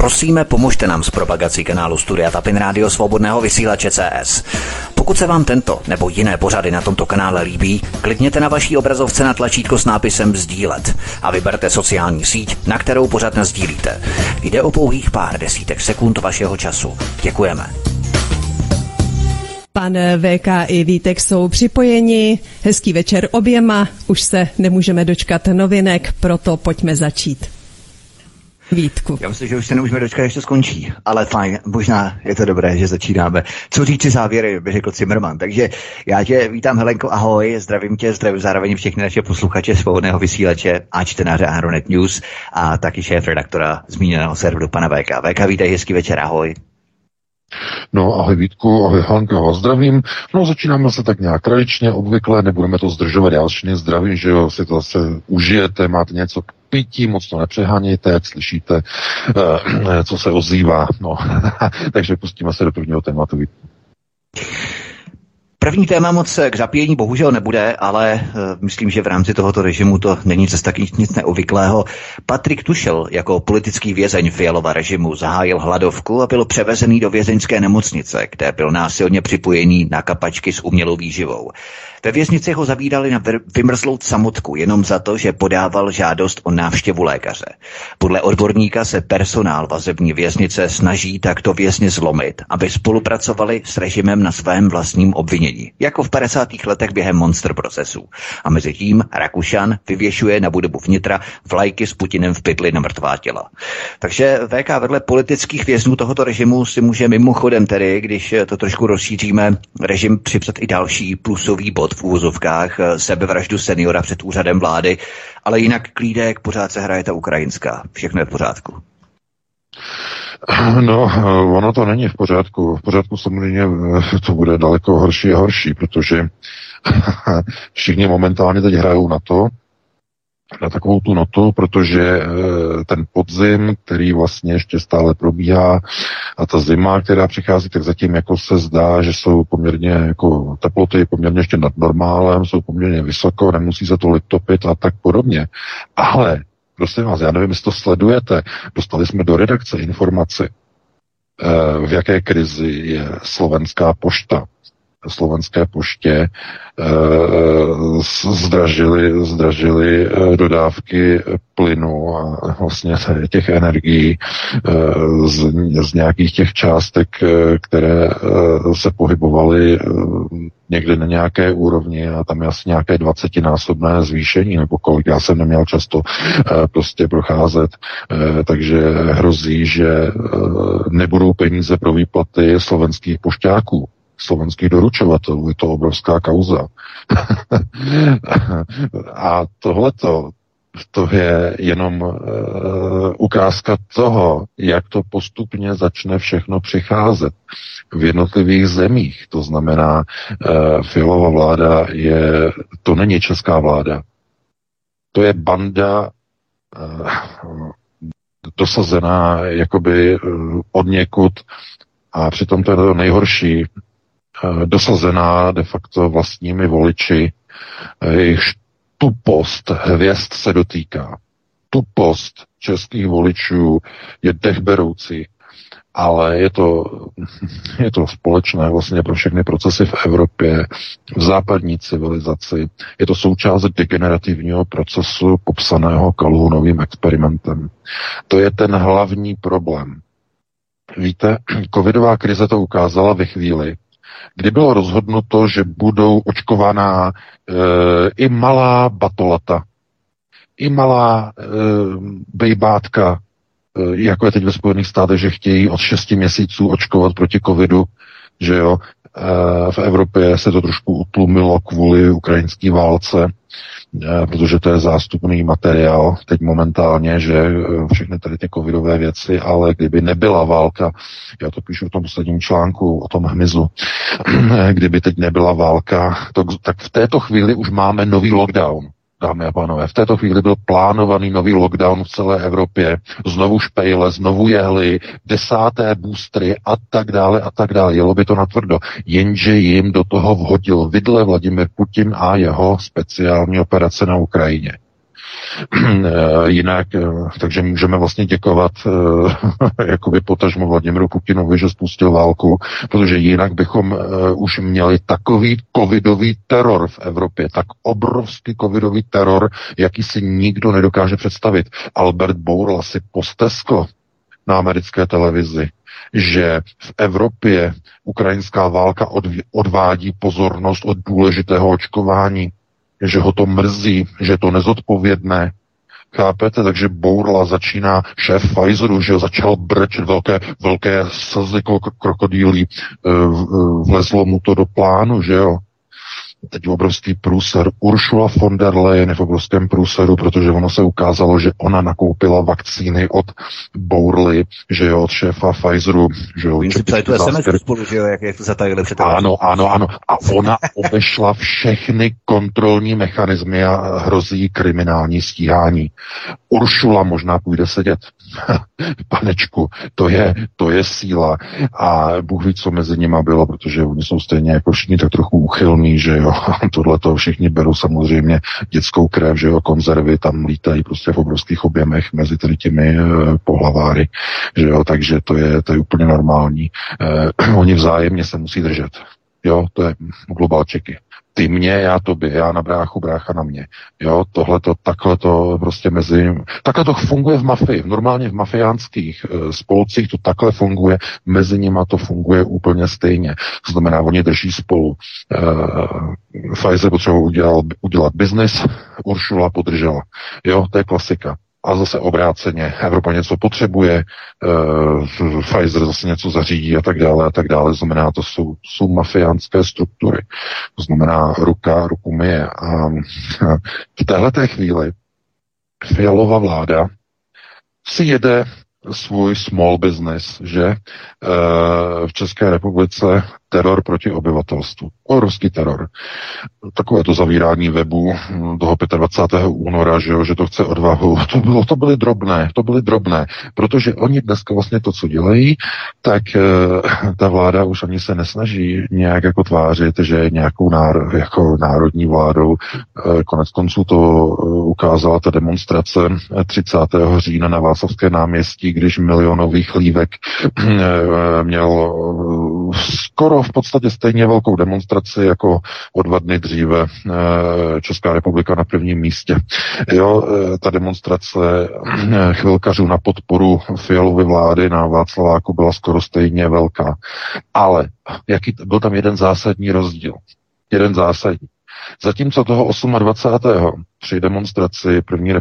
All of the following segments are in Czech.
Prosíme, pomožte nám s propagací kanálu Studia Tapin Rádio Svobodného vysílače CS. Pokud se vám tento nebo jiné pořady na tomto kanále líbí, klikněte na vaší obrazovce na tlačítko s nápisem sdílet a vyberte sociální síť, na kterou pořad nasdílíte. Jde o pouhých pár desítek sekund vašeho času. Děkujeme. Pan VK i Vítek jsou připojeni. Hezký večer oběma. Už se nemůžeme dočkat novinek, proto pojďme začít. Vítku. Já myslím, že už se nemůžeme dočkat, až to skončí. Ale fajn, možná je to dobré, že začínáme. Co říci závěry, by řekl Cimrman. Takže já tě vítám, Helenko, ahoj, zdravím tě, zdravím zároveň všechny naše posluchače Svobodného vysílače a čtenáře Aeronet News a taky šéf-redaktora zmíněného serveru pana VK. VK, vítej, hezký večer, ahoj. No, ahoj Vítku, ahoj Hanka, vás zdravím. No, začínáme se tak nějak tradičně, obvykle, nebudeme to zdržovat, já všechny zdravím, že jo, si to zase užijete, máte něco k pití, moc to nepřehánějte, jak slyšíte, co se ozývá, no, takže pustíme se do prvního tématu, Vítku. První téma moc k zapíjení bohužel nebude, ale myslím, že v rámci tohoto režimu to není zase taky nic neobvyklého. Patrik Tušel jako politický vězeň Fialova režimu zahájil hladovku a byl převezený do vězeňské nemocnice, kde byl násilně připojený na kapačky s umělou výživou. Ve věznici ho zavídali na vymrzlou samotku jenom za to, že podával žádost o návštěvu lékaře. Podle odborníka se personál vazební věznice snaží takto vězně zlomit, aby spolupracovali s režimem na svém vlastním obvinění, jako v 50. letech během monster procesů. A mezi tím Rakušan vyvěšuje na budovu vnitra vlajky s Putinem v pytli na mrtvá těla. Takže VK vedle politických vězňů tohoto režimu si může mimochodem tedy, když to trošku rozšíříme, režim připsat i další plusový bod v úvozovkách, sebevraždu seniora před úřadem vlády, ale jinak klídek, pořád se hraje ta ukrajinská. Všechno je v pořádku. No, ono to není v pořádku. V pořádku samozřejmě to bude daleko horší a horší, protože všichni momentálně teď hrajou na takovou tu notu, protože ten podzim, který vlastně ještě stále probíhá a ta zima, která přichází, tak zatím jako se zdá, že jsou poměrně jako teploty poměrně ještě nad normálem, jsou poměrně vysoko, nemusí se tolik topit a tak podobně. Ale, prosím vás, já nevím, jestli to sledujete, dostali jsme do redakce informaci, v jaké krizi je Slovenská pošta. Slovenské poště zdražily dodávky plynu a vlastně těch energií z nějakých těch částek, které se pohybovaly někdy na nějaké úrovni a tam je asi nějaké 20násobné zvýšení, nebo kolik, já jsem neměl často prostě procházet, takže hrozí, že nebudou peníze pro výplaty slovenských pošťáků, slovenských doručovatelů, je to obrovská kauza. A tohleto, to je jenom ukázka toho, jak to postupně začne všechno přicházet v jednotlivých zemích. To znamená, Fialova vláda to není česká vláda. To je banda dosazená jakoby odněkud a přitom to je to nejhorší, dosazená de facto vlastními voliči, jejichž tupost hvězd se dotýká. Tupost českých voličů je dechberoucí, ale je to společné vlastně pro všechny procesy v Evropě, v západní civilizaci. Je to součást degenerativního procesu popsaného Calhounovým experimentem. To je ten hlavní problém. Víte, covidová krize to ukázala ve chvíli, kdy bylo rozhodnuto, že budou očkovaná i malá batolata, i malá bejbátka, jako je teď ve Spojených státech, že chtějí od 6 měsíců očkovat proti covidu, že jo, v Evropě se to trošku utlumilo kvůli ukrajinské válce, protože to je zástupný materiál teď momentálně, že všechny tady ty covidové věci, ale kdyby nebyla válka, já to píšu v tom posledním článku o tom hmyzu, kdyby teď nebyla válka, tak v této chvíli už máme nový lockdown. Dámy a pánové, v této chvíli byl plánovaný nový lockdown v celé Evropě, znovu špejle, znovu jehly, 10. boostry a tak dále, jelo by to natvrdo, jenže jim do toho vhodil vidle Vladimir Putin a jeho speciální operace na Ukrajině. Jinak, takže můžeme vlastně děkovat jakoby potažmo Vladimiru Putinovi, že spustil válku, protože jinak bychom už měli takový covidový teror v Evropě, tak obrovský covidový teror, jaký si nikdo nedokáže představit. Albert Bourla si posteskl na americké televizi, že v Evropě ukrajinská válka odvádí pozornost od důležitého očkování, že ho to mrzí, že je to nezodpovědné. Chápete? Takže Bourla začíná, šéf Pfizeru, že začal brečet velké slzy krokodýlí, vlezlo mu to do plánu, že jo. Teď obrovský průser. Ursula von der Leyen je v obrovském průseru, protože ono se ukázalo, že ona nakoupila vakcíny od Bourly, že jo, od šéfa Pfizeru, že jo. Oni si psali tu SMS spolu, že jo, jak to zatajili před. Ano. A ona obešla všechny kontrolní mechanismy a hrozí kriminální stíhání. Ursula možná půjde sedět. Panečku, to je síla. A Bůh ví, co mezi nimi bylo, protože oni jsou stejně jako všichni tak trochu uchylní, že jo. Tohle to všichni berou samozřejmě dětskou krev, že jo, konzervy tam lítají prostě v obrovských objemech mezi těmi pohlaváry, že jo, takže to je úplně normální. Oni vzájemně se musí držet. Jo, to je globalčeky. Ty mě, já tobě, já na bráchu, brácha na mě. Jo, takhle to prostě takhle to funguje v mafii. Normálně v mafiánských spolcích to takhle funguje, mezi nima to funguje úplně stejně. To znamená, oni drží spolu. Pfizer potřeboval udělat biznis, Ursula podržela. Jo, to je klasika. A zase obráceně, Evropa něco potřebuje, Pfizer zase něco zařídí a tak dále, a tak dále. Znamená, to jsou mafiánské struktury. To znamená, ruku myje. A v téhleté chvíli Fialova vláda si jede svůj small business, že v České republice teror proti obyvatelstvu. Obrovský teror. Takové to zavírání webu toho 25. února, že to chce odvahu. To byly drobné, protože oni dneska vlastně to, co dělají, tak ta vláda už ani se nesnaží nějak jako tvářit, že je nějakou jako národní vládou. Konec konců to ukázala ta demonstrace 30. října na Václavské náměstí, když milionový chlívek měl skoro v podstatě stejně velkou demonstraci jako o 2 dny dříve Česká republika na prvním místě. Jo, ta demonstrace chvilkařů na podporu Fialovy vlády na Václaváku byla skoro stejně velká. Ale byl tam jeden zásadní rozdíl. Zatímco toho 28. při demonstraci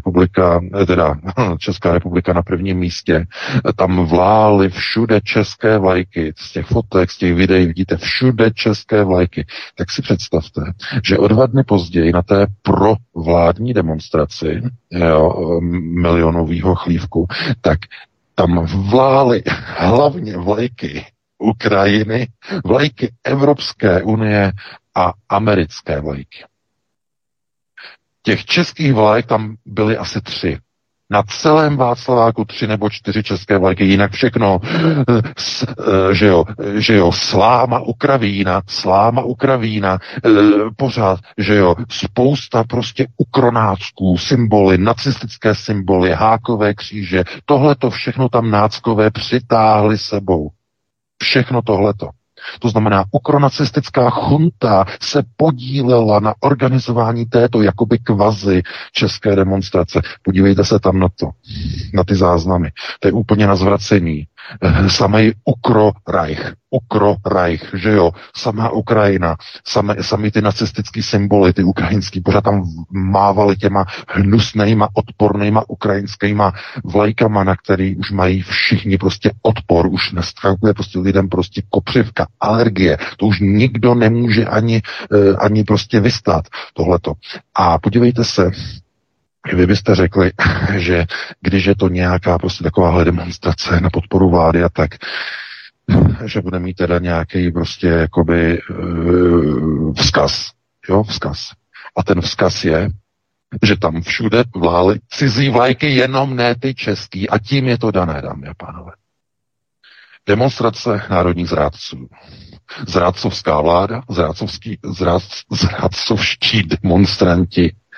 Česká republika na prvním místě, tam vlály všude české vlajky, z těch fotek, z těch videí vidíte všude české vlajky. Tak si představte, že o 2 dny později na té provládní demonstraci milionového chlívku, tak tam vlály hlavně vlajky Ukrajiny, vlajky Evropské unie a americké vlajky. Těch českých vlajek tam byly asi 3. Na celém Václaváku 3 nebo 4 české vlajky, jinak všechno, že jo, sláma Ukravína, pořád, že jo, spousta prostě ukronácků, symboly, nacistické symboly, hákové kříže, tohleto všechno tam náckové přitáhli sebou. Všechno tohleto. To znamená, ukronacistická chunta se podílela na organizování této jakoby kvazi české demonstrace. Podívejte se tam na to, na ty záznamy. To je úplně na zvracení. Samej Ukro-Reich, že jo, samá Ukrajina, sami ty nacistický symboly, ty ukrajinský, pořád tam mávali těma hnusnejma, odpornejma ukrajinskýma vlajkama, na který už mají všichni prostě odpor, už neskakuje prostě lidem prostě kopřivka, alergie, to už nikdo nemůže ani prostě vystát tohleto. A podívejte se, vy byste řekli, že když je to nějaká prostě takováhle demonstrace na podporu vlády a tak, že bude mít teda nějaký prostě jakoby vzkaz. A ten vzkaz je, že tam všude vlály cizí vlajky, jenom ne ty český. A tím je to dané, dámy a pánové. Demonstrace národních zrádců. Zrádcovská vláda, zrádcovští demonstranti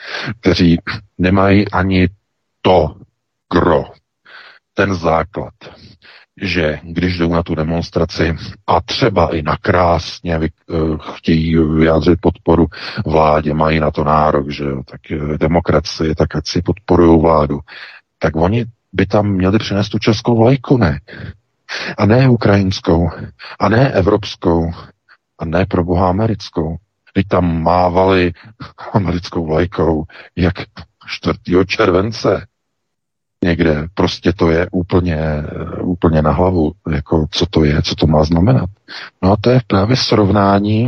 kteří nemají ani to gro, ten základ, že když jdou na tu demonstraci a třeba i nakrásně chtějí vyjádřit podporu vládě, mají na to nárok, že jo, tak demokracie, tak ať si podporují vládu, tak oni by tam měli přinést tu českou vlajku, ne? A ne ukrajinskou, a ne evropskou, a ne pro boha americkou. Teď tam mávali americkou vlajkou, jak 4. července někde. Prostě to je úplně na hlavu, jako co to je, co to má znamenat. No a to je právě srovnání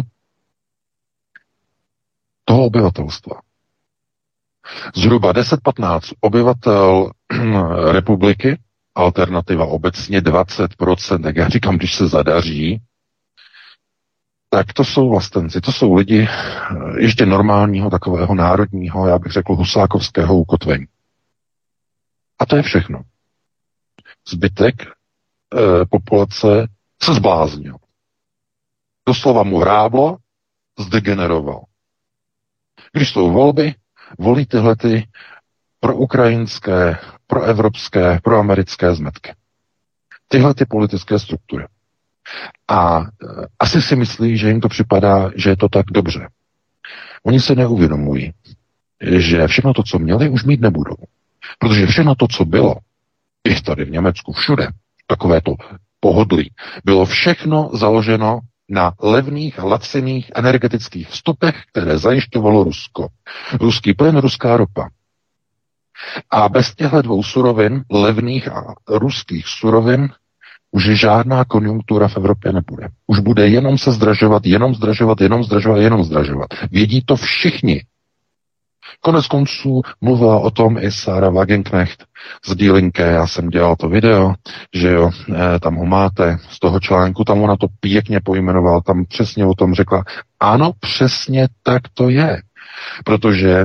toho obyvatelstva. Zhruba 10-15 obyvatel republiky, alternativa obecně 20%, jak já říkám, když se zadaří, tak to jsou vlastenci, to jsou lidi ještě normálního, takového národního, já bych řekl husákovského ukotvení. A to je všechno. Zbytek populace se zbláznil. Doslova mu hráblo, zdegeneroval. Když jsou volby, volí tyhle ty proukrajinské, proevropské, proamerické zmetky. Tyhle ty politické struktury. A asi si myslí, že jim to připadá, že je to tak dobře. Oni se neuvědomují, že všechno to, co měli, už mít nebudou. Protože všechno to, co bylo, i tady v Německu, všude, takové to pohodlí, bylo všechno založeno na levných, laciných energetických vstupech, které zajišťovalo Rusko. Ruský plyn, ruská ropa. A bez těchto dvou surovin, levných a ruských surovin, už žádná konjunktura v Evropě nebude. Už bude jenom se zdražovat, jenom zdražovat, jenom zdražovat, jenom zdražovat. Vědí to všichni. Konec konců mluvila o tom i Sarah Wagenknecht z Die Linke, já jsem dělal to video, že jo, tam ho máte z toho článku, tam ona to pěkně pojmenovala, tam přesně o tom řekla, ano, přesně tak to je. Protože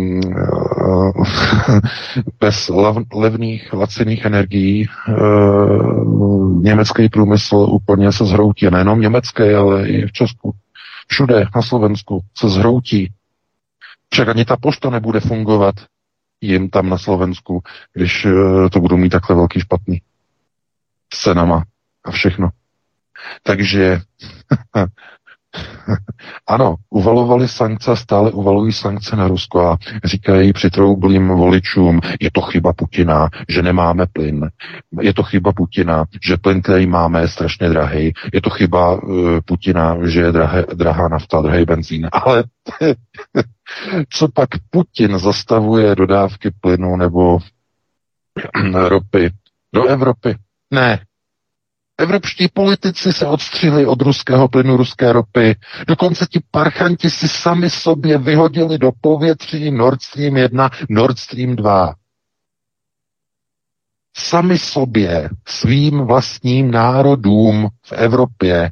bez levných, laciných energií německý průmysl úplně se zhroutí. Nejenom německý, ale i v Česku. Všude na Slovensku se zhroutí. Však ani ta pošta nebude fungovat jim tam na Slovensku, když to budou mít takhle velký špatný. S cenama a všechno. Takže ano, uvalovali sankce, stále uvalují sankce na Rusko a říkají přitroublým voličům, je to chyba Putina, že nemáme plyn, je to chyba Putina, že plyn, který máme, je strašně drahý, je to chyba Putina, že je drahá nafta, drahý benzín, ale co pak Putin zastavuje dodávky plynu nebo ropy do Evropy? Ne. Evropští politici se odstřihli od ruského plynu, ruské ropy. Dokonce ti parchanti si sami sobě vyhodili do povětří Nord Stream 1, Nord Stream 2. Sami sobě, svým vlastním národům v Evropě.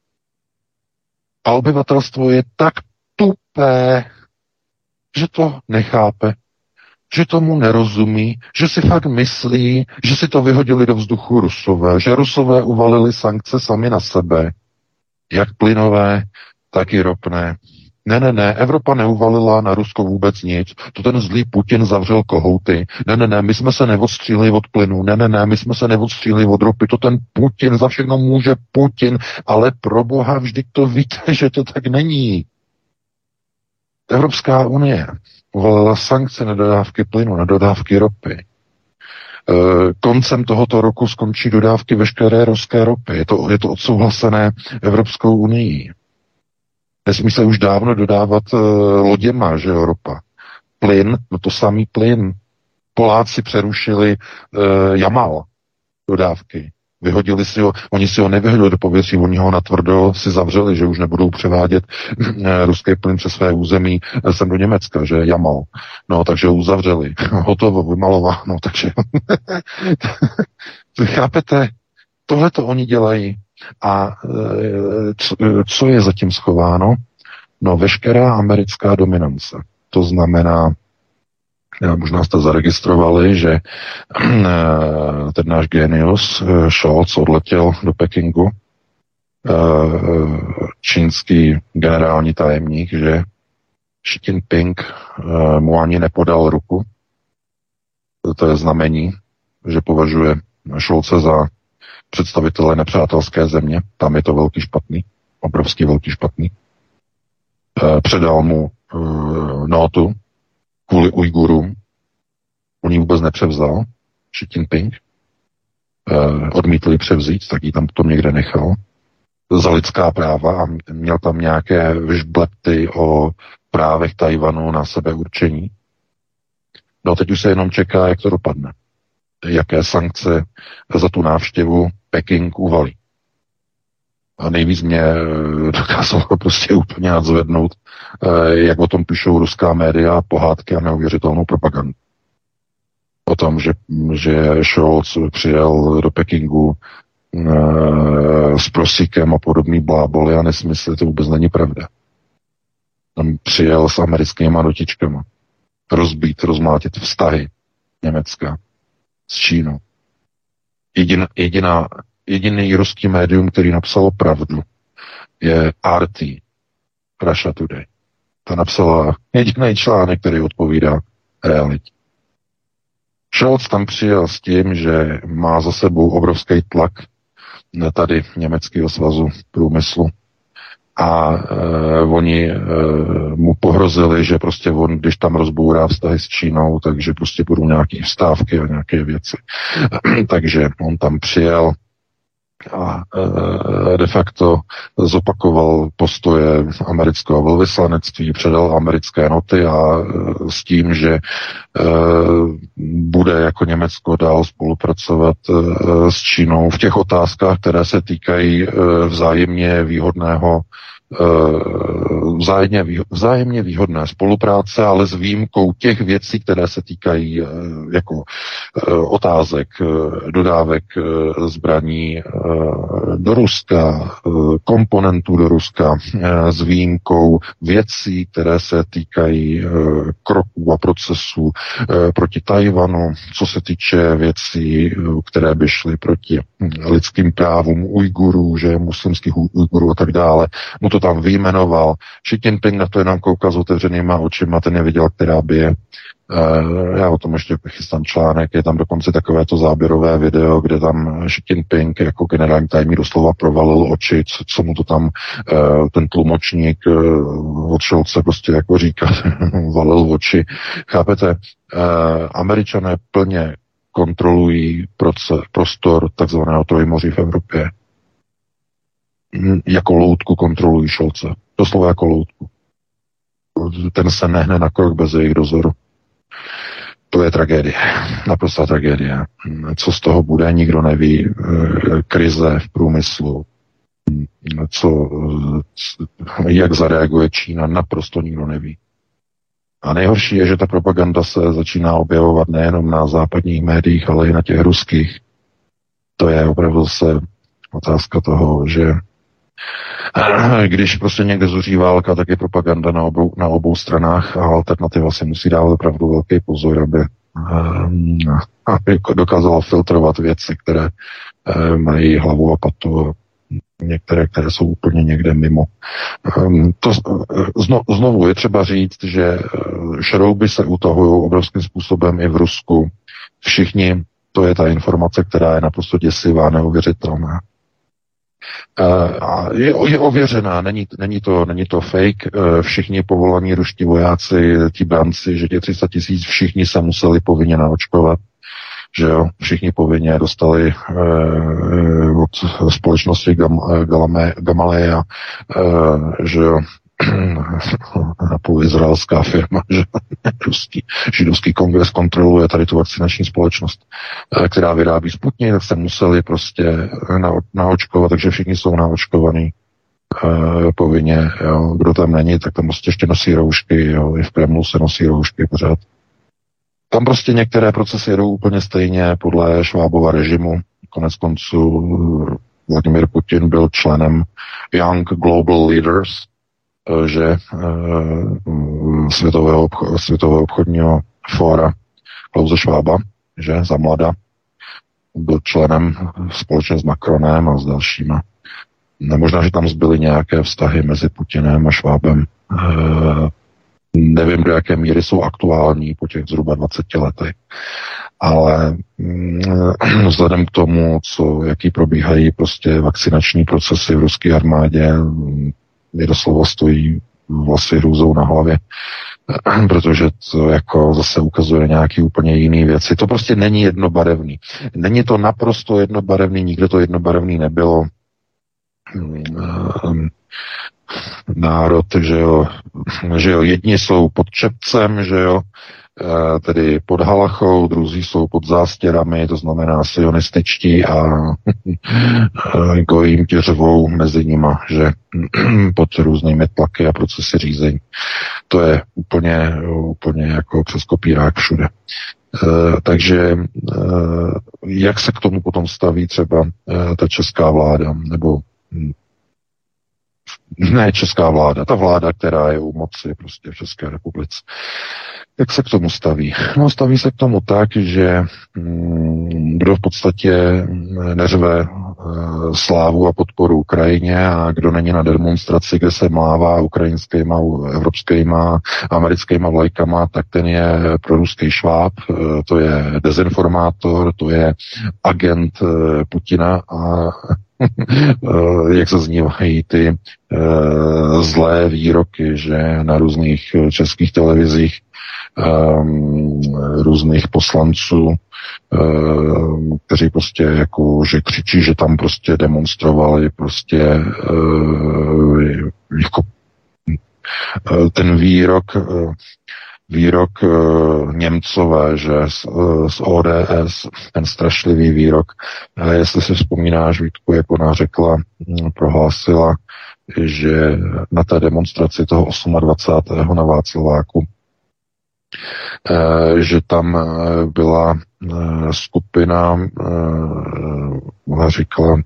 A obyvatelstvo je tak tupé, že to nechápe, že tomu nerozumí, že si fakt myslí, že si to vyhodili do vzduchu Rusové, že Rusové uvalili sankce sami na sebe, jak plynové, tak i ropné. Ne, Evropa neuvalila na Rusko vůbec nic, to ten zlý Putin zavřel kohouty. Ne, my jsme se neodstříhli od plynu, ne, my jsme se neodstříhli od ropy, to ten Putin, za všechno může Putin, ale pro boha vždyť to víte, že to tak není. Evropská unie uvalila sankce na dodávky plynu, na dodávky ropy. Koncem tohoto roku skončí dodávky veškeré ruské ropy. Je to odsouhlasené Evropskou unii. Nesmí se už dávno dodávat loděma, že jo, ropa. Plyn, no to samý plyn. Poláci přerušili Jamal dodávky. Vyhodili si ho, oni si ho nevyhodili do povětří, oni ho natvrdo si zavřeli, že už nebudou převádět ruský plyn přes své území sem do Německa, že Jamal. No, takže ho uzavřeli. Hotovo, vymalováno, takže chápete? Tohle to oni dělají. A co je zatím schováno? No, veškerá americká dominance. To znamená, možná jste zaregistrovali, že ten náš genius Scholz odletěl do Pekingu, čínský generální tajemník, že Xi Jinping mu ani nepodal ruku. To je znamení, že považuje Scholze za představitele nepřátelské země. Tam je to velký špatný, obrovský velký špatný. Předal mu nótu kvůli Ujgurům. On ji vůbec nepřevzal, Xi Jinping. Odmítl ji převzít, tak ji tam to někde nechal. Za lidská práva a měl tam nějaké vyžblepty o právech Tajvanu na sebeurčení. No teď už se jenom čeká, jak to dopadne. Jaké sankce za tu návštěvu Peking uvalí. A nejvíc mě dokázalo prostě úplně nadzvednout, jak o tom píšou ruská média, pohádky a neuvěřitelnou propagandu. O tom, že Scholz přijel do Pekingu s prosíkem a podobný bláboli a nesmysly, to vůbec není pravda. Tam přijel s americkýma dotičkama. Rozmlátit vztahy Německa s Čínou. Jediný ruský médium, který napsalo pravdu, je RT, Russia Today. Ta napsala jediný článek, který odpovídá realitě. Scholz tam přijel s tím, že má za sebou obrovský tlak tady Německého svazu průmyslu a oni mu pohrozili, že prostě on, když tam rozbourá vztahy s Čínou, takže prostě budou nějaké vstávky a nějaké věci. Takže on tam přijel a de facto zopakoval postoje amerického velvyslanectví, předal americké noty a s tím, že bude jako Německo dál spolupracovat s Čínou v těch otázkách, které se týkají vzájemně výhodné spolupráce, ale s výjimkou těch věcí, které se týkají jako otázek, dodávek zbraní do Ruska, komponentů do Ruska, s výjimkou věcí, které se týkají kroků a procesů proti Tajvanu, co se týče věcí, které by šly proti lidským právům Ujgurů, že muslimských Ujgurů a tak dále. Mu to tam vyjmenoval. Xi Jinping na to jenom koukal s otevřenýma očima, ten neviděl, která by je. Já o tom ještě chystám článek, je tam dokonce takovéto záběrové video, kde tam Xi Jinping jako generální tajemník doslova provalil oči, co mu to tam ten tlumočník od Scholze prostě jako říká, valil oči. Chápete? Američané plně kontrolují prostor takzvaného Trojmoří v Evropě. Jako loutku kontrolují Scholze. Doslova jako loutku. Ten se nehne na krok bez jejich dozoru. To je tragédie. Naprostá tragédie. Co z toho bude, nikdo neví. Krize v průmyslu. Jak zareaguje Čína, naprosto nikdo neví. A nejhorší je, že ta propaganda se začíná objevovat nejenom na západních médiích, ale i na těch ruských. To je opravdu se otázka toho, že když prostě někde zuří válka, tak je propaganda na obou stranách a alternativa si musí dávat opravdu velký pozor, aby dokázala filtrovat věci, které mají hlavu a patu, některé, které jsou úplně někde mimo. Znovu je třeba říct, že šrouby se utahují obrovským způsobem i v Rusku. Všichni, to je ta informace, která je naprosto děsivá, neuvěřitelná. A je ověřená, není to fake. Všichni povolaní ruští vojáci, ti branci, že těch 300 000, všichni se museli povinně naočkovat, že jo, všichni povinně dostali od společnosti Gamaleya, že jo, půlizraelská firma, že židovský kongres kontroluje tady tu vakcinační společnost, která vyrábí Sputnik, tak se museli prostě naočkovat, takže všichni jsou naočkovaní povinně, jo. Kdo tam není, tak tam prostě ještě nosí roušky, jo. I v Kremlu se nosí roušky pořád. Tam prostě některé procesy jedou úplně stejně podle Švábova režimu. Konec konců Vladimír Putin byl členem Young Global Leaders, že Světového obchodního fóra Klause Schwaba, že za mlada byl členem společně s Macronem a s dalšíma. Možná, že tam zbyly nějaké vztahy mezi Putinem a Schwabem. Nevím, do jaké míry jsou aktuální po těch zhruba 20 letech, ale vzhledem k tomu, jaký probíhají prostě vakcinační procesy v ruské armádě, mi doslova stojí vlasy hrůzou na hlavě, protože to jako zase ukazuje nějaký úplně jiný věci. To prostě není jednobarevný. Není to naprosto jednobarevný, nikde to jednobarevný nebylo. Národ, že jo, jedni jsou pod čepcem, že jo, tedy pod halachou, druzí jsou pod zástěrami, to znamená sionističtí a gojím těřvou mezi nima, že pod různými tlaky a procesy řízení. To je úplně jako přes kopírák všude. Takže jak se k tomu potom staví třeba ta česká vláda, nebo ne česká vláda, ta vláda, která je u moci prostě v České republice. Jak se k tomu staví? No, staví se k tomu tak, že kdo v podstatě neřve slávu a podporu Ukrajině a kdo není na demonstraci, kde se mlává ukrajinskýma, evropskýma, americkýma vlajkama, tak ten je proruský šváb, to je dezinformátor, to je agent Putina a jak se znívají ty zlé výroky, že na různých českých televizích různých poslanců, kteří prostě jako, že křičí, že tam prostě demonstrovali prostě jako ten výrok Němcové, že z ODS, ten strašlivý výrok, jestli si vzpomínáš, Vítku, jak ona řekla, prohlásila, že na té demonstraci toho 28. na Václaváku, že tam byla skupina, ona říkala,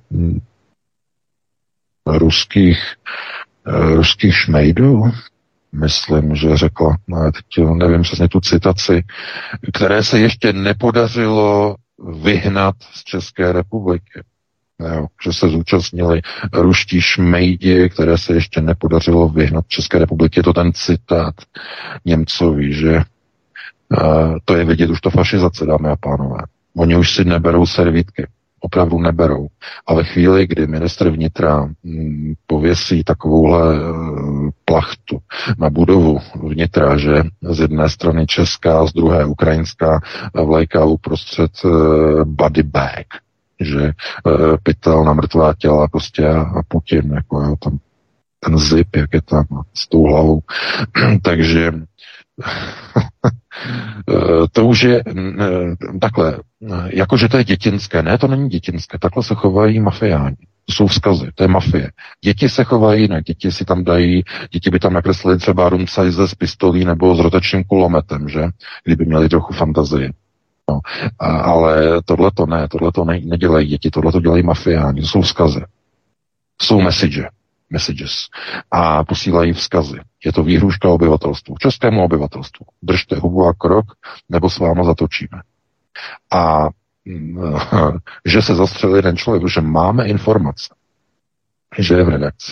ruských šmejdů, myslím, že řekla, teď nevím přesně tu citaci, které se ještě nepodařilo vyhnat z České republiky. Jo, že se zúčastnili ruští šmejdi, které se ještě nepodařilo vyhnat z České republiky. Je to ten citát Němcovi, že to je vidět už to fašizace, dámy a pánové. Oni už si neberou servítky. Opravdu neberou. A ve chvíli, kdy ministr vnitra pověsí takovouhle plachtu na budovu vnitra, že z jedné strany česká, z druhé ukrajinská vlajka uprostřed body bag, že pytel na mrtvá těla prostě a Putin, jako jo, tam ten zip, jak je tam s tou hlavou. Takže to už je takhle, jakože to je dětinské. Ne, to není dětinské, takhle se chovají mafiáni. To jsou vzkazy, to je mafie. Děti se chovají jinak, děti si tam dají, děti by tam nakreslili třeba rumcajze s pistolí nebo s rotačním kulometem, že? Kdyby měli trochu fantazii. No. Ale tohleto nedělají děti, tohleto dělají mafiáni, to jsou vzkazy. Jsou messages a posílají vzkazy. Je to výhruška obyvatelstvu, českému obyvatelstvu. Držte hubu a krok, nebo s váma zatočíme. A že se zastřelil jeden člověk, protože máme informace, že je v redakci.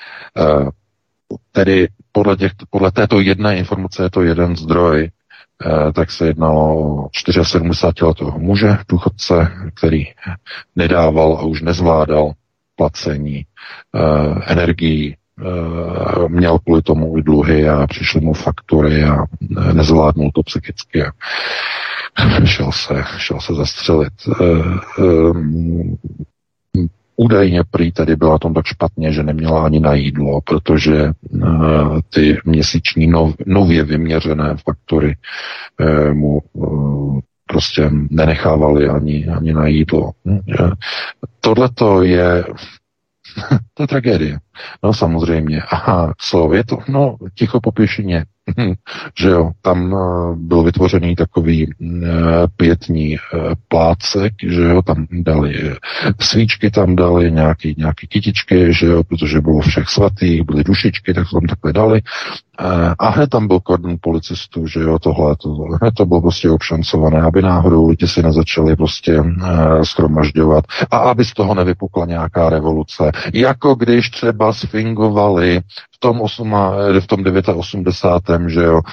Tedy podle této jedné informace, je to jeden zdroj, tak se jednalo o 74letého muže, důchodce, který nedával a už nezvládal placení energií, měl kvůli tomu i dluhy a přišly mu faktury a nezvládnul to psychicky a šel se zastřelit. Údajně prý tedy byla tom tak špatně, že neměla ani na jídlo, protože ty měsíční nově vyměřené faktury mu prostě nenechávali ani na jídlo. Tohleto je to je tragédie. No samozřejmě. Aha, co je to? No, ticho po pěšině. Že jo, tam byl vytvořený takový pětní plácek, že jo, tam dali svíčky, tam dali nějaký kytičky, že jo, protože bylo všech svatých, byly dušičky, tak to tam takhle dali A hned tam byl kordon policistů, že jo, hned to bylo prostě obšancované, aby náhodou lidi si nezačali prostě shromažďovat a aby z toho nevypukla nějaká revoluce. Jako když třeba sfingovali v tom 89. že jo,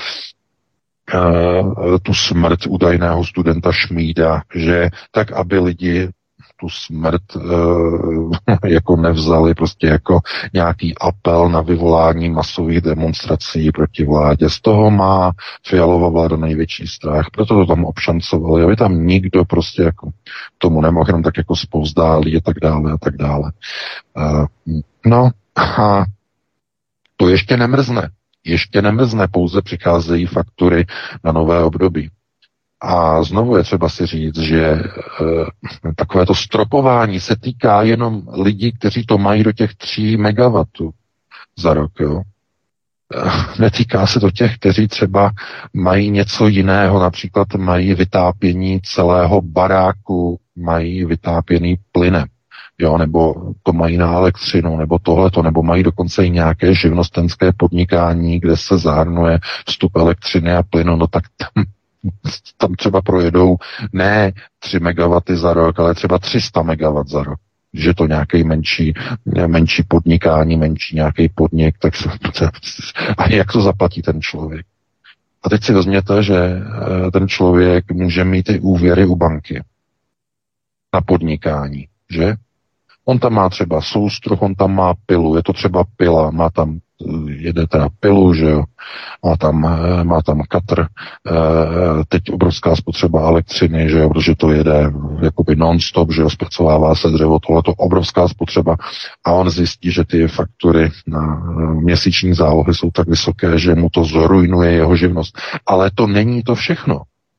tu smrt údajného studenta Šmída, že tak, aby lidi tu smrt jako nevzali prostě jako nějaký apel na vyvolání masových demonstrací proti vládě. Z toho má Fialova vláda největší strach, proto to tam obšancovali, aby tam nikdo prostě jako tomu nemohl jenom tak jako zpovzdálí a tak dále a tak dále. No a to ještě nemrzne. Pouze přicházejí faktury na nové období. A znovu je třeba si říct, že takovéto stropování se týká jenom lidí, kteří to mají do těch 3 MW za rok. Jo. Netýká se to těch, kteří třeba mají něco jiného, například mají vytápění celého baráku, mají vytápěný plynem. Jo, nebo to mají na elektřinu, nebo tohleto, nebo mají dokonce i nějaké živnostenské podnikání, kde se zahrnuje vstup elektřiny a plynu, no tak tam třeba projedou ne 3 MW za rok, ale třeba 300 MW za rok. Že to nějaký menší podnikání, menší nějaký podnik, tak a jak to zaplatí ten člověk? A teď si vezměte, že ten člověk může mít i úvěry u banky na podnikání, že? On tam má třeba soustruh, on tam má pilu, je to třeba pila, má tam jede teda pilu, že jo, má tam katr, teď obrovská spotřeba elektřiny, že jo, protože to jede jakoby non-stop, že jo, zpracovává se dřevo, tohleto obrovská spotřeba a on zjistí, že ty faktury na měsíční zálohy jsou tak vysoké, že mu to zrujnuje jeho živnost. Ale to není to všechno.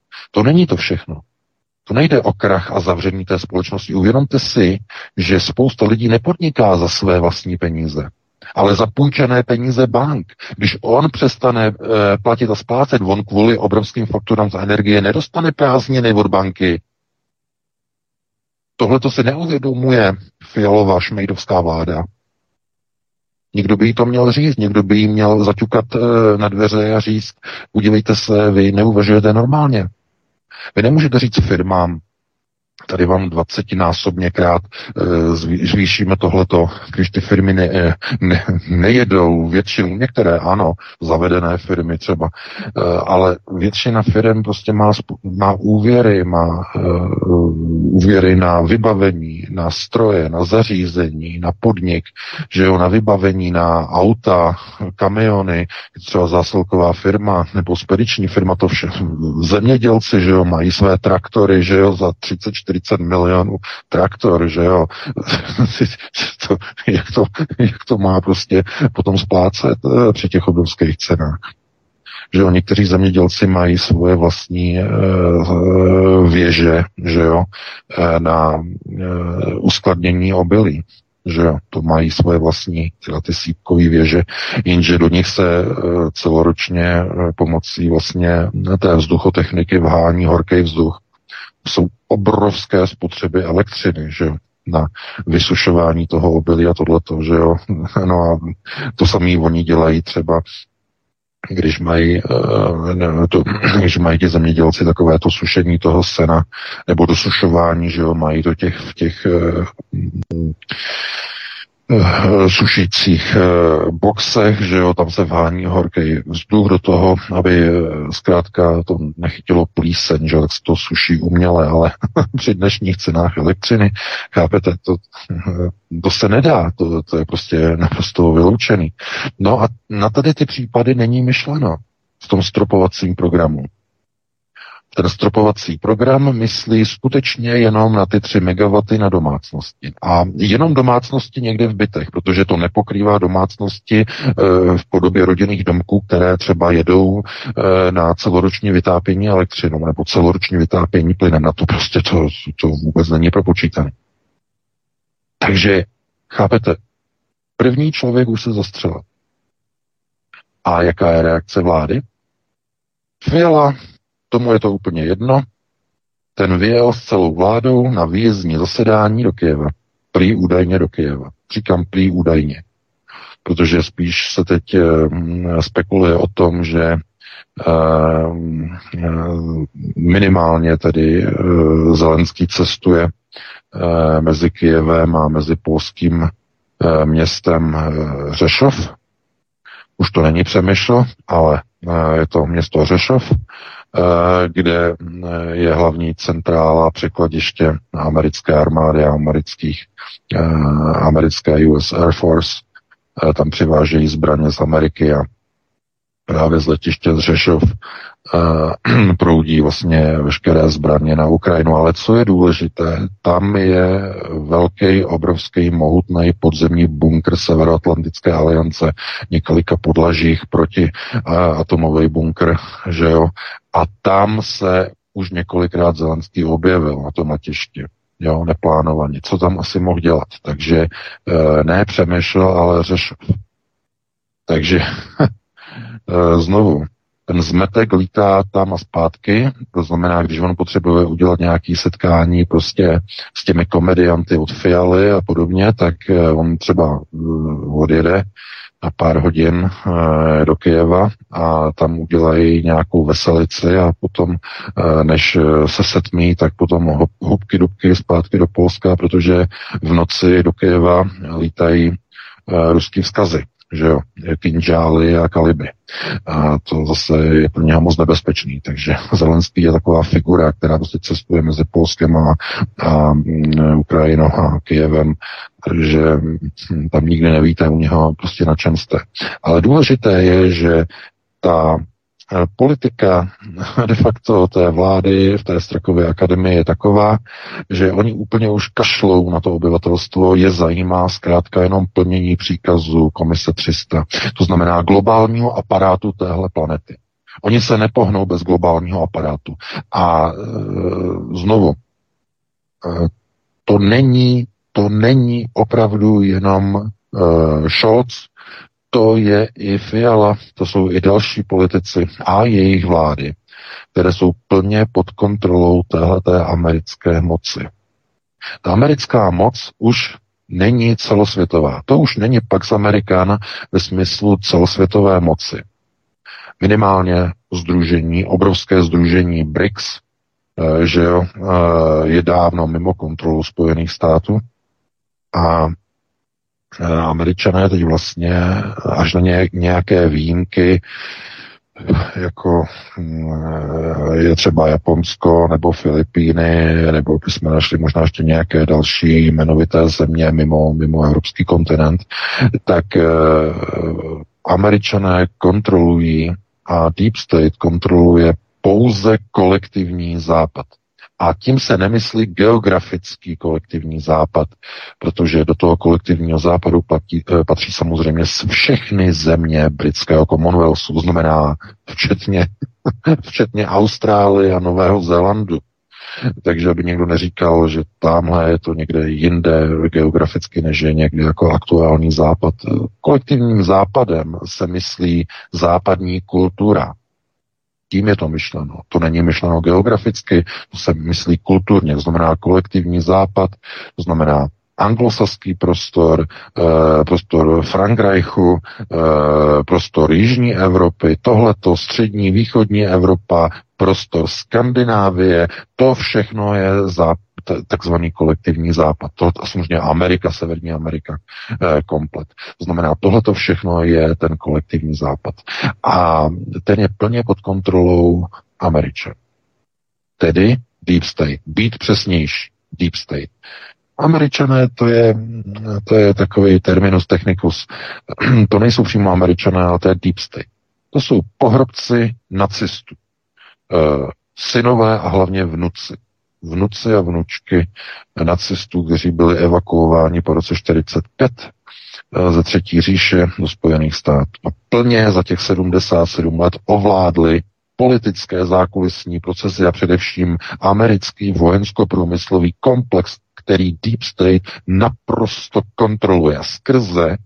To nejde o krach a zavření té společnosti. Uvědomte si, že spousta lidí nepodniká za své vlastní peníze, ale za půjčené peníze bank. Když on přestane platit a splácet, on kvůli obrovským fakturám za energie nedostane prázdniny od banky. Tohle to si neuvědomuje Fialová šmejdovská vláda. Někdo by jí to měl říct, někdo by jí měl zaťukat na dveře a říct, udívejte se, vy neuvažujete normálně. Vy nemůžete říct firmám, tady vám 20násobně krát zvýšíme tohleto, když ty firmy nejedou, většinu, některé ano, zavedené firmy třeba, ale většina firm prostě má úvěry, úvěry na vybavení, na stroje, na zařízení, na podnik, že jo, na vybavení, na auta, kamiony, třeba zásilková firma nebo spediční firma, to vše, zemědělci, že jo, mají své traktory, že jo, za 30-40 milionů traktor, že jo, jak to má prostě potom splácet při těch obrovských cenách. Že jo, někteří zemědělci mají svoje vlastní věže, že jo, na uskladnění obilí, že jo, to mají svoje vlastní ty sýpkové věže, jenže do nich se celoročně pomocí vlastně té vzduchotechniky vhání horký vzduch. Jsou obrovské spotřeby elektřiny, že jo, na vysušování toho obilí a tohleto, že jo. No a to samý oni dělají třeba, když mají ti zemědělci takové to sušení toho sena, nebo dosušování, že jo, mají to v těch sušících boxech, že jo, tam se vhání horký vzduch do toho, aby zkrátka to nechytilo plíseň, že jo, tak se to suší uměle, ale při dnešních cenách elektřiny, chápete, to se nedá, to je prostě naprosto vyloučený. No a na tady ty případy není myšleno v tom stropovacím programu. Ten stropovací program myslí skutečně jenom na ty 3 MW na domácnosti. A jenom domácnosti někde v bytech, protože to nepokrývá domácnosti v podobě rodinných domků, které třeba jedou na celoroční vytápění elektřinou nebo celoroční vytápění plynem. Na to prostě to vůbec není propočítané. Takže, chápete, první člověk už se zastřelil. A jaká je reakce vlády? Fiala, tomu je to úplně jedno. Ten vyjel s celou vládou na výjezdní zasedání do Kyjeva. Prý údajně do Kyjeva. Říkám prý údajně. protože spíš se teď spekuluje o tom, že minimálně tedy Zelenský cestuje mezi Kyjevem a mezi polským městem Řešov. Už to není Přemysl, ale je to město Řešov, kde je hlavní centrála překladiště americké armády a americké US Air Force. Tam přivážejí zbraně z Ameriky a právě z letiště z Řešov proudí vlastně veškeré zbraně na Ukrajinu. Ale co je důležité, tam je velký, obrovský, mohutný podzemní bunkr Severoatlantické aliance, několika podlažích proti atomový bunkr, že jo. A tam se už několikrát Zelenský objevil na tom letišti. Jo, neplánovaně. Co tam asi mohl dělat? Takže ne Přemysl, ale Řešov. Takže znovu, ten zmetek lítá tam a zpátky, to znamená, když on potřebuje udělat nějaké setkání prostě s těmi komedianty od Fialy a podobně, tak on třeba odjede na pár hodin do Kyjeva a tam udělají nějakou veselici a potom, než se setmí, tak potom hubky dubky zpátky do Polska, protože v noci do Kyjeva lítají ruský vzkazy, že jo, kinžály a kaliby. A to zase je pro něho moc nebezpečný, takže Zelenský je taková figura, která prostě cestuje mezi Polskem a Ukrajinou a Kyjevem, takže tam nikdy nevíte u něho prostě na čem jste. Ale důležité je, že ta politika de facto té vlády v té Strakově akademii je taková, že oni úplně už kašlou na to obyvatelstvo, je zajímá zkrátka jenom plnění příkazu Komise 300, to znamená globálního aparátu téhle planety. Oni se nepohnou bez globálního aparátu. A znovu, to není opravdu jenom Scholz, to je i Fiala, to jsou i další politici a jejich vlády, které jsou plně pod kontrolou téhleté americké moci. Ta americká moc už není celosvětová. To už není Pax Americana ve smyslu celosvětové moci. Minimálně obrovské sdružení BRICS, že jo, je dávno mimo kontrolu Spojených států a Američané teď vlastně až na nějaké výjimky, jako je třeba Japonsko nebo Filipíny, nebo jsme našli možná ještě nějaké další jmenovité země mimo evropský kontinent, tak Američané kontrolují a Deep State kontroluje pouze kolektivní západ. A tím se nemyslí geografický kolektivní západ, protože do toho kolektivního západu patří samozřejmě všechny země britského Commonwealthu, to znamená včetně Austrálie a Nového Zélandu. Takže aby někdo neříkal, že tamhle je to někde jinde geograficky, než je někde jako aktuální západ. Kolektivním západem se myslí západní kultura. Tím je to myšleno. To není myšleno geograficky, to se myslí kulturně, to znamená kolektivní západ, to znamená anglosaský prostor, prostor Frankreichu, prostor Jižní Evropy, tohleto střední, východní Evropa, prostor Skandinávie, to všechno je takzvaný kolektivní západ. To a samozřejmě Amerika, Severní Amerika komplet. To znamená, tohleto všechno je ten kolektivní západ. A ten je plně pod kontrolou Američan. Tedy Deep State. Být přesnější. Deep State. Američané, to je takový terminus technicus. To nejsou přímo Američané, ale to je Deep State. To jsou pohrobci nacistů. Synové a hlavně vnuci a vnučky nacistů, kteří byli evakuováni po roce 1945 ze Třetí říše do Spojených států. A plně za těch 77 let ovládli politické zákulisní procesy a především americký vojensko-průmyslový komplex, který Deep State naprosto kontroluje. Skrze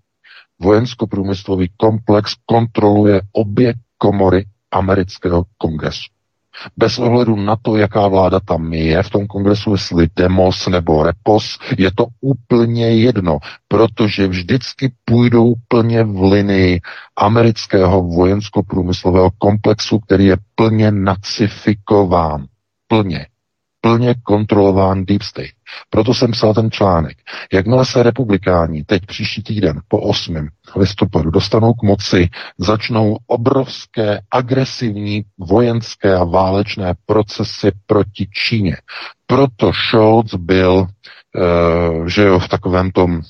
vojensko-průmyslový komplex kontroluje obě komory amerického kongresu. Bez ohledu na to, jaká vláda tam je v tom kongresu, jestli demos nebo repos, je to úplně jedno, protože vždycky půjdou plně v linii amerického vojensko-průmyslového komplexu, který je plně nacifikován. Plně kontrolován Deep State. Proto jsem psal ten článek. Jakmile se republikáni teď příští týden po 8. listopadu dostanou k moci, začnou obrovské agresivní vojenské a válečné procesy proti Číně. Proto Scholz byl že jo, v takovém tom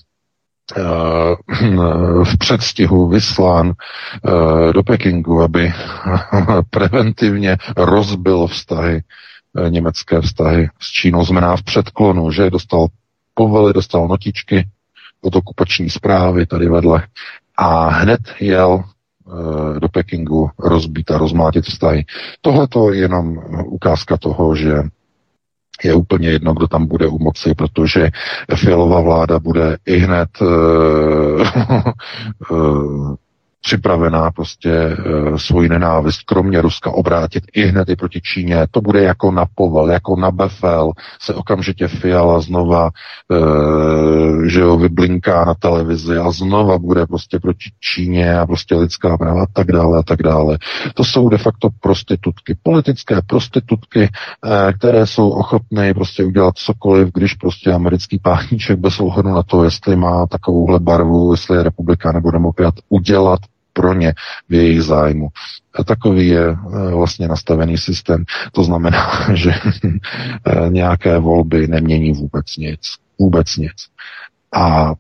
v předstihu vyslán do Pekingu, aby preventivně rozbil německé vztahy s Čínou, znamená v předklonu, že dostal povely, dostal notičky od okupační zprávy tady vedle a hned jel do Pekingu rozbít a rozmlátit vztahy. Tohle to je jenom ukázka toho, že je úplně jedno, kdo tam bude u moci, protože Fialová vláda bude ihned připravená prostě svoji nenávist, kromě Ruska, obrátit ihned i proti Číně. To bude jako na povel, jako na befel, se okamžitě Fiala znova že jo, vyblinká na televizi a znova bude prostě proti Číně a prostě lidská práva a tak dále a tak dále. To jsou de facto prostitutky, politické prostitutky, které jsou ochotné prostě udělat cokoliv, když prostě americký páníček bez ohledu na to, jestli má takovouhle barvu, jestli je republikán nebo demokrat, udělat pro ně v jejich zájmu. A takový je vlastně nastavený systém. To znamená, že nějaké volby nemění vůbec nic. Vůbec nic. A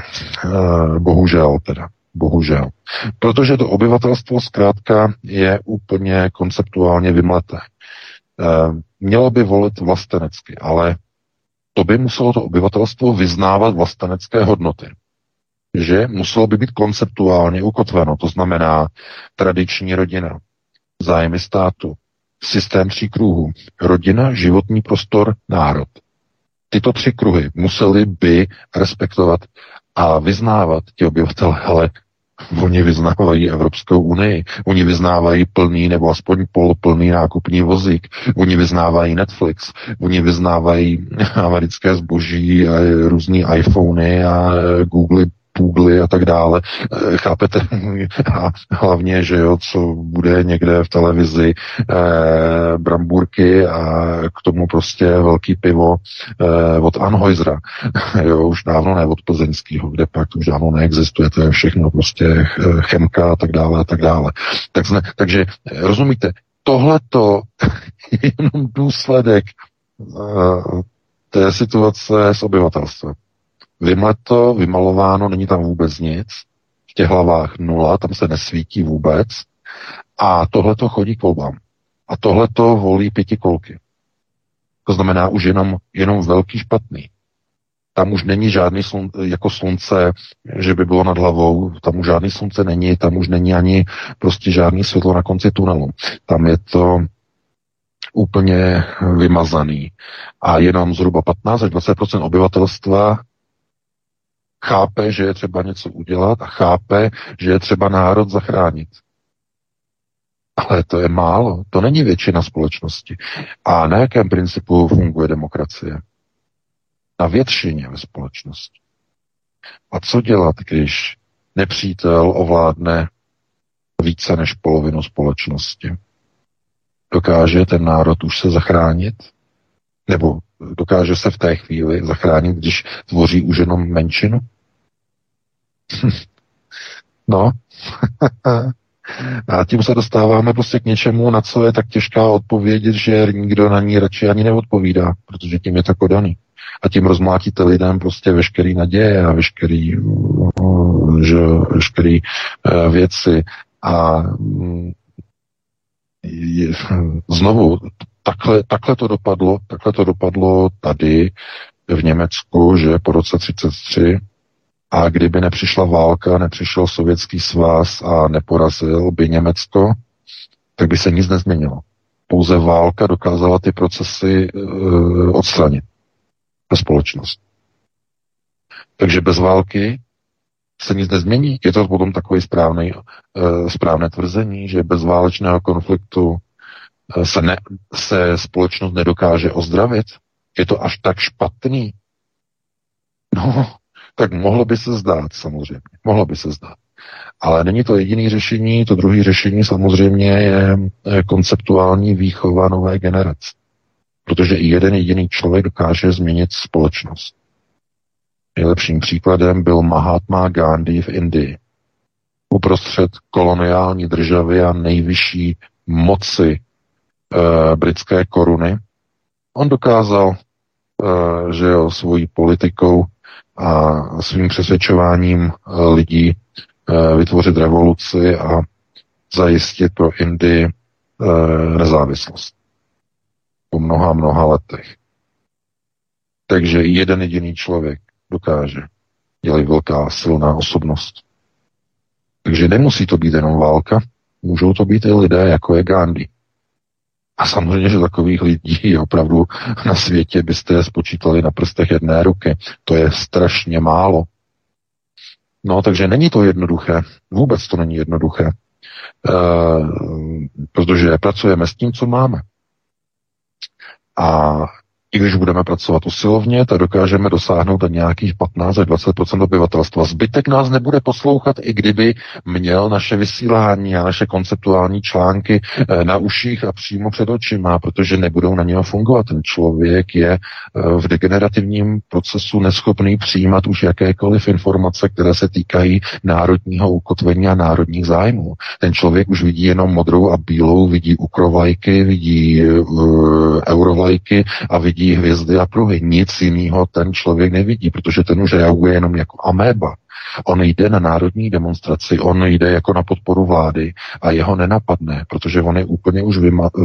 bohužel. Protože to obyvatelstvo zkrátka je úplně konceptuálně vymleté. Mělo by volit vlastenecky, ale to by muselo to obyvatelstvo vyznávat vlastenecké hodnoty. Že muselo by být konceptuálně ukotveno, to znamená tradiční rodina, zájmy státu, systém 3 kruhů, rodina, životní prostor, národ. Tyto 3 kruhy museli by respektovat a vyznávat ti obyvatele, ale oni vyznávají Evropskou unii, oni vyznávají plný nebo aspoň poloplný nákupní vozík, oni vyznávají Netflix, oni vyznávají americké zboží, různý iPhony a Google a tak dále. Chápete? A hlavně, že jo, co bude někde v televizi brambůrky a k tomu prostě velký pivo od Anheuser. Jo, už dávno ne od plzeňského, kde pak už dávno neexistuje, to je všechno prostě chemka a tak dále a tak dále. Takže rozumíte, tohleto je jenom důsledek té situace s obyvatelstvem. Vymleto, vymalováno, není tam vůbec nic, v těch hlavách 0, tam se nesvítí vůbec a tohleto chodí k volbám. A tohleto volí 5 kolky. To znamená už jenom velký špatný. Tam už není žádný jako slunce, že by bylo nad hlavou, tam už žádný slunce není, tam už není ani prostě žádný světlo na konci tunelu. Tam je to úplně vymazaný. A jenom zhruba 15 až 20% obyvatelstva chápe, že je třeba něco udělat a chápe, že je třeba národ zachránit. Ale to je málo, to není většina společnosti. A na jakém principu funguje demokracie? Na většině ve společnosti. A co dělat, když nepřítel ovládne více než polovinu společnosti? Dokáže ten národ už se zachránit? Nebo dokáže se v té chvíli zachránit, když tvoří už jenom menšinu? No. A tím se dostáváme prostě k něčemu, na co je tak těžká odpovědět, že nikdo na ní radši ani neodpovídá, protože tím je to daný. A tím rozmlátíte lidem prostě veškerý naděje a veškerý věci. A znovu, takhle to dopadlo tady v Německu, že po roce 1933, a kdyby nepřišla válka, nepřišel Sovětský svaz a neporazil by Německo, tak by se nic nezměnilo. Pouze válka dokázala ty procesy odstranit ve společnost. Takže bez války se nic nezmění. Je to potom takový správné tvrzení, že bez válečného konfliktu se společnost nedokáže ozdravit? Je to až tak špatný? No, tak mohlo by se zdát samozřejmě. Mohlo by se zdát. Ale není to jediné řešení, to druhé řešení samozřejmě je konceptuální výchova nové generace. Protože i jeden jediný člověk dokáže změnit společnost. Nejlepším příkladem byl Mahatma Gandhi v Indii. Uprostřed koloniální državy a nejvyšší moci britské koruny. On dokázal, že jo, svojí politikou a svým přesvědčováním lidí vytvořit revoluci a zajistit pro Indii nezávislost. Po mnoha letech. Takže jeden jediný člověk dokáže. Je velká silná osobnost. Takže nemusí to být jenom válka, můžou to být i lidé, jako je Gandhi. A samozřejmě, že takových lidí je opravdu na světě, byste je spočítali na prstech jedné ruky. To je strašně málo. No, takže není to jednoduché. Vůbec to není jednoduché. Protože pracujeme s tím, co máme. A i když budeme pracovat usilovně, tak dokážeme dosáhnout nějakých 15-20% obyvatelstva. Zbytek nás nebude poslouchat, i kdyby měl naše vysílání a naše konceptuální články na uších a přímo před očima, protože nebudou na něho fungovat. Ten člověk je v degenerativním procesu neschopný přijímat už jakékoliv informace, které se týkají národního ukotvení a národních zájmů. Ten člověk už vidí jenom modrou a bílou, vidí ukrovlajky, vidí eurovlajky a vidí hvězdy a pruhy. Nic jiného ten člověk nevidí, protože ten už reaguje jenom jako améba. On jde na národní demonstraci, on jde jako na podporu vlády a jeho nenapadne, protože on je úplně už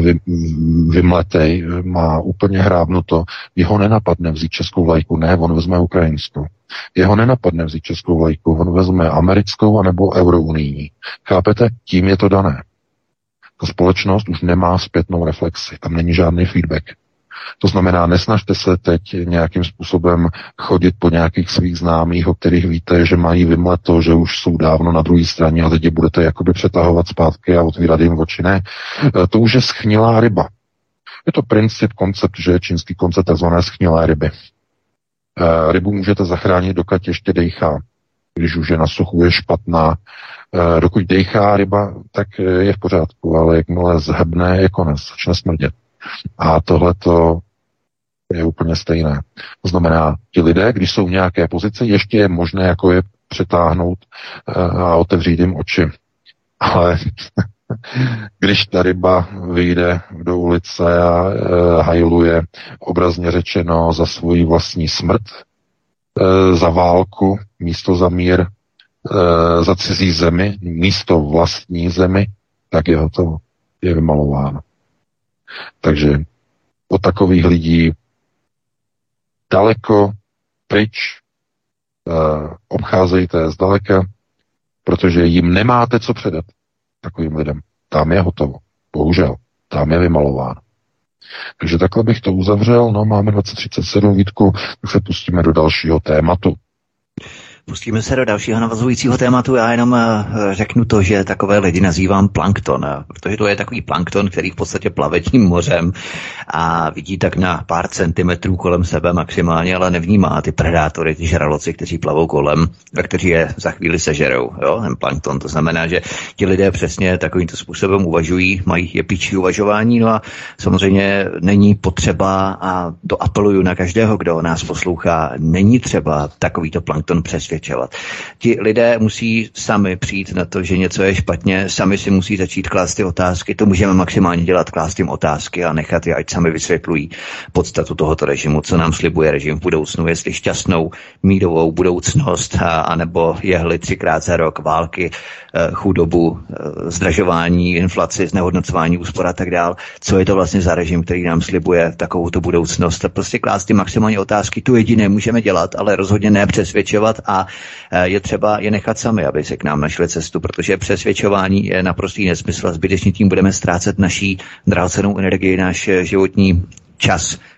vymletej, má úplně hrábnuto. Jeho nenapadne vzít českou vlajku, ne, on vezme ukrajinskou. Jeho nenapadne vzít českou vlajku, on vezme americkou anebo eurounijní. Chápete? Tím je to dané. Ta společnost už nemá zpětnou reflexi, tam není žádný feedback. To znamená, nesnažte se teď nějakým způsobem chodit po nějakých svých známých, o kterých víte, že mají vymleto, že už jsou dávno na druhé straně a teď je budete jakoby přetahovat zpátky a otvírat jim oči. Ne, to už je schnilá ryba. Je to koncept, že je čínský koncept takzvané schnilé ryby. Rybu můžete zachránit, dokud ještě dejchá. Když už je na suchu, je špatná. Dokud dejchá ryba, tak je v pořádku, ale jakmile zhebne, je konec, začne smrdět. A tohleto je úplně stejné. To znamená, ti lidé, když jsou v nějaké pozici, ještě je možné jako je přetáhnout a otevřít jim oči. Ale když ta ryba vyjde do ulice a hajluje, obrazně řečeno, za svoji vlastní smrt, za válku, místo za mír, za cizí zemi, místo vlastní zemi, tak je hotovo. Je vymalováno. Takže od takových lidí daleko pryč, obcházejte zdaleka, protože jim nemáte co předat takovým lidem. Tam je hotovo. Bohužel. Tam je vymalováno. Takže takhle bych to uzavřel. No, máme 2037, Vítku, tak se pustíme do dalšího tématu. Pustíme se do dalšího navazujícího tématu. Já jenom řeknu to, že takové lidi nazývám plankton, protože to je takový plankton, který v podstatě plave tím mořem a vidí tak na pár centimetrů kolem sebe maximálně, ale nevnímá ty predátory, ty žraloci, kteří plavou kolem a kteří je za chvíli sežerou. Jo? Ten plankton, to znamená, že ti lidé přesně takovýmto způsobem uvažují, mají jepičí uvažování, no a samozřejmě není potřeba, a to apeluju na každého, kdo nás poslouchá, není třeba takovýto plankton přesvědčovat. Ti lidé musí sami přijít na to, že něco je špatně, sami si musí začít klást ty otázky, to můžeme maximálně dělat, klást jim otázky a nechat je, ať sami vysvětlují podstatu tohoto režimu, co nám slibuje režim v budoucnu, jestli šťastnou mírovou budoucnost, anebo jehly 3krát za rok, války, chudobu, zdražování, inflaci, znehodnocování úspor a tak dál. Co je to vlastně za režim, který nám slibuje takovouto budoucnost? A prostě klást ty maximálně otázky, tu jediné můžeme dělat, ale rozhodně ne přesvědčovat a je třeba je nechat sami, aby se k nám našli cestu, protože přesvědčování je naprostý nesmysl a zbytečně tím budeme ztrácet naší drahocennou energii, náš životní čas,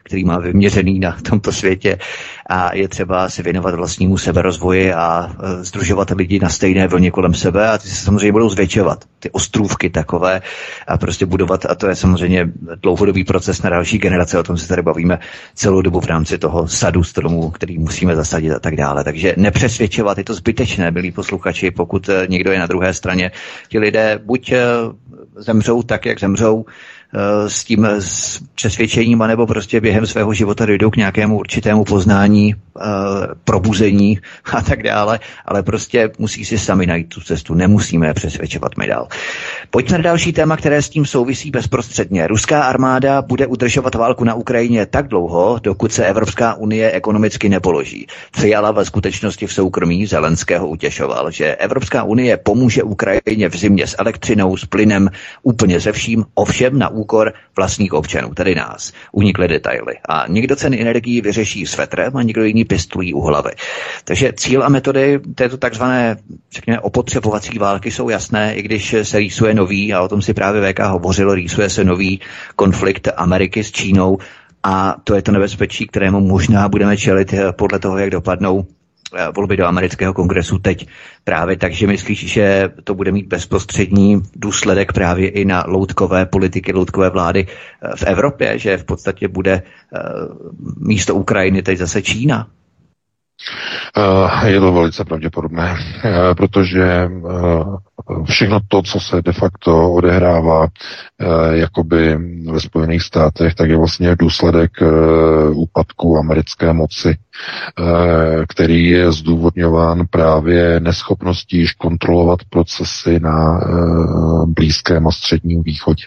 který má vyměřený na tomto světě a je třeba se věnovat vlastnímu seberozvoji a sdružovat lidi na stejné vlně kolem sebe a ty se samozřejmě budou zvětšovat. Ty ostrůvky takové a prostě budovat, a to je samozřejmě dlouhodobý proces na další generace, o tom se tady bavíme celou dobu v rámci toho sadu stromů, který musíme zasadit a tak dále. Takže nepřesvědčovat, je to zbytečné, milí posluchači, pokud někdo je na druhé straně. Ti lidé buď zemřou tak, jak zemřou, s tím přesvědčením, anebo prostě během svého života dojdou k nějakému určitému poznání, probuzení a tak dále, ale prostě musí si sami najít tu cestu, nemusíme je přesvědčovat my dál. Pojďme na další téma, které s tím souvisí bezprostředně. Ruská armáda bude udržovat válku na Ukrajině tak dlouho, dokud se Evropská unie ekonomicky nepoloží. Fiala ve skutečnosti v soukromí Zelenského utěšoval, že Evropská unie pomůže Ukrajině v zimě s elektřinou, s plynem, úplně se vším, ovšem na úkor vlastních občanů, tedy nás. Unikly detaily. A někdo ceny energií vyřeší s vetrem a někdo jiný pistolí u hlavy. Takže cíl a metody této takzvané, řekněme, opotřebovací války jsou jasné, i když se rýsuje nový, a o tom si právě VK hovořilo, rýsuje se nový konflikt Ameriky s Čínou a to je to nebezpečí, kterému možná budeme čelit podle toho, jak dopadnou volby do amerického kongresu teď právě, takže myslíš, že to bude mít bezprostřední důsledek právě i na loutkové politiky, loutkové vlády v Evropě, že v podstatě bude místo Ukrajiny teď zase Čína? Je to velice pravděpodobné, protože všechno to, co se de facto odehrává jakoby ve Spojených státech, tak je vlastně důsledek úpadku americké moci, který je zdůvodňován právě neschopností již kontrolovat procesy na Blízkém a Středním východě.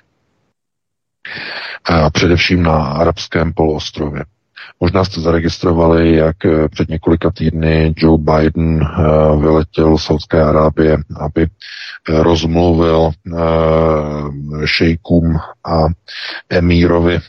A především na arabském poloostrově. Možná jste zaregistrovali, jak před několika týdny Joe Biden vyletěl z Saúdské Arábie, aby rozmluvil šejkům a emírovi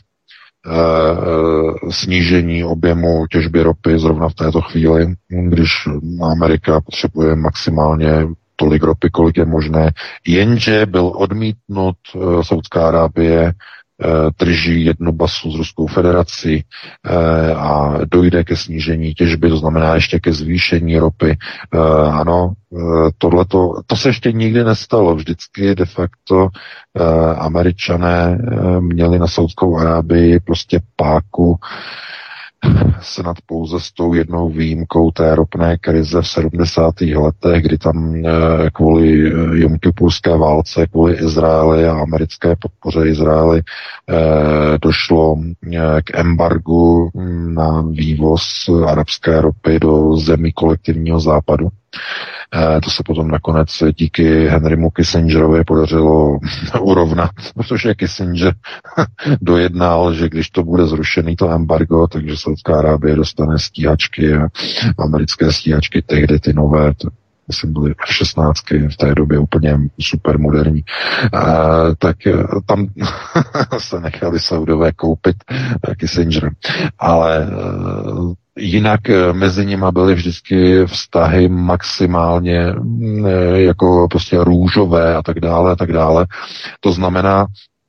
snížení objemu těžby ropy zrovna v této chvíli, když Amerika potřebuje maximálně tolik ropy, kolik je možné, jenže byl odmítnut Saúdská Arábie drží jednu basu s Ruskou federací a dojde ke snížení těžby, to znamená ještě ke zvýšení ropy. Ano, to se ještě nikdy nestalo. Vždycky de facto Američané měli na Saúdskou Arábii prostě páku snad pouze s tou jednou výjimkou té ropné krize v 70. letech, kdy tam kvůli jomkipurské válce, kvůli Izraeli a americké podpoře Izraeli došlo k embargu na vývoz arabské ropy do zemí kolektivního západu. To se potom nakonec díky Henrymu Kissingerovi podařilo urovnat, protože Kissinger dojednal, že když to bude zrušený to embargo, takže Saudská Arábie dostane stíhačky a americké stíhačky tehdy ty nové, myslím byly F-16 v té době úplně super moderní, tak tam se nechali Saudové koupit Kissinger. Ale jinak mezi nimi byly vždycky vztahy maximálně jako prostě růžové a tak dále, a tak dále. To znamená,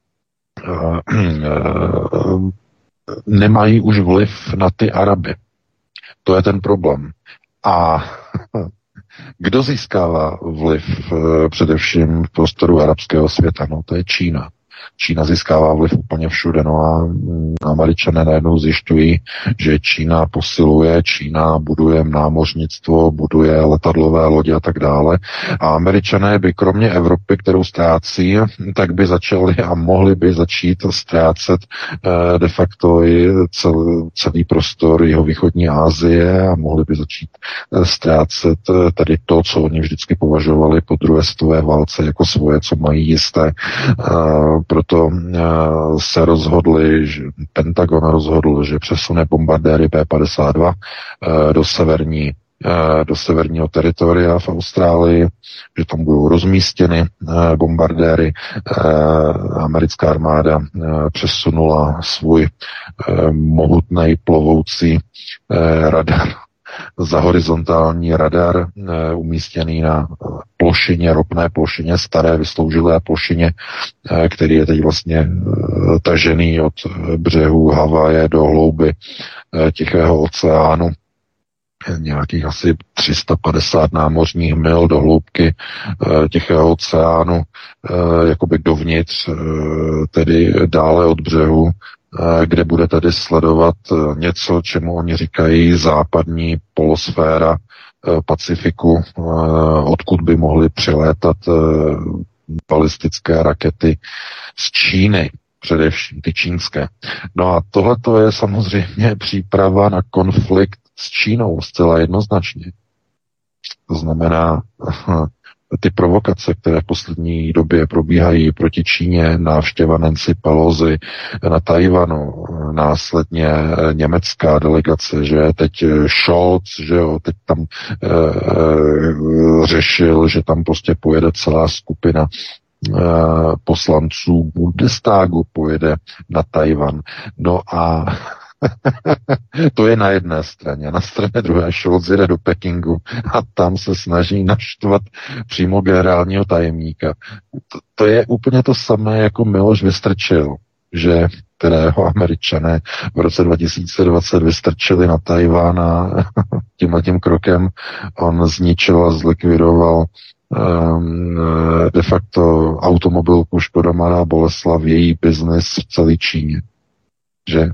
nemají už vliv na ty Araby. To je ten problém. A kdo získává vliv především v prostoru arabského světa? No, to je Čína. Čína získává vliv úplně všude, no a Američané najednou zjišťují, že Čína posiluje, Čína buduje námořnictvo, buduje letadlové lodě a tak dále. A Američané by kromě Evropy, kterou ztrácí, tak by začali a mohli by začít ztrácet de facto i celý prostor jihovýchodní Asie a mohli by začít ztrácet tady to, co oni vždycky považovali po druhé světové válce jako svoje, co mají jisté. Proto se rozhodli, že Pentagon rozhodl, že přesune bombardéry P-52 do severního teritoria v Austrálii, že tam budou rozmístěny bombardéry. Americká armáda přesunula svůj mohutný plovoucí radar za horizontální radar umístěný na plošině, ropné plošině, staré vysloužilé plošině, který je teď vlastně tažený od břehu Havaje do hlouby Tichého oceánu, nějakých asi 350 námořních mil do hloubky Tichého oceánu, jakoby dovnitř, tedy dále od břehu, kde bude tedy sledovat něco, čemu oni říkají západní polosféra Pacifiku, odkud by mohly přilétat balistické rakety z Číny, především ty čínské. No a tohleto je samozřejmě příprava na konflikt s Čínou zcela jednoznačně. To znamená, ty provokace, které v poslední době probíhají proti Číně, návštěva Nancy Pelosi na Tajvanu, následně německá delegace, že teď Scholz, že jo, teď tam řešil, že tam prostě pojede celá skupina poslanců Bundestagu, pojede na Tajvan. No a to je na jedné straně. Na straně druhé Scholz jede do Pekingu a tam se snaží naštvat přímo generálního tajemníka. To je úplně to samé, jako Miloš Vystrčil, že kterého Američané v roce 2020 vystrčili na Tajván a tímhletím krokem on zničil a zlikvidoval de facto automobilku Škoda Mladá Boleslav, její biznis v celé Číně. Že?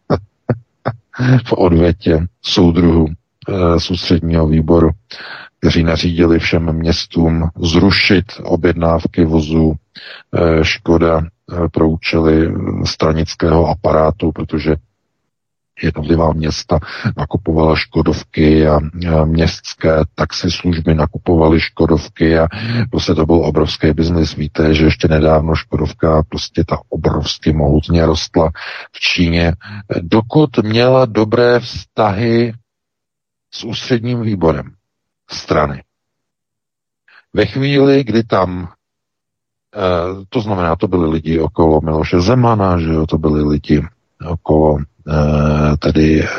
V odvětě soudruhu z ústředního výboru, kteří nařídili všem městům zrušit objednávky vozů Škoda pro účely stranického aparátu, protože jednotlivá města nakupovala Škodovky a městské taxislužby nakupovaly Škodovky a prostě to byl obrovský biznis. Víte, že ještě nedávno Škodovka prostě ta obrovsky mohutně rostla v Číně, dokud měla dobré vztahy s ústředním výborem strany. Ve chvíli, kdy tam to znamená, to byli lidi okolo Miloše Zemana, že jo, to byli lidi okolo tedy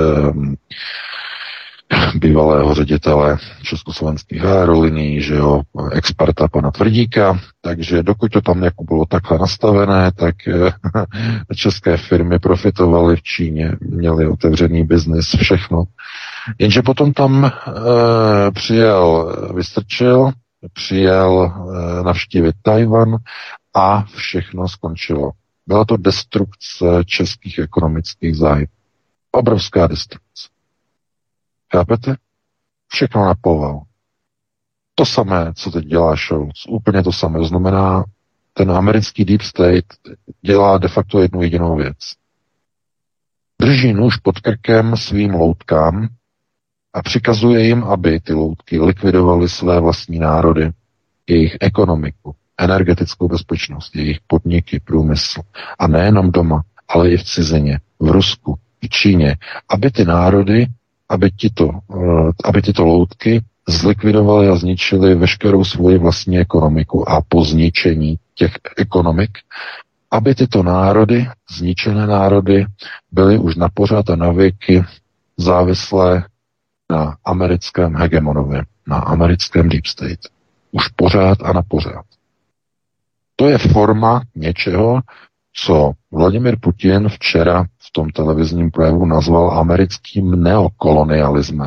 bývalého ředitele československých aerolinií, že jo, experta pana Tvrdíka, takže dokud to tam jako bylo takhle nastavené, tak české firmy profitovaly v Číně, měly otevřený biznis, všechno. Jenže potom tam přijel Vystrčil, přijel navštívit Tajvan a všechno skončilo. Byla to destrukce českých ekonomických zájmů. Obrovská destrukce. Chápete? Všechno na poval. To samé, co teď dělá Scholz. Úplně to samé. To znamená, ten americký deep state dělá de facto jednu jedinou věc. Drží nůž pod krkem svým loutkám a přikazuje jim, aby ty loutky likvidovaly své vlastní národy, jejich ekonomiku, energetickou bezpečnost, jejich podniky, průmysl. A nejenom doma, ale i v cizině, v Rusku, v Číně, aby ty národy, aby tyto loutky zlikvidovaly a zničily veškerou svoji vlastní ekonomiku a po zničení těch ekonomik, aby tyto národy, zničené národy, byly už na pořád a na věky závislé na americkém hegemonovi, na americkém deep state. Už pořád a na pořád. To je forma něčeho, co Vladimir Putin včera v tom televizním projevu nazval americkým neokolonialismem.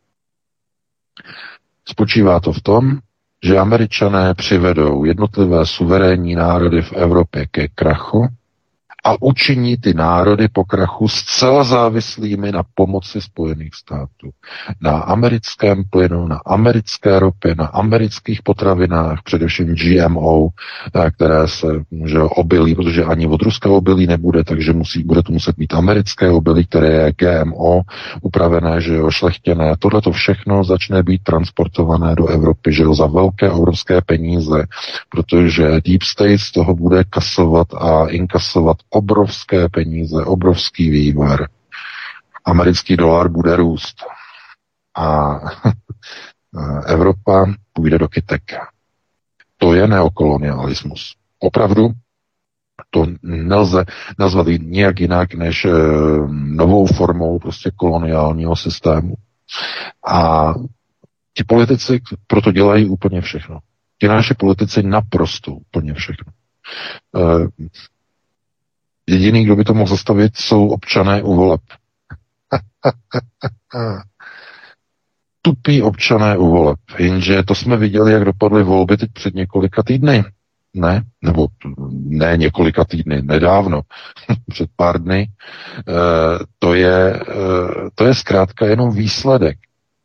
Spočívá to v tom, že Američané přivedou jednotlivé suverénní národy v Evropě ke krachu a učiní ty národy po krachu zcela závislými na pomoci Spojených států. Na americkém plynu, na americké ropě, na amerických potravinách, především GMO, které se že obilí, protože ani od Ruska obilí nebude, takže bude to muset být americké obilí, které je GMO, upravené, že jo, šlechtěné. Tohle to všechno začne být transportované do Evropy, že jo, za velké, obrovské peníze, protože Deep State z toho bude kasovat a inkasovat obrovské peníze, obrovský vývar. Americký dolar bude růst a Evropa půjde do kytek. To je neokolonialismus. Opravdu to nelze nazvat nijak jinak než novou formou prostě koloniálního systému. A ti politici proto dělají úplně všechno. Ti naši politici naprosto úplně všechno. Jediný, kdo by to mohl zastavit, jsou občané u voleb. Tupí občané u voleb. Jenže to jsme viděli, jak dopadly volby teď před několika týdny. Ne několika týdny, nedávno, před pár dny. To je zkrátka jenom výsledek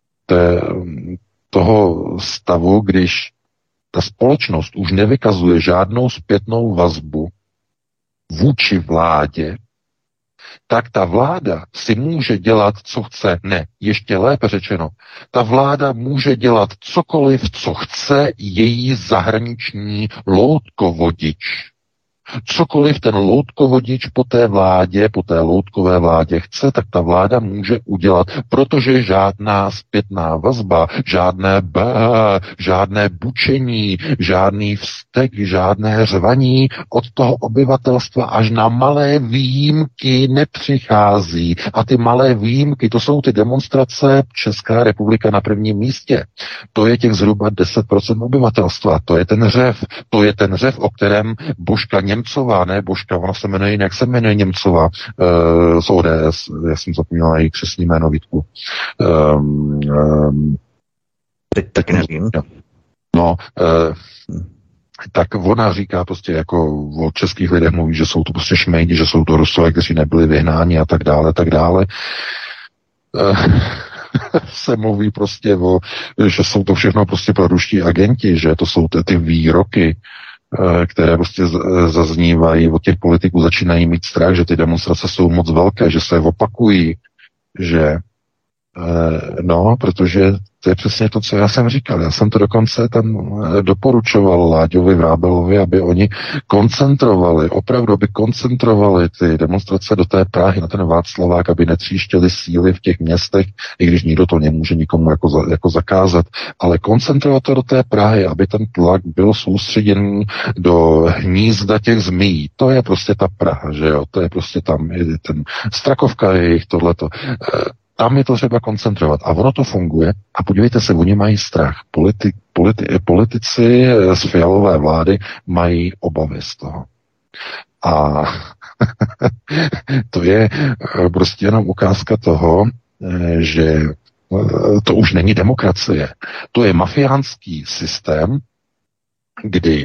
toho stavu, když ta společnost už nevykazuje žádnou zpětnou vazbu vůči vládě, tak ta vláda si může dělat, co chce. Ne, ještě lépe řečeno, ta vláda může dělat cokoliv, co chce její zahraniční loutkovodič. Cokoliv ten loutkovodič po té vládě, po té loutkové vládě chce, tak ta vláda může udělat, protože žádná zpětná vazba, žádné bučení, žádný vztek, žádné řvaní od toho obyvatelstva až na malé výjimky nepřichází. A ty malé výjimky, to jsou ty demonstrace, Česká republika na prvním místě. To je těch zhruba 10% obyvatelstva. To je ten řev, o kterém Božka Němcová, ne Božka, ona se jmenuje jinak, se jmenuje Němcová z ODS, já jsem zapomněl její křestní jméno, Vítku. Teď taky nevím. No, tak ona říká prostě jako o českých lidech mluví, že jsou to prostě šmejdi, že jsou to Rusové, kteří nebyli vyhnáni a tak dále, tak dále. Se mluví prostě že jsou to všechno prostě proruští agenti, že to jsou ty výroky, které prostě zaznívají od těch politiků, začínají mít strach, že ty demonstrace jsou moc velké, že se opakují, že protože to je přesně to, co já jsem říkal. Já jsem to dokonce tam doporučoval Láďovi Vrábelovi, aby oni opravdu aby koncentrovali ty demonstrace do té Prahy, na ten Václavák, aby netříštěli síly v těch městech, i když nikdo to nemůže nikomu jako zakázat, ale koncentrovat to do té Prahy, aby ten tlak byl soustředěný do hnízda těch zmí. To je prostě ta Praha, že jo? To je prostě tam ten Strakovka jejich tohleto. Tam je to třeba koncentrovat. A ono to funguje. A podívejte se, oni mají strach. Politici z Fialové vlády mají obavy z toho. A to je prostě jenom ukázka toho, že to už není demokracie. To je mafiánský systém, kdy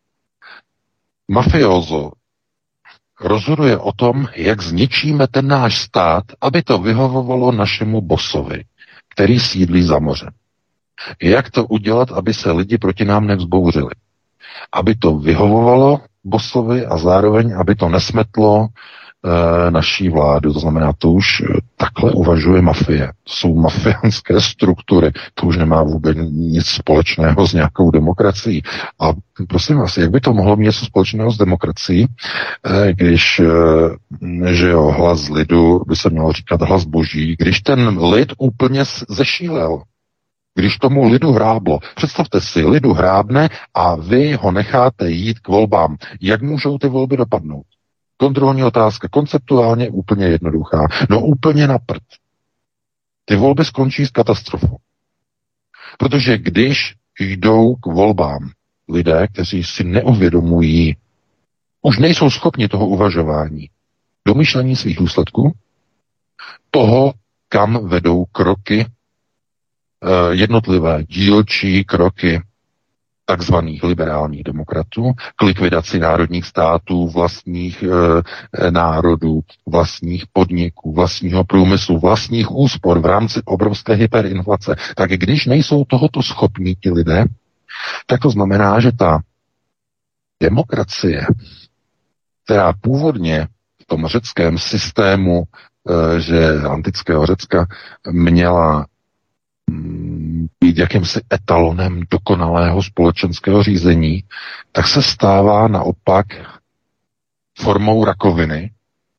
mafiozo rozhoduje o tom, jak zničíme ten náš stát, aby to vyhovovalo našemu bosovi, který sídlí za mořem. Jak to udělat, aby se lidi proti nám nevzbouřili? Aby to vyhovovalo bosovi a zároveň, aby to nesmetlo naší vládu. To znamená, to už takhle uvažuje mafie. To jsou mafiánské struktury. To už nemá vůbec nic společného s nějakou demokracií. A prosím vás, jak by to mohlo mít něco společného s demokracií, když, že jo, hlas lidu by se mělo říkat hlas boží, když ten lid úplně zešílel. Když tomu lidu hráblo. Představte si, lidu hrábne a vy ho necháte jít k volbám. Jak můžou ty volby dopadnout? Kontrolní otázka, konceptuálně úplně jednoduchá. No úplně na prd. Ty volby skončí s katastrofou. Protože když jdou k volbám lidé, kteří si neuvědomují, už nejsou schopni toho uvažování, domýšlení svých důsledků, toho, kam vedou kroky, jednotlivé dílčí kroky takzvaných liberálních demokratů, k likvidaci národních států, vlastních národů, vlastních podniků, vlastního průmyslu, vlastních úspor v rámci obrovské hyperinflace. Tak když nejsou tohoto schopní ti lidé, tak to znamená, že ta demokracie, která původně v tom řeckém systému, že antického Řecka měla být jakýmsi etalonem dokonalého společenského řízení, tak se stává naopak formou rakoviny,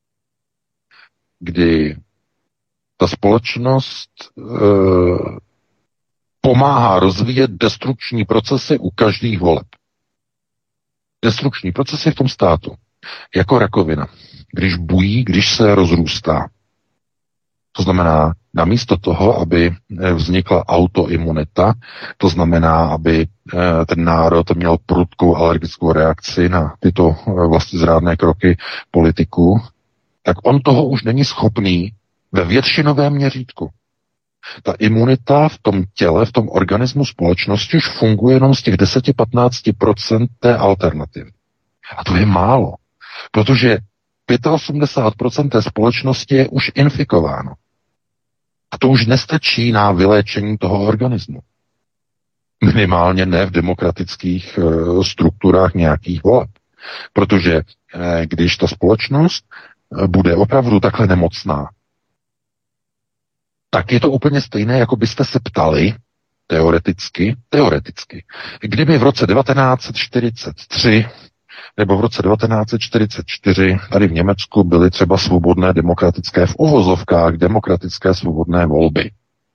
kdy ta společnost pomáhá rozvíjet destrukční procesy u každých voleb. Destrukční procesy v tom státu. Jako rakovina. Když bují, když se rozrůstá. To znamená, Namísto toho, aby vznikla autoimunita, to znamená, aby ten národ měl prudkou alergickou reakci na tyto vlastizrádné kroky politiků, tak on toho už není schopný ve většinovém měřítku. Ta imunita v tom těle, v tom organismu společnosti už funguje jenom z těch 10-15% té alternativy. A to je málo, protože 85% té společnosti je už infikováno. A to už nestačí na vyléčení toho organismu. Minimálně ne v demokratických strukturách nějakých voleb. Protože když ta společnost bude opravdu takhle nemocná, tak je to úplně stejné, jako byste se ptali, teoreticky, kdyby v roce 1943 nebo v roce 1944 tady v Německu byly třeba svobodné demokratické v uvozovkách demokratické svobodné volby.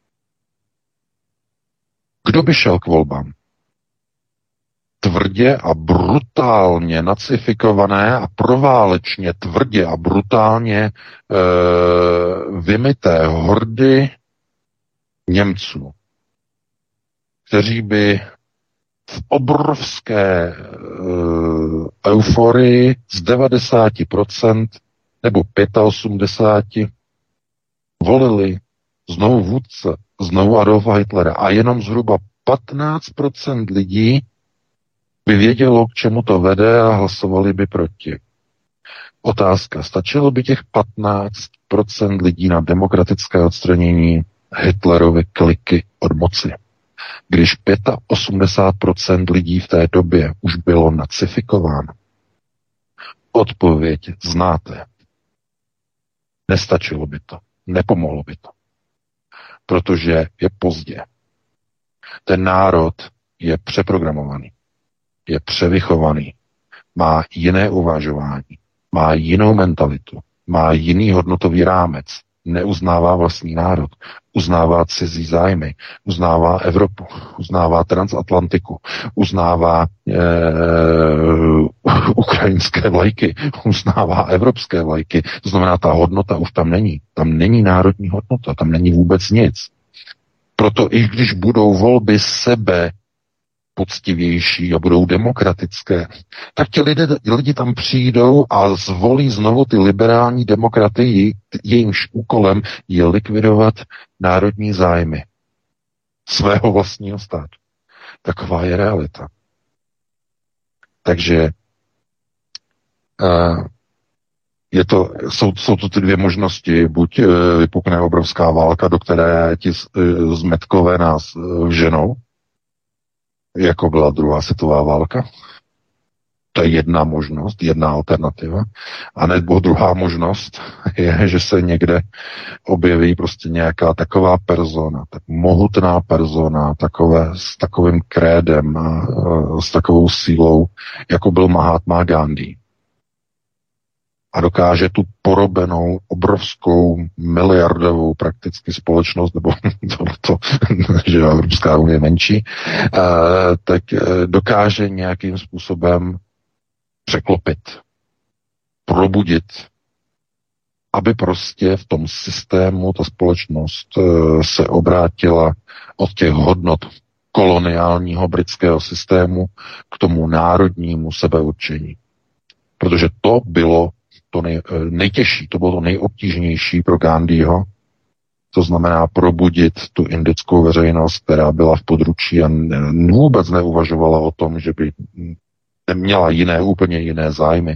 Kdo by šel k volbám? Tvrdě a brutálně nacifikované a proválečně tvrdě a brutálně vymyté hordy Němců, kteří by v obrovské euforii z 90% nebo 85% volili znovu vůdce, znovu Adolfa Hitlera a jenom zhruba 15% lidí by vědělo, k čemu to vede a hlasovali by proti. Otázka, stačilo by těch 15% lidí na demokratické odstranění Hitlerovy kliky od moci, když 85% lidí v té době už bylo nacifikováno? Odpověď znáte. Nestačilo by to, nepomohlo by to, protože je pozdě. Ten národ je přeprogramovaný, je převychovaný, má jiné uvažování, má jinou mentalitu, má jiný hodnotový rámec, neuznává vlastní národ, uznává cizí zájmy, uznává Evropu, uznává transatlantiku, uznává ukrajinské vlajky, uznává evropské vlajky. To znamená, ta hodnota už tam není. Tam není národní hodnota, tam není vůbec nic. Proto i když budou volby sebe poctivější a budou demokratické, tak ti lidi tam přijdou a zvolí znovu ty liberální demokraty, jejímž úkolem je likvidovat národní zájmy svého vlastního státu. Taková je realita. Takže jsou to ty dvě možnosti. Buď vypukne obrovská válka, do které ti zmetkové nás vženou, jako byla druhá světová válka. To je jedna možnost, jedna alternativa. A nebo druhá možnost je, že se někde objeví prostě nějaká taková persona, tak mohutná persona, s takovým krédem, s takovou sílou, jako byl Mahatma Gandhi. A dokáže tu porobenou, obrovskou, miliardovou prakticky společnost, nebo že Evropská unie je menší, tak dokáže nějakým způsobem překlopit, probudit, aby prostě v tom systému ta společnost se obrátila od těch hodnot koloniálního britského systému k tomu národnímu sebeurčení. Protože to bylo to nejtěžší, to bylo to nejobtížnější pro Gandhiho, to znamená probudit tu indickou veřejnost, která byla v područí a vůbec neuvažovala o tom, že by neměla úplně jiné zájmy.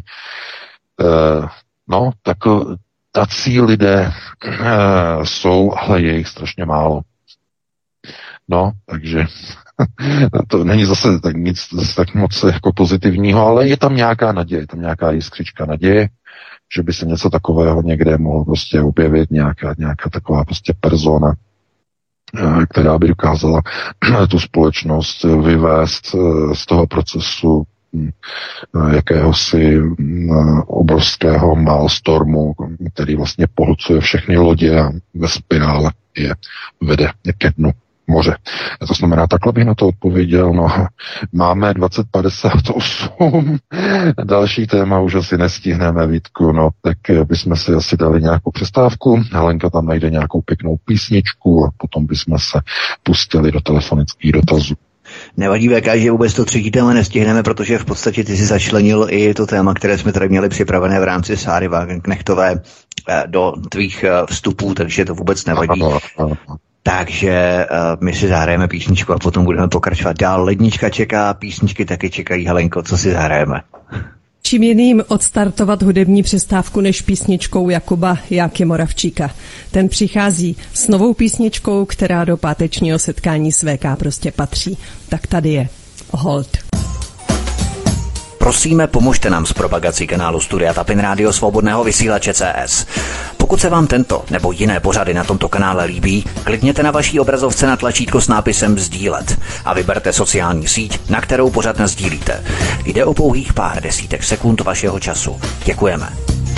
Tak tací lidé jsou, ale je jich strašně málo. Takže to není zase tak moc jako pozitivního, ale je tam nějaká naděje, je tam nějaká jiskřička naděje, že by se něco takového někde mohlo prostě objevit, nějaká taková prostě persona, která by dokázala tu společnost vyvést z toho procesu jakéhosi obrovského maelstormu, který vlastně pohlcuje všechny lodě a ve spirále je vede ke dnu. moře. To znamená, takhle bych na to odpověděl, no, máme 2058, další téma už asi nestihneme, Vítku, no, tak bychom si asi dali nějakou přestávku, Helenka tam najde nějakou pěknou písničku a potom bychom se pustili do telefonických dotazů. Nevadí, VK, že vůbec to třetí téma nestihneme, protože v podstatě ty si začlenil i to téma, které jsme tady měli připravené v rámci Sáry Wagenknechtové do tvých vstupů, takže to vůbec nevadí. Takže my si zahrajeme písničku a potom budeme pokračovat dál. Lednička čeká, písničky taky čekají. Helenko, co si zahrajeme? Čím jiným odstartovat hudební přestávku než písničkou Jakuba Jáky Moravčíka. Ten přichází s novou písničkou, která do pátečního setkání s VK prostě patří. Tak tady je Hold. Prosíme, pomožte nám s propagací kanálu Studia Tapin Rádio Svobodného vysílače CS. Pokud se vám tento nebo jiné pořady na tomto kanále líbí, klikněte na vaší obrazovce na tlačítko s nápisem sdílet a vyberte sociální síť, na kterou pořad nasdílíte. Jde o pouhých pár desítek sekund vašeho času. Děkujeme.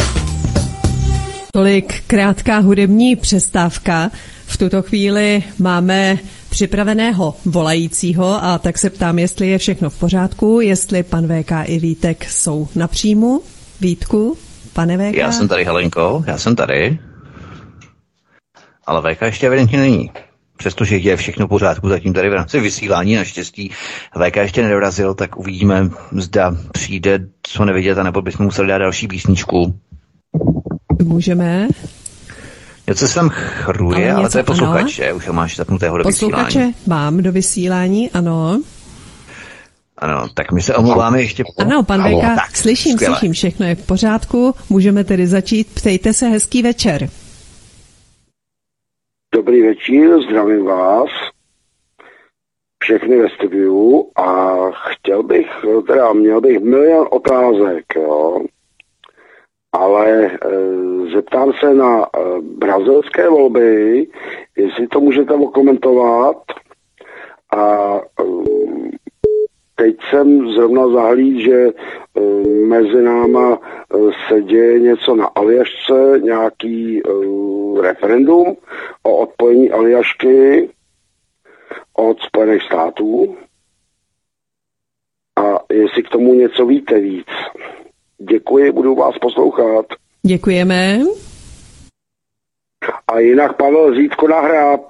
Tolik krátká hudební přestávka. V tuto chvíli máme připraveného volajícího a tak se ptám, jestli je všechno v pořádku, jestli pan VK i Vítek jsou na příjmu. Vítku, pane VK? Já jsem tady, Helenko, já jsem tady. Ale VK ještě evidentně není. Přestože je všechno v pořádku, zatím tady v rámci vysílání naštěstí VK ještě nedorazil, tak uvidíme, zda přijde co nevidět, anebo bychom museli dát další písničku. Můžeme. Něco se tam chruje, ale to je posluchač, že? Už ho máš zapnutého do vysílání. Posluchače mám do vysílání, ano. Ano, tak my se omlouváme ještě. Ano, pan VK, slyším, všechno je v pořádku. Můžeme tedy začít. Ptejte se, hezký večer. Dobrý večer, zdravím vás. Všechny ve studiu a měl bych milion otázek, jo. Ale zeptám se na brazilské volby, jestli to můžete okomentovat. A teď jsem zrovna zahlídl, že mezi náma se děje něco na Aljašce, nějaký referendum o odpojení Aljašky od Spojených států. A jestli k tomu něco víte víc. Děkuji, budu vás poslouchat. Děkujeme. A jinak Pavel Zítko na Hrad.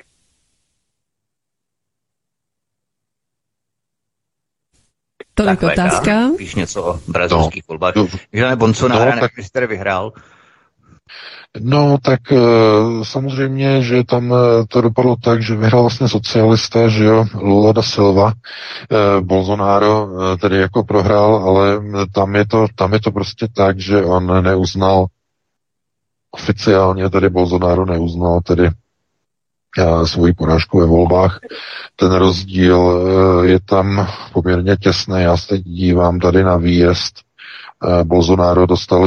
Tolik otázka. Víš něco o brazilských volbách? Žádné Bolsonaro, než tady vyhrál. No, tak samozřejmě, že tam to dopadlo tak, že vyhrál vlastně socialista, že jo, Lula da Silva, Bolsonaro tedy jako prohrál, ale tam je to prostě tak, že on neuznal oficiálně, tedy Bolsonaro neuznal tedy svoji porážku ve volbách. Ten rozdíl je tam poměrně těsný. Já se dívám tady na výjezd. Bolsonaro dostal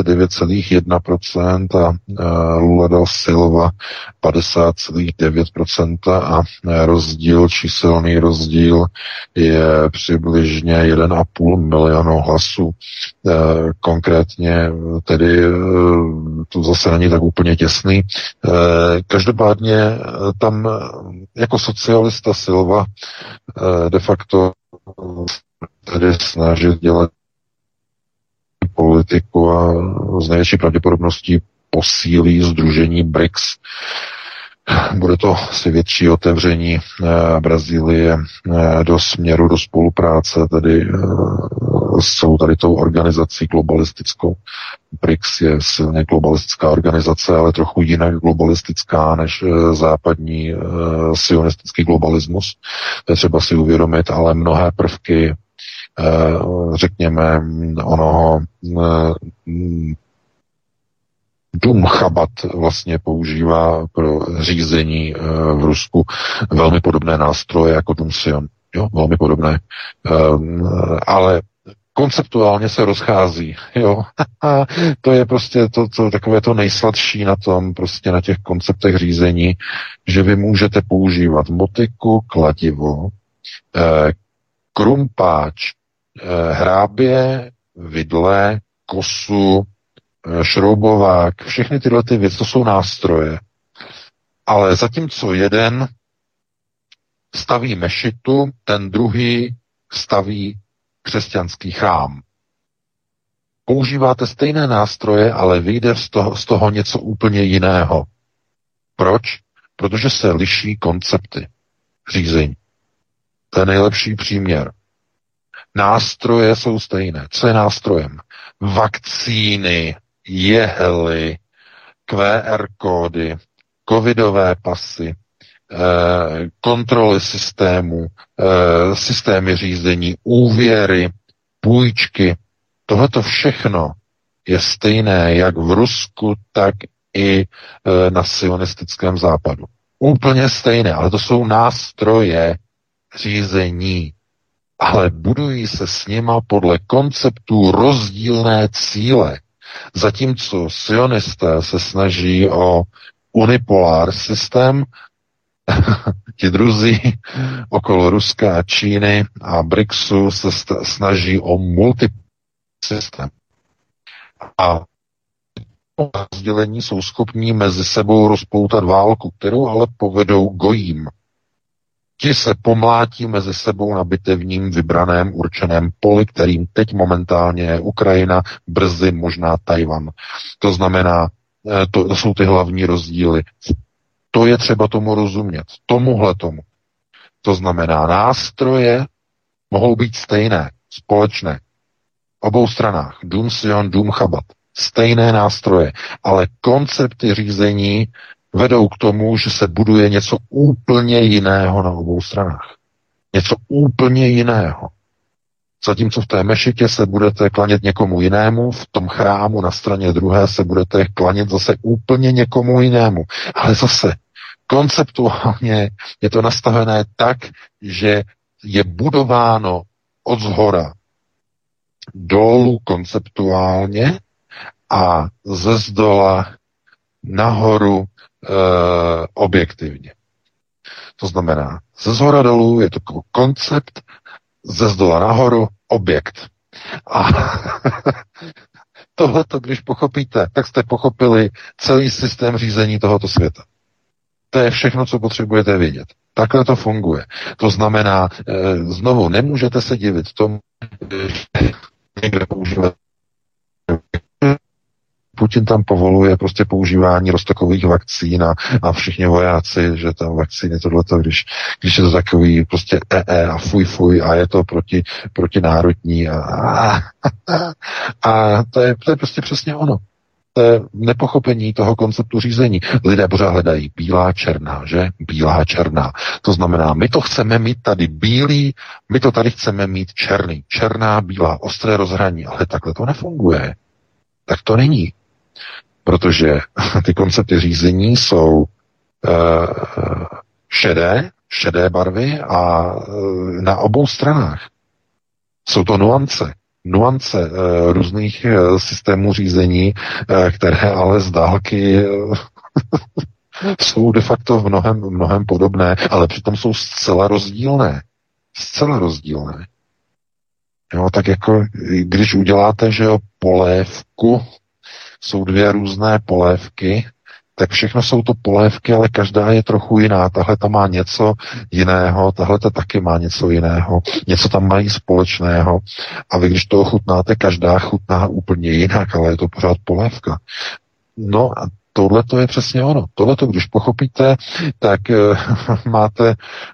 49,1% a Lula da Silva 50,9% a číselný rozdíl je přibližně 1,5 milionu hlasů. Konkrétně tedy to zase není tak úplně těsný. Každopádně tam jako socialista Silva de facto tedy snažit dělat politiku a z největší pravděpodobností posílí sdružení BRICS. Bude to asi větší otevření Brazílie do směru, do spolupráce tedy s celou tady tou organizací globalistickou. BRICS je silně globalistická organizace, ale trochu jinak globalistická než západní sionistický globalismus. To je třeba si uvědomit, ale mnohé prvky řekněme, onoho Dům Chabat vlastně používá pro řízení v Rusku velmi podobné nástroje jako Dům Sion. Jo, velmi podobné. Ale konceptuálně se rozchází. Jo. To je prostě to takové to nejsladší na tom, prostě na těch konceptech řízení, že vy můžete používat motiku, kladivo, krumpáč, hrábě, vidle, kosu, šroubovák, všechny tyhle ty věci, to jsou nástroje. Ale zatímco jeden staví mešitu, ten druhý staví křesťanský chrám. Používáte stejné nástroje, ale vyjde z toho něco úplně jiného. Proč? Protože se liší koncepty řízení. To je nejlepší příměr. Nástroje jsou stejné. Co je nástrojem? Vakcíny, jehly, QR kódy, covidové pasy, kontroly systému, systémy řízení, úvěry, půjčky. Tohleto všechno je stejné jak v Rusku, tak i na sionistickém západu. Úplně stejné, ale to jsou nástroje řízení. Ale budují se s nima podle konceptů rozdílné cíle. Zatímco sionisté se snaží o unipolár systém, ti druzí okolo Ruska a Číny a BRICSu se snaží o multisystém. A rozdělení jsou schopní mezi sebou rozpoutat válku, kterou ale povedou gojím. Ti se pomlátí mezi sebou na bitevním vybraném určeném poli, kterým teď momentálně je Ukrajina, brzy možná Tajvan. To znamená, to jsou ty hlavní rozdíly. To je třeba tomu rozumět. Tomuhle tomu. To znamená, nástroje mohou být stejné, společné. Obou stranách. Dům Sion, dům Chabad. Stejné nástroje. Ale koncepty řízení vedou k tomu, že se buduje něco úplně jiného na obou stranách. Něco úplně jiného. Zatímco v té mešitě se budete klanět někomu jinému, v tom chrámu na straně druhé se budete klanět zase úplně někomu jinému. Ale zase konceptuálně je to nastavené tak, že je budováno od zhora dolů konceptuálně a ze zdola nahoru objektivně. To znamená, ze zhora dolů je to koncept, ze zdola nahoru objekt. A tohleto, když pochopíte, tak jste pochopili celý systém řízení tohoto světa. To je všechno, co potřebujete vědět. Takhle to funguje. To znamená, znovu, nemůžete se divit tomu, že někde používat. Putin tam povoluje prostě používání roztokových vakcín a všichni vojáci, že tam vakcíny tohleto, když je to takový prostě a fuj a je to protinárodní a to je prostě přesně ono. To je nepochopení toho konceptu řízení. Lidé pořád hledají bílá, černá, že? Bílá, černá. To znamená, my to chceme mít tady bílý, my to tady chceme mít černý. Černá, bílá, ostré rozhraní, ale takhle to nefunguje. Tak to není. Protože ty koncepty řízení jsou šedé barvy a na obou stranách. Jsou to nuance různých systémů řízení, které ale z dálky jsou de facto v mnohem podobné, ale přitom jsou zcela rozdílné. Zcela rozdílné. Jo, tak jako když uděláte, že jo, polévku, jsou dvě různé polévky, tak všechno jsou to polévky, ale každá je trochu jiná. Tahle tam má něco jiného, tahle taky má něco jiného, něco tam mají společného. A vy, když toho chutnáte, každá chutná úplně jinak, ale je to pořád polévka. No a tohle to je přesně ono. Tohle to, když pochopíte, tak máte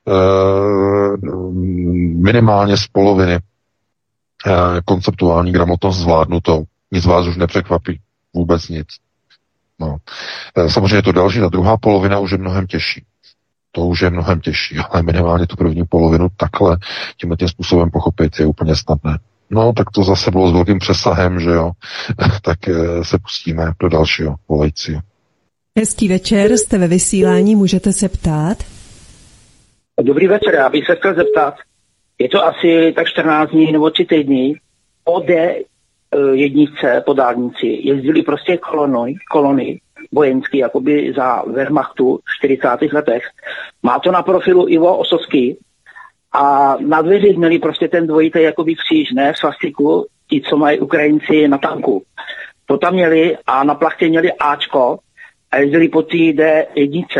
minimálně z poloviny konceptuální gramotnost zvládnutou. Nic vás už nepřekvapí. Vůbec nic. No. Samozřejmě to další, ta druhá polovina už je mnohem těžší. To už je mnohem těžší, ale minimálně tu první polovinu takhle tím způsobem pochopit je úplně snadné. No, tak to zase bylo s velkým přesahem, že jo. Tak se pustíme do dalšího volajícího. Hezký večer, jste ve vysílání, můžete se ptát? Dobrý večer, já bych se chtěl zeptat. Je to asi tak 14 dní nebo 3 týdny. OD jednice po dálnici jezdili prostě kolony vojenský, jakoby za Wehrmachtu v 40. letech. Má to na profilu Ivo Osovský a na dveřích měli prostě ten dvojitý jakoby kříž, ne, svastiku, ti, co mají Ukrajinci na tanku. To tam měli a na plachtě měli Ačko a jezdili po té D jednice.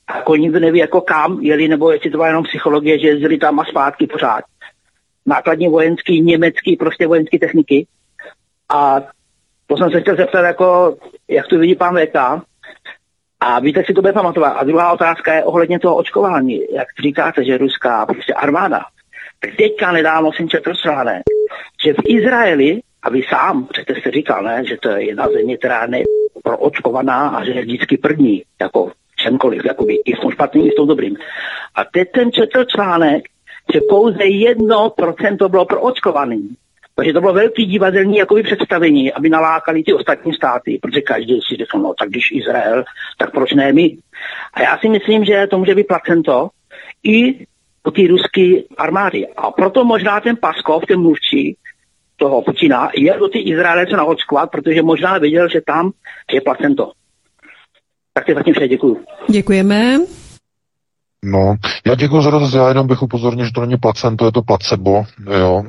Jako nikdo neví, jako kam jeli, nebo jestli to byla jenom psychologie, že jezdili tam a zpátky pořád. Nákladní vojenský, německý, prostě vojenský techniky. A to jsem se chtěl zeptat, jako, jak to vidí pan VK. A víte, si to bude pamatovat. A druhá otázka je ohledně toho očkování. Jak říkáte, že ruská prostě armáda. Tak teďka nedávno jsem četl článek, že v Izraeli, a vy sám přece jste říkal, ne, že to je jedna země, která je proočkovaná a že je vždycky první, jako čemkoliv, jakoby i v tom špatným, i v tom dobrým. A teď jsem četl článek, že pouze 1% bylo proočkovaný. Takže to bylo velký divadelní jakoby představení, aby nalákali ty ostatní státy, protože každý si řekl, no tak když Izrael, tak proč ne my? A já si myslím, že to může být placento i do té ruské armády. A proto možná ten Paskov, ten mluvčí toho Putina, jel do ty Izraele se naočkovat, protože možná viděl, že tam je placento. Tak to zatím vše, děkuju. Děkujeme. No, já děkuji za dotaz, já jenom bych upozornil, že to není placento, je to placebo, jo.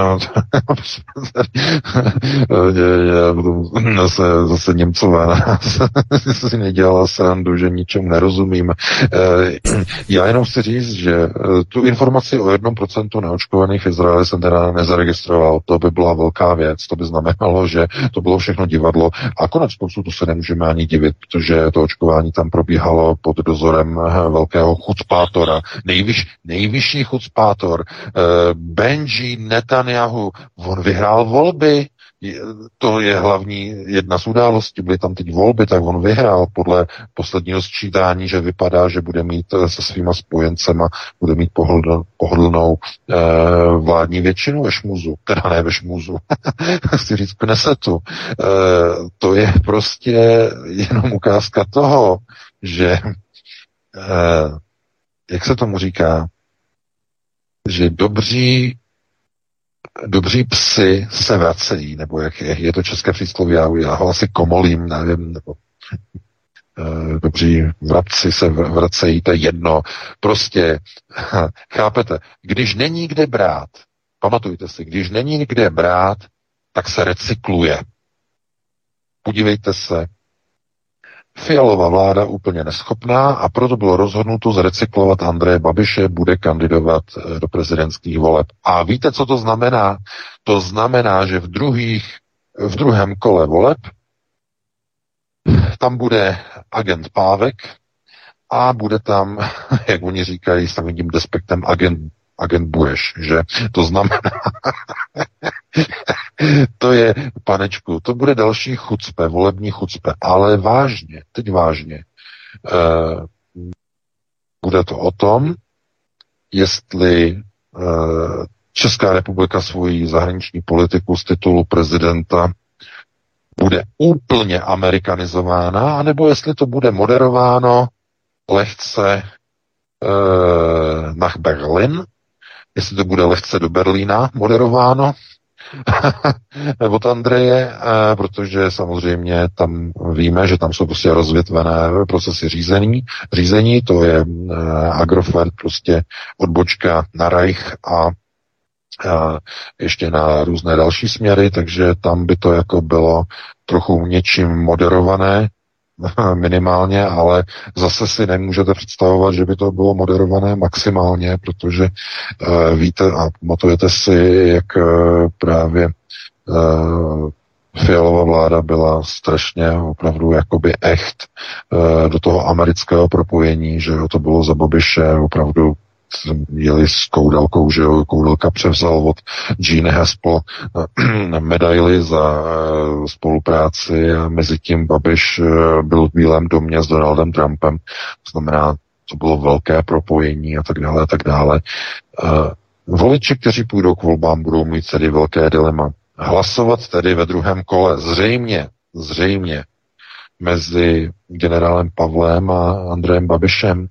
Zase Němcové si nedělala srandu, že ničemu nerozumíme. Já jenom chci říct, že tu informaci o 1% neočkovaných v Izraeli jsem teda nezaregistroval, to by byla velká věc, to by znamenalo, že to bylo všechno divadlo a konec konců to se nemůžeme ani divit, protože to očkování tam probíhalo pod dozorem velkého chucpátora, nejvyšší chucpátor, Benji Netanyahu, on vyhrál volby, to je hlavní jedna z událostí, byly tam teď volby, tak on vyhrál podle posledního sčítání, že vypadá, že bude mít se svýma spojencema, bude mít pohodlnou vládní většinu ve šmuzu, teda ne ve šmuzu, chci říct Knesetu. To je prostě jenom ukázka toho, že jak se tomu říká, že dobří psy se vracejí, nebo jak je to české přísloví, já ho asi komolím, nevím, nebo dobří vrabci se vracejí, to je jedno. Prostě, chápete, když není kde brát, pamatujte si, když není kde brát, tak se recykluje. Podívejte se, Fialová vláda úplně neschopná a proto bylo rozhodnuto zrecyklovat Andreje Babiše, bude kandidovat do prezidentských voleb. A víte, co to znamená? To znamená, že v druhém kole voleb tam bude agent Pávek a bude tam, jak oni říkají s takovým despektem, agent Bureš, že? To znamená, to je, panečku, to bude další chucpe, volební chucpe, ale vážně, teď vážně, bude to o tom, jestli Česká republika svoji zahraniční politiku z titulu prezidenta bude úplně amerikanizována, anebo jestli to bude moderováno lehce nach Berlin, jestli to bude lehce do Berlína moderováno od Andreje, protože samozřejmě tam víme, že tam jsou prostě rozvětvené procesy řízení, to je Agrofert, prostě odbočka na Reich a ještě na různé další směry, takže tam by to jako bylo trochu něčím moderované, minimálně, ale zase si nemůžete představovat, že by to bylo moderované maximálně, protože víte a pamatujete si, jak právě Fialová vláda byla strašně opravdu jakoby echt do toho amerického propojení, že jo, to bylo za Babiše opravdu jeli s koudelkou, že jo, koudelka převzal od Gene Haspel medaili za spolupráci a mezi tím Babiš byl v Bílém domě s Donaldem Trumpem, to znamená, to bylo velké propojení a tak dále, a tak dále. Voliči, kteří půjdou k volbám, budou mít tedy velké dilema. Hlasovat tedy ve druhém kole zřejmě mezi generálem Pavlem a Andrejem Babišem.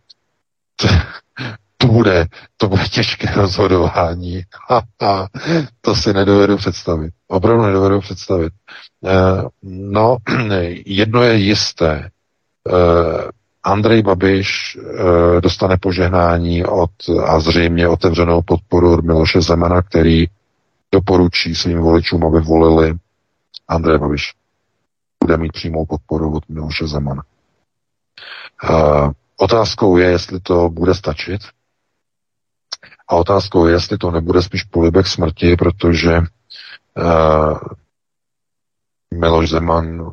To bude těžké rozhodování. To si nedovedu představit. Opravdu nedovedu představit. No, jedno je jisté. Andrej Babiš dostane požehnání a zřejmě otevřenou podporu od Miloše Zemana, který doporučí svým voličům, aby volili Andreje Babiš. Bude mít přímou podporu od Miloše Zemana. Otázkou je, jestli to bude stačit. A otázkou je, jestli to nebude spíš polibek smrti, protože Miloš Zeman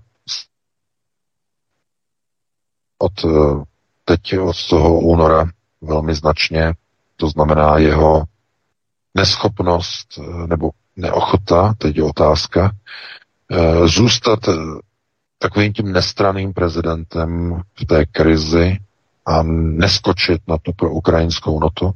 teď od toho února velmi značně, to znamená jeho neschopnost nebo neochota, teď je otázka, zůstat takovým tím nestranným prezidentem v té krizi a neskočit na tu pro ukrajinskou notu.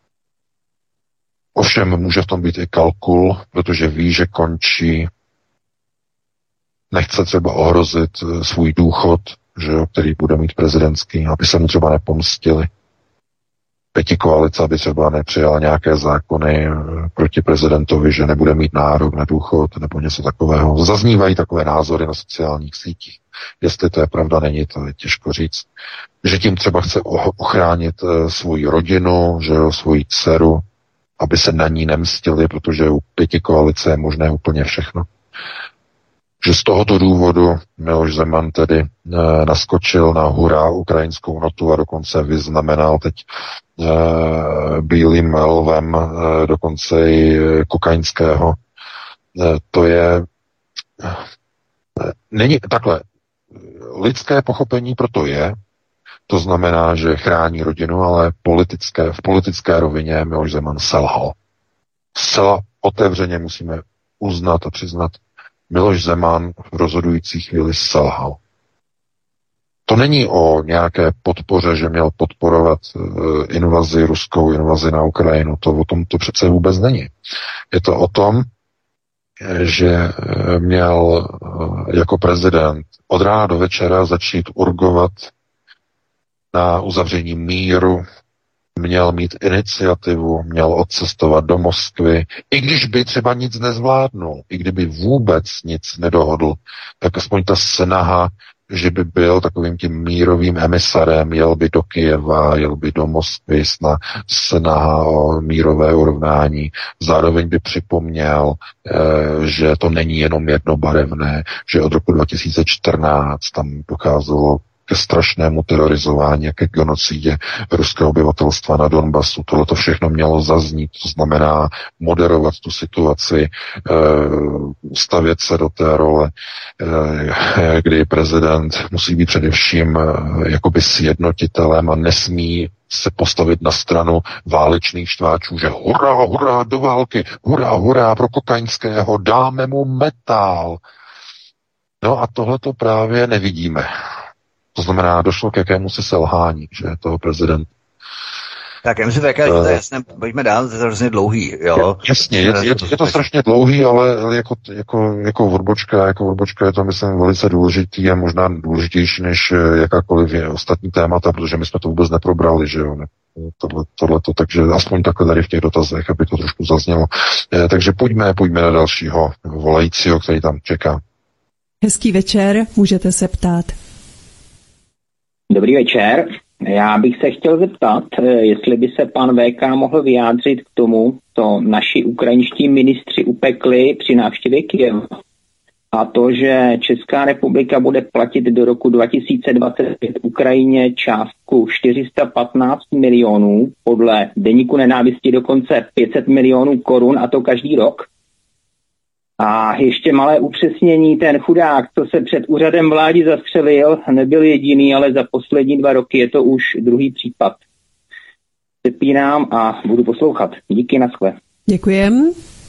Ovšem může v tom být i kalkul, protože ví, že končí, nechce třeba ohrozit svůj důchod, že jo, který bude mít prezidentský, aby se mu třeba nepomstili. Pětikoalice, aby třeba nepřijala nějaké zákony proti prezidentovi, že nebude mít nárok na důchod nebo něco takového. Zaznívají takové názory na sociálních sítích. Jestli to je pravda, není, to je těžko říct. Že tím třeba chce ochránit svou rodinu, že jo, svoji dceru, aby se na ní nemstili, protože u pětikoalice je možné úplně všechno. Že z tohoto důvodu Miloš Zeman tedy naskočil na hurá ukrajinskou notu a dokonce vyznamenal teď bílým lvem dokonce i kokainského. To je není takhle. Lidské pochopení proto je, to znamená, že chrání rodinu, ale v politické rovině Miloš Zeman selhal. Zcela otevřeně musíme uznat a přiznat, Miloš Zeman v rozhodující chvíli selhal. To není o nějaké podpoře, že měl podporovat ruskou invazi na Ukrajinu. To o tom to přece vůbec není. Je to o tom, že měl jako prezident od rána do večera začít urgovat na uzavření míru, měl mít iniciativu, měl odcestovat do Moskvy, i když by třeba nic nezvládnul, i kdyby vůbec nic nedohodl, tak aspoň ta snaha, že by byl takovým tím mírovým emisarem, jel by do Kyjeva, jel by do Moskvy, snaha o mírové urovnání. Zároveň by připomněl, že to není jenom jednobarevné, že od roku 2014 tam docházelo ke strašnému terorizování a ke genocidě ruského obyvatelstva na Donbasu. Tohle to všechno mělo zaznít, to znamená moderovat tu situaci, stavět se do té role, kdy prezident musí být především jakoby sjednotitelem a nesmí se postavit na stranu válečných štváčů, že hurá, hurá do války, hurá, hurá pro kokainského, dáme mu metál. No a tohle to právě nevidíme. To znamená, došlo k jakémusi selhání, že toho prezident. Tak MZVK, to je jasné, pojďme dál, to je hrozně dlouhý, jo. Jasně, je to strašně dlouhý, ale jako odbočka je to, myslím, velice důležitý a možná důležitější než jakákoliv ostatní témata, protože my jsme to vůbec neprobrali, že jo, tohleto, takže aspoň takhle tady v těch dotazech, aby to trošku zaznělo. Takže pojďme na dalšího volajícího, který tam čeká. Hezký večer, můžete se ptát. Dobrý večer. Já bych se chtěl zeptat, jestli by se pan VK mohl vyjádřit k tomu, co naši ukrajinští ministři upekli při návštěvě Kyjeva. A to, že Česká republika bude platit do roku 2025 Ukrajině částku 415 milionů, podle Deníku nenávisti dokonce 500 milionů korun, a to každý rok. A ještě malé upřesnění, ten chudák, co se před úřadem vlády zastřelil, nebyl jediný, ale za poslední 2 roky je to už druhý případ. Přepínám a budu poslouchat. Díky, naschle. Děkujem.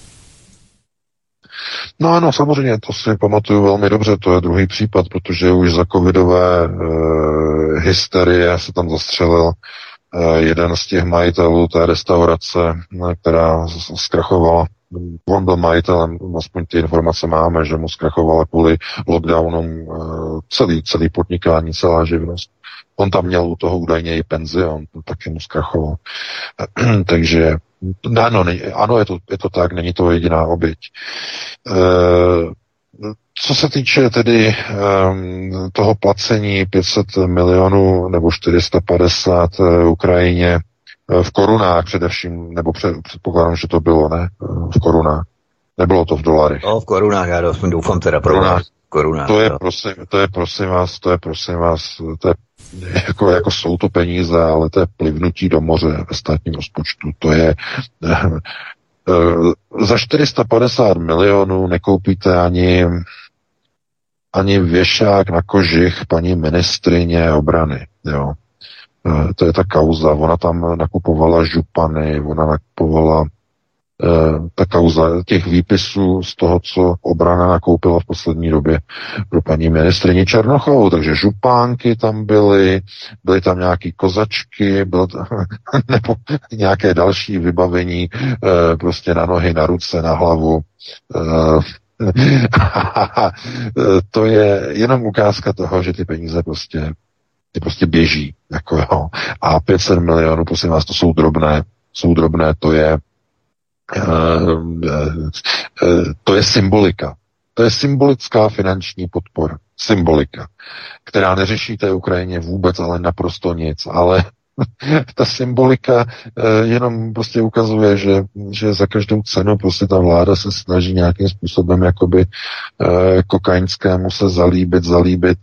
No ano, samozřejmě, to si pamatuju velmi dobře, to je druhý případ, protože už za covidové hysterie se tam zastřelil jeden z těch majitelů té restaurace, která zkrachovala. On byl majitelem, aspoň ty informace máme, že mu zkrachovala kvůli lockdownům celý podnikání, celá živnost. On tam měl u toho údajně i penzion, taky mu zkrachoval. Takže ano, je to tak, není to jediná oběť. Co se týče tedy toho placení 500 milionů nebo 450 Ukrajině, v korunách především, nebo předpokládám, že to bylo, ne? V korunách. Nebylo to v dolarech. No, v korunách, já doufám teda pro korunách. To je prosím vás, jako jsou to peníze, ale to je plivnutí do moře ve státním rozpočtu. To je za 450 milionů nekoupíte ani věšák na kožich paní ministryně obrany. Jo. To je ta kauza. Ona tam nakupovala župany, ona nakupovala ta kauza těch výpisů z toho, co obrana nakoupila v poslední době pro paní ministryni Černochovou. Takže župánky tam byly tam nějaký kozačky, bylo tam, nebo nějaké další vybavení prostě na nohy, na ruce, na hlavu. To je jenom ukázka toho, že ty peníze prostě běží. Jako jo. A 500 milionů, prosím vás, to jsou drobné, to je symbolika. To je symbolická finanční podpora. Symbolika, která neřeší té Ukrajině vůbec, ale naprosto nic. Ale ta symbolika jenom prostě ukazuje, že za každou cenu prostě ta vláda se snaží nějakým způsobem jakoby kokainskému se zalíbit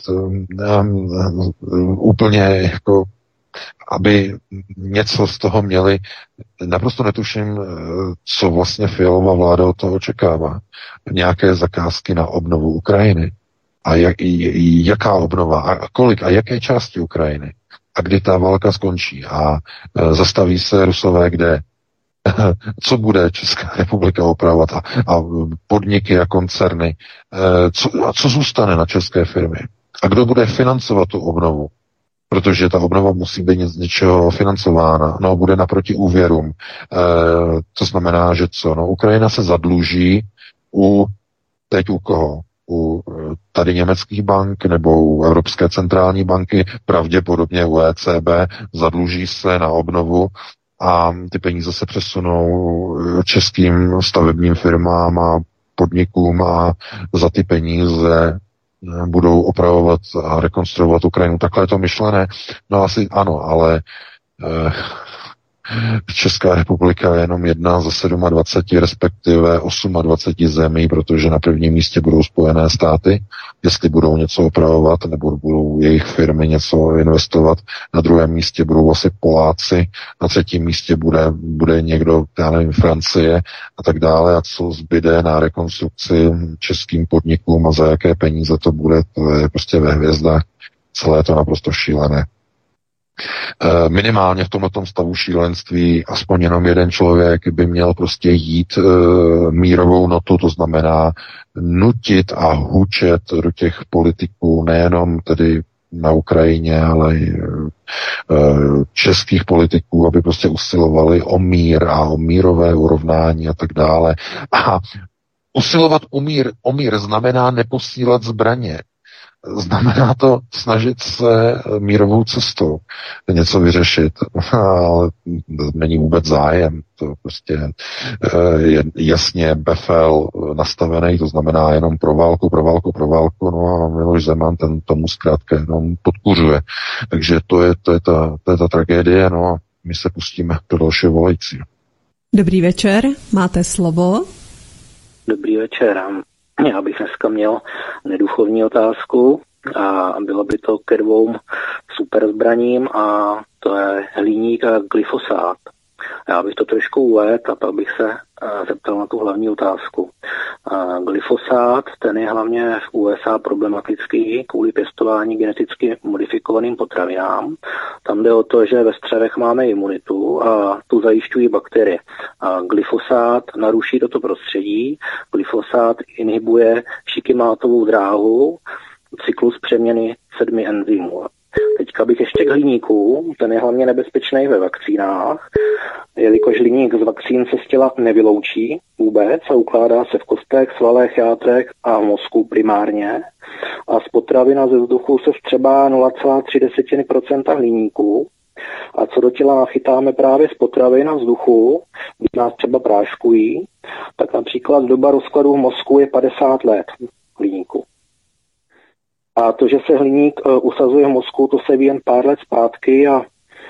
úplně jako aby něco z toho měli. Naprosto netuším, co vlastně Fialová vláda od toho očekává. Nějaké zakázky na obnovu Ukrajiny. A jaká obnova? A kolik? A jaké části Ukrajiny? A kdy ta válka skončí? A zastaví se Rusové kde? Co bude Česká republika opravovat? A podniky a koncerny? Co zůstane na české firmy? A kdo bude financovat tu obnovu? Protože ta obnova musí být z něčeho financována. No, bude naproti úvěrům. To znamená, že co? No, Ukrajina se zadluží teď u koho? U tady německých bank nebo u Evropské centrální banky, pravděpodobně u ECB, zadluží se na obnovu a ty peníze se přesunou českým stavebním firmám a podnikům a za ty peníze budou opravovat a rekonstruovat Ukrajinu. Takhle je to myšlené. No asi ano, ale Česká republika je jenom jedna ze 27, respektive 28 zemí, protože na prvním místě budou Spojené státy, jestli budou něco opravovat, nebo budou jejich firmy něco investovat. Na druhém místě budou asi Poláci, na třetím místě bude někdo, já nevím, Francie a tak dále. A co zbyde na rekonstrukci českým podnikům a za jaké peníze to bude, to je prostě ve hvězdách. Celé je to naprosto šílené. Minimálně v tomto stavu šílenství aspoň jenom jeden člověk by měl prostě jít mírovou notu, to znamená nutit a hučet do těch politiků, nejenom tedy na Ukrajině, ale i českých politiků, aby prostě usilovali o mír a o mírové urovnání a tak dále. A usilovat o mír znamená neposílat zbraně. Znamená to snažit se mírovou cestou něco vyřešit, ale není vůbec zájem. To prostě je jasně Befel nastavený, to znamená jenom pro válku, no a Miloš Zeman ten tomu zkrátka jenom podkuřuje. Takže to je ta tragédie, no a my se pustíme do dalšího volajícího. Dobrý večer, máte slovo. Dobrý večer. Já bych dneska měl neduchovní otázku a bylo by to ke dvou superzbraním a to je hliník a glyfosát. Já bych to trošku uvedl a pak bych se zeptal na tu hlavní otázku. Glyfosát, ten je hlavně v USA problematický kvůli pěstování geneticky modifikovaným potravinám. Tam jde o to, že ve střevech máme imunitu a tu zajišťují bakterie. A glyfosát naruší toto prostředí. Glyfosát inhibuje šikimátovou dráhu, cyklus přeměny 7 enzymů. Teďka bych ještě k hliníku, ten je hlavně nebezpečný ve vakcínách, jelikož hliník z vakcín se z těla nevyloučí vůbec a ukládá se v kostech, svalech, játrech a mozku primárně. A z potravina ze vzduchu se vstřebá 0,3% hliníku. A co do těla nachytáme právě z potravin a vzduchu, když nás třeba práškují, tak například doba rozkladu v mozku je 50 let hliníku. A to, že se hliník usazuje v mozku, to se ví jen pár let zpátky a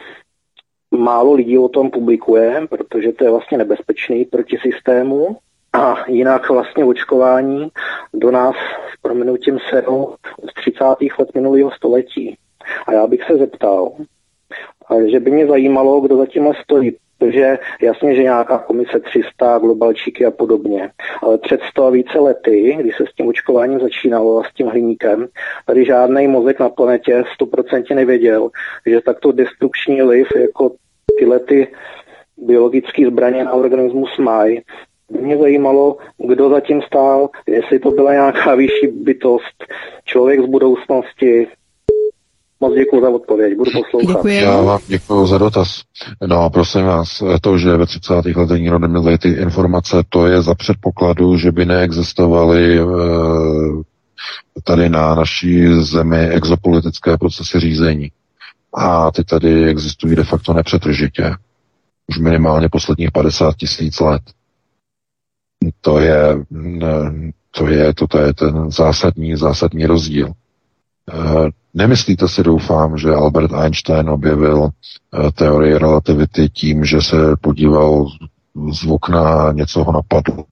málo lidí o tom publikuje, protože to je vlastně nebezpečný proti systému. A jinak vlastně očkování do nás s prominutím seru z 30. let minulého století. A já bych se zeptal, že by mě zajímalo, kdo za tímhle stojí, protože jasně, že nějaká komise 300, globalčíky a podobně, ale před 100 a více lety, když se s tím očkováním začínalo a s tím hliníkem, tady žádný mozek na planetě 100% nevěděl, že takto destrukční vliv, jako tyhle ty biologické zbraně na organismus mají. Mě zajímalo, kdo zatím stál, jestli to byla nějaká vyšší bytost, člověk z budoucnosti. Moc děkuji za odpověď, budu poslouchat. Děkuji. Já vám děkuji za dotaz. No, prosím vás, to, že ve 30. letech nikdo neměl ty informace, to je za předpokladu, že by neexistovaly tady na naší zemi exopolitické procesy řízení. A ty tady existují de facto nepřetržitě. Už minimálně posledních 50 000 let. To je ten zásadní rozdíl. Nemyslíte si, doufám, že Albert Einstein objevil teorii relativity tím, že se podíval z okna a něco ho napadlo?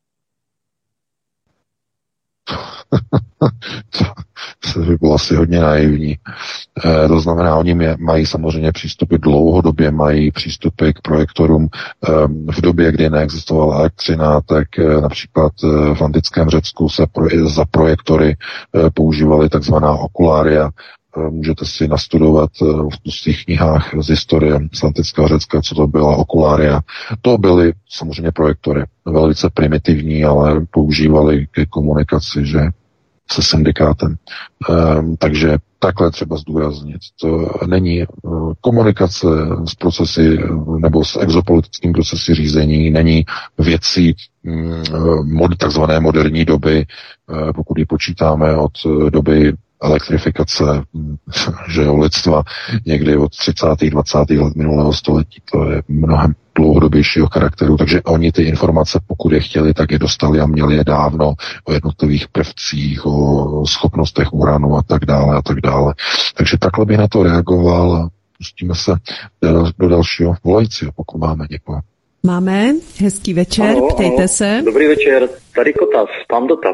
To by bylo asi hodně naivní. To znamená, oni mají samozřejmě přístupy dlouhodobě, mají přístupy k projektorům v době, kdy neexistovala elektřina, tak například v antickém Řecku se za projektory používaly takzvaná okulária. Můžete si nastudovat v těch knihách z historie z antického Řecka, co to byla okulária. To byly samozřejmě projektory, velice primitivní, ale používali ke komunikaci, že se syndikátem. Takže takhle třeba zdůraznit. To není komunikace s procesy nebo s exopolitickým procesy řízení, není věcí takzvané moderní doby, pokud ji počítáme od doby elektrifikace že jo, lidstva někdy od 30. 20. let minulého století. To je mnohem dlouhodobějšího charakteru, takže oni ty informace, pokud je chtěli, tak je dostali a měli je dávno o jednotlivých prvcích, o schopnostech uranu a tak dále a tak dále. Takže takhle bych na to reagoval a pustíme se do dalšího volajícího, pokud máme. Děkuji. Máme, hezký večer, ptejte se. Dobrý večer, tady Kotas, mám dotaz.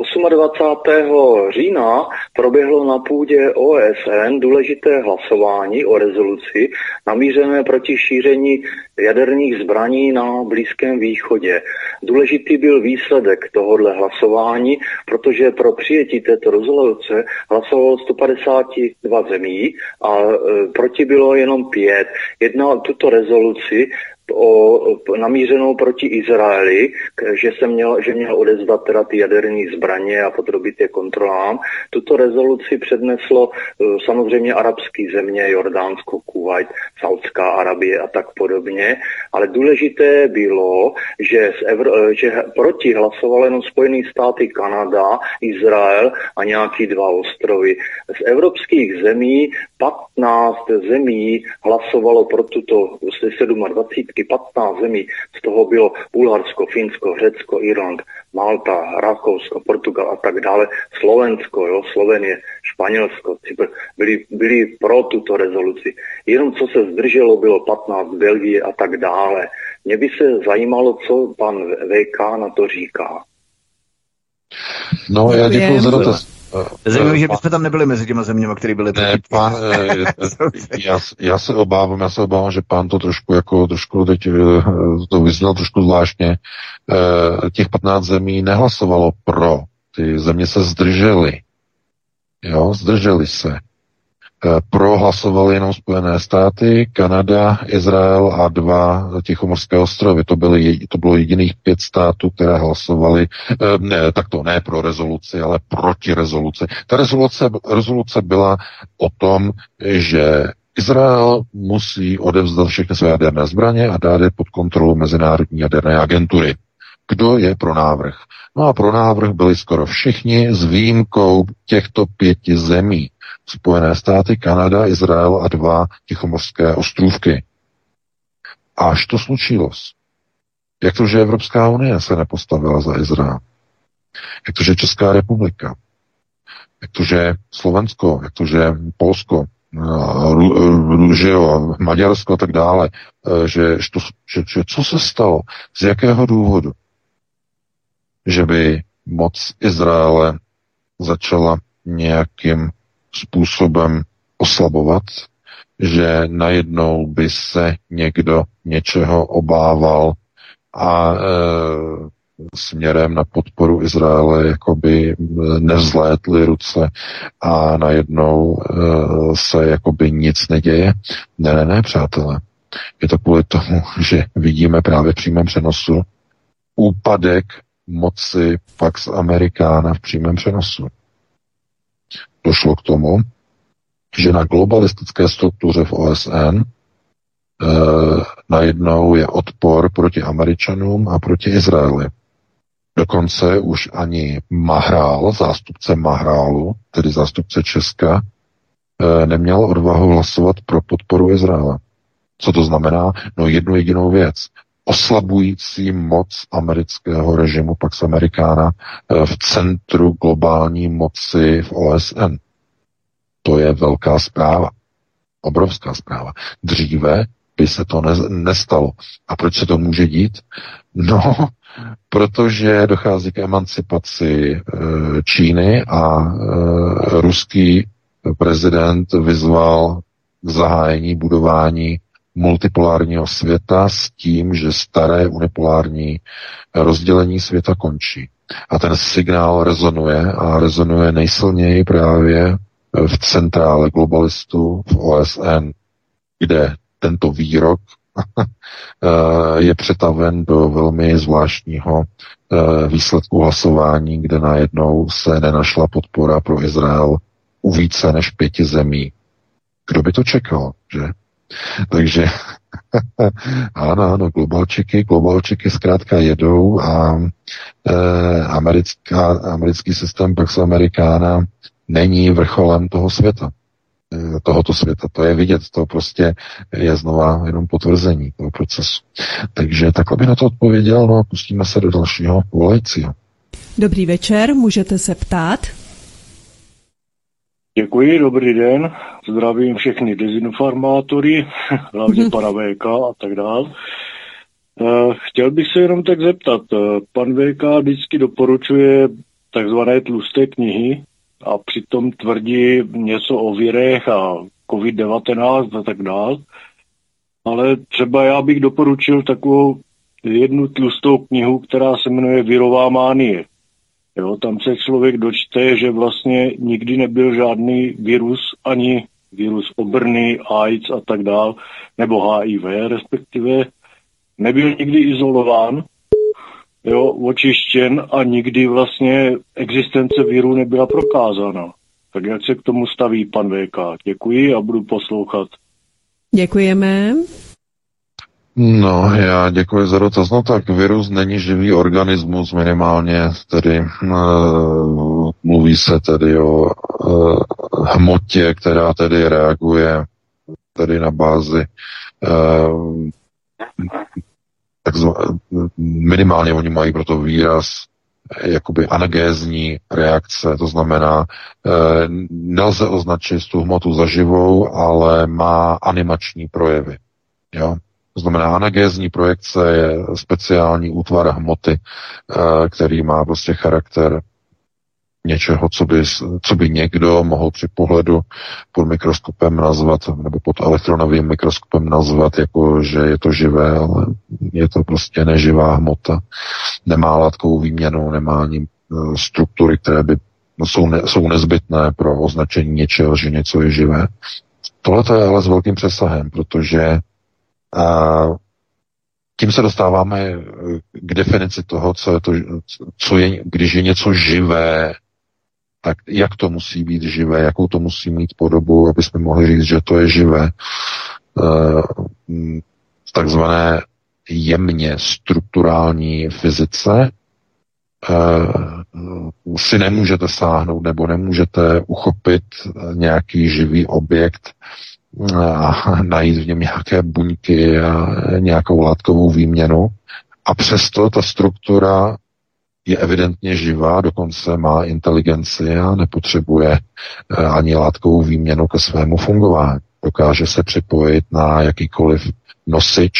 28. října proběhlo na půdě OSN důležité hlasování o rezoluci namířené proti šíření jaderných zbraní na Blízkém východě. Důležitý byl výsledek tohohle hlasování, protože pro přijetí této rezoluce hlasovalo 152 zemí a proti bylo jenom 5. Tuto rezoluci namířenou proti Izraeli, že měl odevzdat teda ty jaderné zbraně a podrobit je kontrolám. Tuto rezoluci předneslo samozřejmě arabské země, Jordánsko, Kuvajt, Saudská Arabie a tak podobně, ale důležité bylo, že proti hlasovalo jenom Spojené státy, Kanada, Izrael a nějaký 2 ostrovy. Z evropských zemí 15 zemí hlasovalo pro tuto 27, 15 zemí, z toho bylo Bulharsko, Finsko, Řecko, Irland, Malta, Rakousko, Portugal a tak dále, Slovensko, Slovenie, Španělsko, byli pro tuto rezoluci. Jenom co se zdrželo, bylo 15, Belgie a tak dále. Mě by se zajímalo, co pan VK na to říká. No, já děkuji za dotaz. Zajímavé, že bychom tam nebyli mezi těma zeměma, které byly proti. Já se obávám, že pán to trošku teď to vyznal trošku zvláštně. Těch 15 zemí nehlasovalo pro. Ty země se zdržely. Zdrželi se. Pro hlasovali jenom Spojené státy, Kanada, Izrael a 2 Tichomorské ostrovy. To bylo jediných 5 států, které hlasovali ne pro rezoluci, ale proti rezoluci. Ta rezoluce byla o tom, že Izrael musí odevzdat všechny své jaderné zbraně a dát je pod kontrolu Mezinárodní jaderné agentury. Kdo je pro návrh? No a pro návrh byli skoro všichni s výjimkou těchto 5 zemí. Spojené státy, Kanada, Izrael a 2 Tichomorské ostrůvky. Až to slučilo. Jak to, že Evropská unie se nepostavila za Izrael? Jak to, že Česká republika? Jak to, že Slovensko? Jak to, že Polsko? Maďarsko a tak dále? Že co se stalo? Z jakého důvodu? Že by moc Izraele začala nějakým způsobem oslabovat, že najednou by se někdo něčeho obával a směrem na podporu Izraele jakoby nevzlétly ruce a najednou se jakoby nic neděje. Ne, přátelé. Je to kvůli tomu, že vidíme právě v přímém přenosu úpadek moci Pax Americana v přímém přenosu. Došlo k tomu, že na globalistické struktuře v OSN najednou je odpor proti Američanům a proti Izraeli. Dokonce už ani Mahrál, zástupce Mahrálu, tedy zástupce Česka, neměl odvahu hlasovat pro podporu Izraele. Co to znamená? No jednu jedinou věc. Oslabující moc amerického režimu Pax Americana v centru globální moci v OSN. To je velká zpráva. Obrovská zpráva. Dříve by se to nestalo. A proč se to může dít? No, protože dochází k emancipaci Číny a ruský prezident vyzval k zahájení budování multipolárního světa s tím, že staré unipolární rozdělení světa končí. A ten signál rezonuje a rezonuje nejsilněji právě v centrále globalistů v OSN, kde tento výrok je přetaven do velmi zvláštního výsledku hlasování, kde najednou se nenašla podpora pro Izrael u více než 5 zemí. Kdo by to čekal, že? Takže ano, globalčiky zkrátka jedou a americký systém Pax Americana není vrcholem toho světa. Tohoto světa. To je vidět, to prostě je znova jenom potvrzení toho procesu. Takže takhle by na to odpověděl, no a pustíme se do dalšího volajícího. Dobrý večer, můžete se ptát? Děkuji, dobrý den. Zdravím všechny dezinformátory, hlavně pana VK a tak dále. Chtěl bych se jenom tak zeptat. Pan VK vždycky doporučuje takzvané tlusté knihy a přitom tvrdí něco o virech a COVID-19 a tak dále. Ale třeba já bych doporučil takovou jednu tlustou knihu, která se jmenuje Virová mánie. Jo, tam se člověk dočte, že vlastně nikdy nebyl žádný virus, ani virus obrny, AIDS a tak dál, nebo HIV respektive, nebyl nikdy izolován, jo, očištěn a nikdy vlastně existence viru nebyla prokázána. Tak jak se k tomu staví pan VK? Děkuji a budu poslouchat. Děkujeme. No, já děkuji za dotaz. No tak virus není živý organismus minimálně, tedy mluví se tedy o hmotě, která tedy reaguje tedy na bázi minimálně oni mají proto výraz jakoby anagézní reakce, to znamená, nelze označit tu hmotu za živou, ale má animační projevy. Jo? To znamená, anagézní projekce je speciální útvar hmoty, který má prostě charakter něčeho, co by někdo mohl při pohledu pod mikroskopem nazvat, nebo pod elektronovým mikroskopem nazvat, jako že je to živé, ale je to prostě neživá hmota. Nemá látkovou výměnu, nemá ani struktury, které by jsou nezbytné pro označení něčeho, že něco je živé. Tohle je ale s velkým přesahem, protože tím se dostáváme k definici toho, co je, když je něco živé, tak jak to musí být živé, jakou to musí mít podobu, aby jsme mohli říct, že to je živé. V takzvané jemně strukturální fyzice si nemůžete sáhnout nebo nemůžete uchopit nějaký živý objekt a najít v něm nějaké buňky a nějakou látkovou výměnu. A přesto ta struktura je evidentně živá, dokonce má inteligenci a nepotřebuje ani látkovou výměnu ke svému fungování. Dokáže se připojit na jakýkoliv nosič,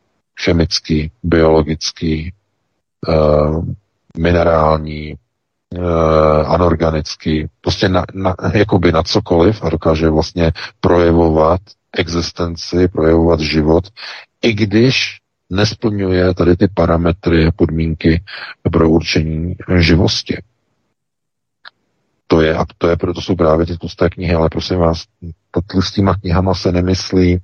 chemický, biologický, minerální, anorganicky, prostě jakoby na cokoliv a dokáže vlastně projevovat existenci, projevovat život, i když nesplňuje tady ty parametry a podmínky pro určení živosti. To jsou právě ty tlusté knihy, ale prosím vás, tlustýma knihama se nemyslí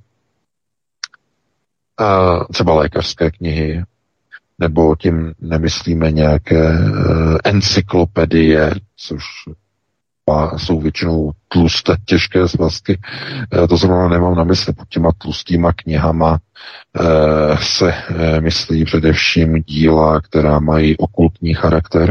třeba lékařské knihy, nebo tím nemyslíme nějaké encyklopedie, což jsou většinou tlusté, těžké svazky. To zrovna nemám na mysli. Pod těma tlustýma knihama se myslí především díla, která mají okultní charakter.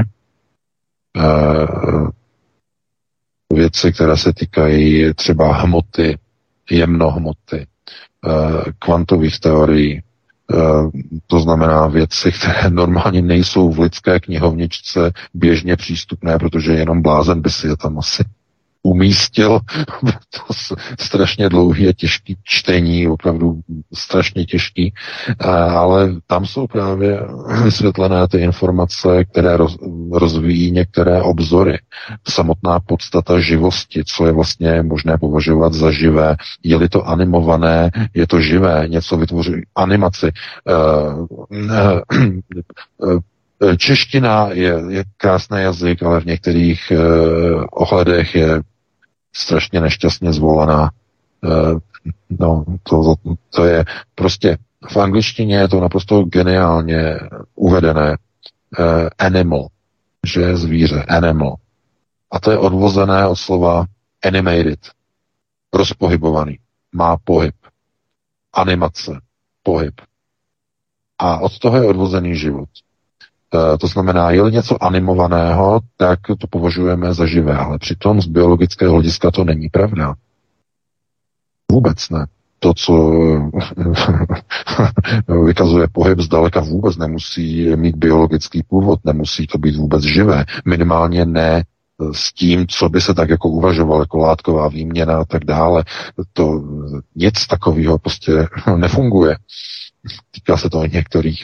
Věci, které se týkají třeba hmoty, jemnohmoty, kvantových teorií, to znamená věci, které normálně nejsou v lidské knihovničce běžně přístupné, protože jenom blázen by si je tam asi umístil. To strašně dlouhý a těžký čtení, opravdu strašně těžký, ale tam jsou právě vysvětlené ty informace, které rozvíjí některé obzory. Samotná podstata živosti, co je vlastně možné považovat za živé. Je-li to animované, je to živé, něco vytvoří animaci. Čeština je krásný jazyk, ale v některých ohledech je strašně nešťastně zvolená. To je prostě v angličtině je to naprosto geniálně uvedené. Animal, že je zvíře, animal. A to je odvozené od slova animated, rozpohybovaný, má pohyb, animace, pohyb. A od toho je odvozený život. To znamená, je-li něco animovaného, tak to považujeme za živé, ale přitom z biologického hlediska to není pravda. Vůbec ne. To, co vykazuje pohyb, zdaleka vůbec nemusí mít biologický původ, nemusí to být vůbec živé. Minimálně ne s tím, co by se tak jako uvažoval, jako látková výměna a tak dále. To nic takového prostě nefunguje. Týká se to i některých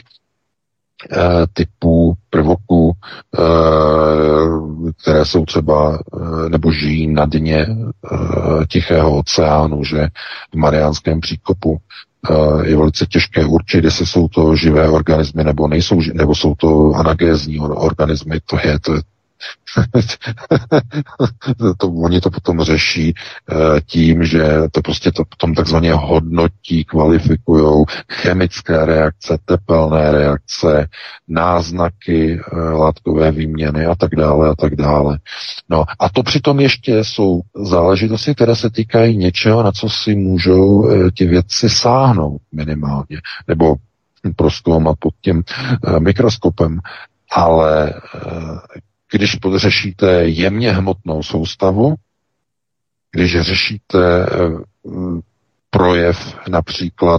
typů prvoků, které jsou třeba nebo žijí na dně Tichého oceánu, že v Mariánském příkopu je velice těžké určit, jestli jsou to živé organismy nebo nejsou, nebo jsou to anagézní organismy. To je oni to potom řeší tím, že to prostě to potom takzvaně hodnotí, kvalifikují chemické reakce, tepelné reakce, náznaky látkové výměny a tak dále a tak dále. No a to přitom ještě jsou záležitosti, které se týkají něčeho, na co si můžou ti vědci sáhnout minimálně, nebo prozkoumat pod tím mikroskopem, ale když řešíte jemně hmotnou soustavu, když řešíte projev například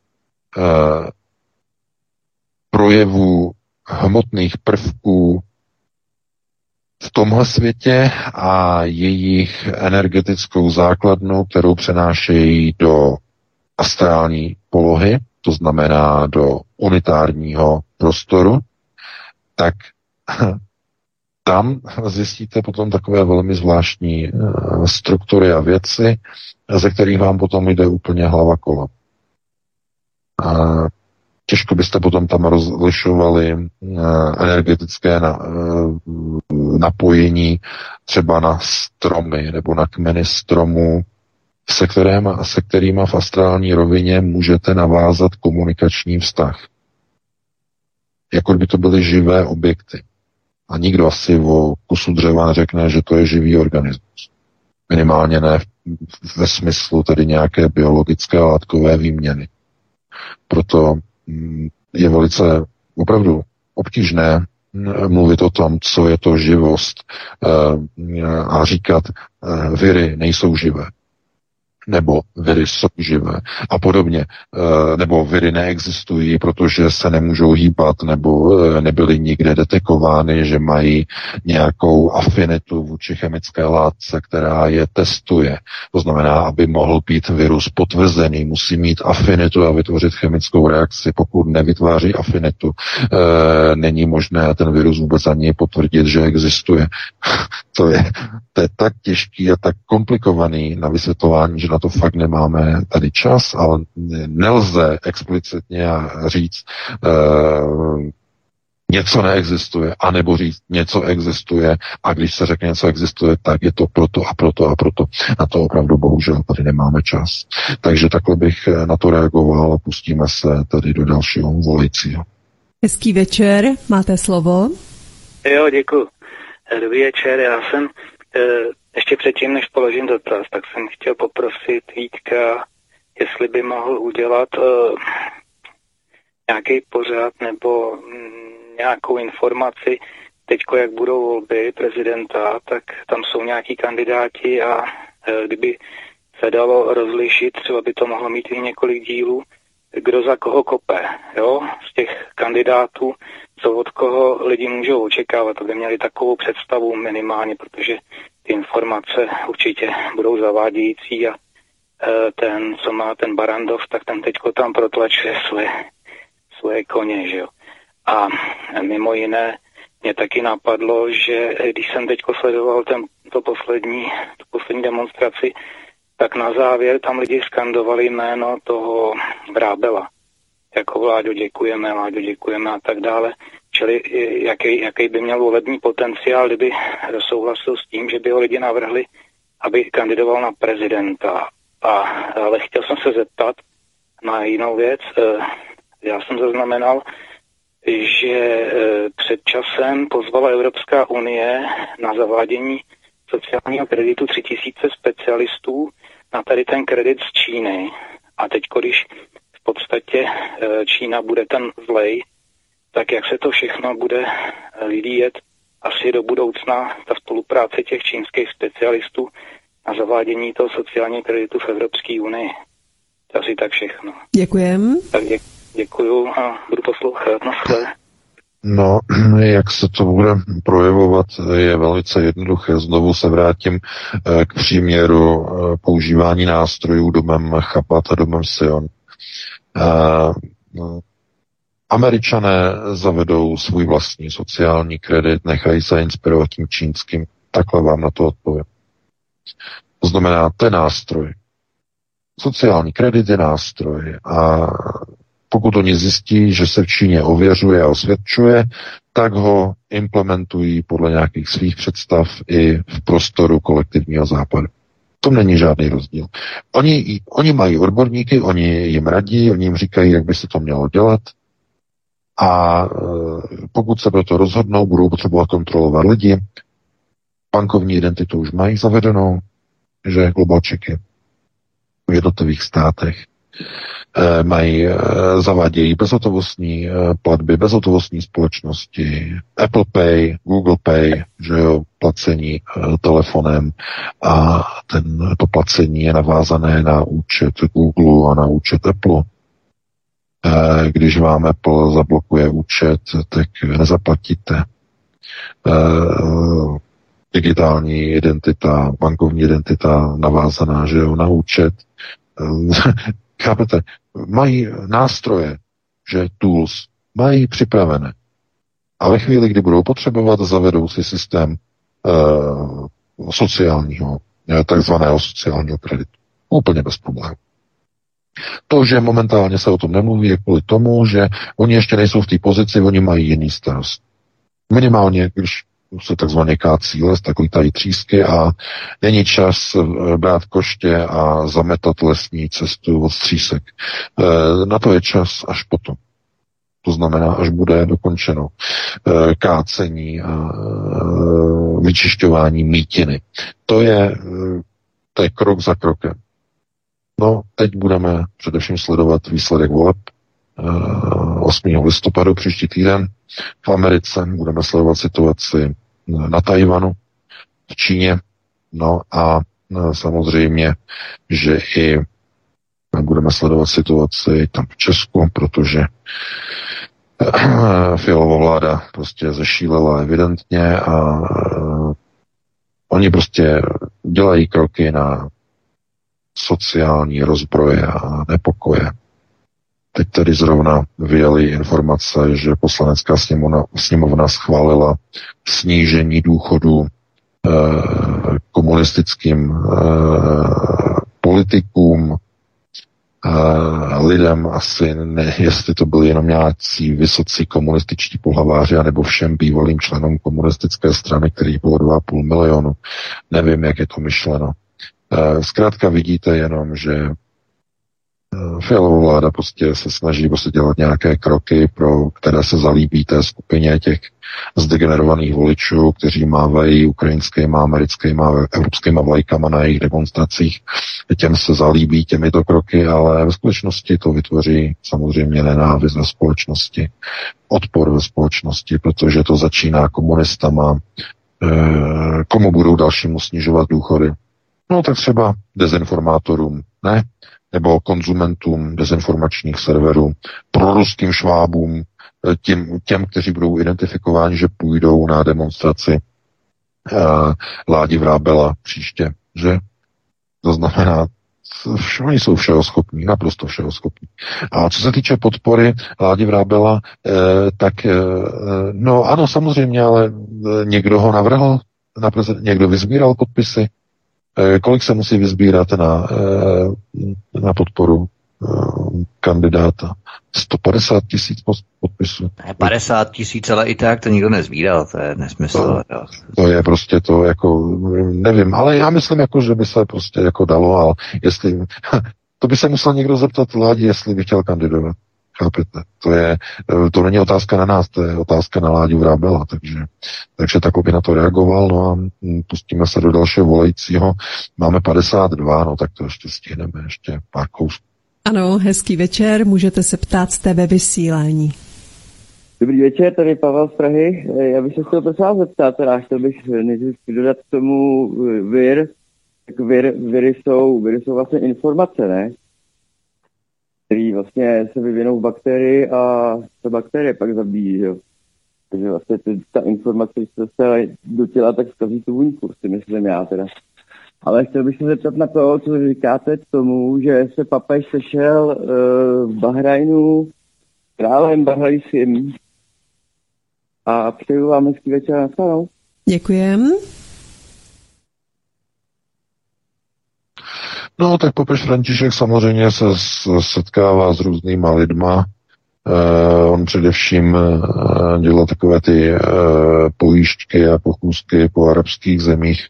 projevů hmotných prvků v tomhle světě a jejich energetickou základnu, kterou přenášejí do astrální polohy, to znamená do unitárního prostoru, tak tam zjistíte potom takové velmi zvláštní struktury a věci, ze kterých vám potom jde úplně hlava kolem. Těžko byste potom tam rozlišovali energetické napojení třeba na stromy nebo na kmeny stromů, se kterýma v astrální rovině můžete navázat komunikační vztah. Jako by to byly živé objekty. A nikdo asi o kusu dřeva neřekne, že to je živý organismus. Minimálně ne ve smyslu tedy nějaké biologické látkové výměny. Proto je velice opravdu obtížné mluvit o tom, co je to živost a říkat, viry nejsou živé. nebo viry jsou živé a podobně, nebo viry neexistují, protože se nemůžou hýbat, nebo nebyly nikde detekovány, že mají nějakou afinitu vůči chemické látce, která je testuje. To znamená, aby mohl být virus potvrzený, musí mít afinitu a vytvořit chemickou reakci. Pokud nevytváří afinitu, není možné ten virus vůbec ani potvrdit, že existuje. To je tak těžký a tak komplikovaný na vysvětlování, že na to fakt nemáme tady čas, ale nelze explicitně říct, něco neexistuje, anebo říct, něco existuje a když se řekne, něco existuje, tak je to proto a proto a proto. Na to opravdu bohužel tady nemáme čas. Takže takhle bych na to reagoval a pustíme se tady do dalšího volajícího. Hezký večer, máte slovo. Jo, děkuji. Dobrý večer, já jsem ještě předtím, než položím dotaz, tak jsem chtěl poprosit Vítka, jestli by mohl udělat nějaký pořad nebo nějakou informaci. Teďko, jak budou volby prezidenta, tak tam jsou nějaký kandidáti a kdyby se dalo rozlišit, třeba by to mohlo mít i několik dílů, kdo za koho kope, jo, z těch kandidátů, co od koho lidi můžou očekávat, aby měli takovou představu minimálně, protože ty informace určitě budou zavádějící a ten, co má ten Barandov, tak ten teďko tam protlačuje svoje koně, že jo. A mimo jiné mě taky napadlo, že když jsem teďko sledoval tu poslední demonstraci, tak na závěr tam lidi skandovali jméno toho Vrábela. Jako Vláďo děkujeme a tak dále. Čili jaký by měl volební potenciál, kdyby souhlasil s tím, že by ho lidi navrhli, aby kandidoval na prezidenta. Ale chtěl jsem se zeptat na jinou věc. Já jsem zaznamenal, že před časem pozvala Evropská unie na zavádění sociálního kreditu 3000 specialistů na tady ten kredit z Číny. A teď, když v podstatě Čína bude ten zlej, tak jak se to všechno bude vyvíjet asi do budoucna, ta spolupráce těch čínských specialistů na zavádění toho sociálního kreditu v Evropské unii. To asi tak všechno. Děkujem. Tak děkuju a budu poslouchat. Naschle. No, jak se to bude projevovat, je velice jednoduché. Znovu se vrátím k příměru používání nástrojů domem Chapat a domem Sion. Američané zavedou svůj vlastní sociální kredit, nechají se inspirovat tím čínským. Takhle vám na to odpovím. To znamená, to je nástroj. Sociální kredit je nástroj a pokud oni zjistí, že se v Číně ověřuje a osvědčuje, tak ho implementují podle nějakých svých představ i v prostoru kolektivního západu. To není žádný rozdíl. Oni mají odborníky, oni jim radí, oni jim říkají, jak by se to mělo dělat a pokud se pro to rozhodnou, budou potřebovat kontrolovat lidi. Bankovní identitu už mají zavedenou, že globalčiky v jednotlivých státech zavádějí bezhotovostní platby, bezhotovostní společnosti, Apple Pay, Google Pay, že jo, placení telefonem a to placení je navázané na účet Google a na účet Apple. Když vám Apple zablokuje účet, tak nezaplatíte. Digitální identita, bankovní identita navázaná, že jo, na účet. Chápete? Mají nástroje, že tools mají připravené. A ve chvíli, kdy budou potřebovat, zavedou si systém takzvaného sociálního kreditu. Úplně bez problémů. To, že momentálně se o tom nemluví, je kvůli tomu, že oni ještě nejsou v té pozici, oni mají jiný starost. Minimálně, když se takzvaně kácí les, tak lítají třísky a není čas brát koště a zametat lesní cestu od střísek. Na to je čas až potom. To znamená, až bude dokončeno kácení a vyčišťování mýtiny. To je krok za krokem. No, teď budeme především sledovat výsledek voleb 8. listopadu příští týden v Americe. Budeme sledovat situaci na Tajvanu, v Číně, no a samozřejmě, že i budeme sledovat situaci tam v Česku, protože Fialova vláda prostě zešílela evidentně a oni prostě dělají kroky na sociální rozbroje a nepokoje. Teď tedy zrovna vyjeli informace, že poslanecká sněmovna schválila snížení důchodu komunistickým politikům, lidem asi, ne, jestli to byli jenom nějací vysocí komunističtí pohlaváři, anebo všem bývalým členům komunistické strany, kterých bylo 2,5 milionu. Nevím, jak je to myšleno. Zkrátka vidíte jenom, že Fialova vláda prostě se snaží dělat nějaké kroky, pro které se zalíbí té skupině těch zdegenerovaných voličů, kteří mávají ukrajinskýma, americkýma, evropskýma vlajkama na jejich demonstracích. Těm se zalíbí těmito kroky, ale ve skutečnosti to vytvoří samozřejmě nenávist ve společnosti, odpor ve společnosti, protože to začíná komunistama, komu budou dalšímu snižovat důchody. No tak třeba dezinformátorům, ne? Nebo konzumentům dezinformačních serverů, proruským švábům, těm, kteří budou identifikováni, že půjdou na demonstraci Ládi Vrábela příště, že? To znamená, oni jsou všeho schopní, naprosto všeho schopní. A co se týče podpory Ládi Vrábela, tak no ano, samozřejmě, ale někdo ho navrhl, někdo vysbíral podpisy. Kolik se musí vysbírat na podporu kandidáta? 150 000 podpisů. 50 000, ale i tak to nikdo nezbíral, to je nesmysl. To je prostě to jako, nevím, ale já myslím jako, že by se prostě jako dalo, ale jestli, to by se musel někdo zeptat Ládi, jestli by chtěl kandidovat. Chápete? To není otázka na nás, to je otázka na Láďu Vrábela, takže takhle by na to reagoval, no a pustíme se do dalšího volajícího. Máme 52, no tak to ještě stihneme, ještě pár kousků. Ano, hezký večer, můžete se ptát, jste ve vysílání. Dobrý večer, tady Pavel z Prahy. Já bych se chtěl prosím vás zeptat, chtěl bych nejdřív dodat k tomu vir, tak viry jsou vlastně informace, ne? Který vlastně se vyvinou v bakterii a ta bakterie pak zabíjí, jo. Takže vlastně ta informace, když se dostane do těla, tak zkazí tu vůňku, si myslím já teda. Ale chtěl bych se zeptat na to, co říkáte k tomu, že se papež sešel v Bahrajnu s králem bahrajským. A přeju vám hezký večer, nashledanou. Děkujem. No, tak papež František samozřejmě se setkává s různýma lidma. On především dělal takové ty pojížďky a pochůzky po arabských zemích.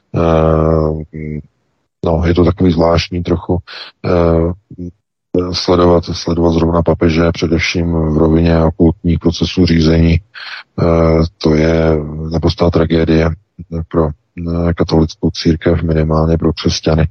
No, je to takový zvláštní trochu sledovat zrovna papeže, především v rovině okultních procesů řízení. To je naprostá tragédie pro katolickou církev, minimálně pro křesťany.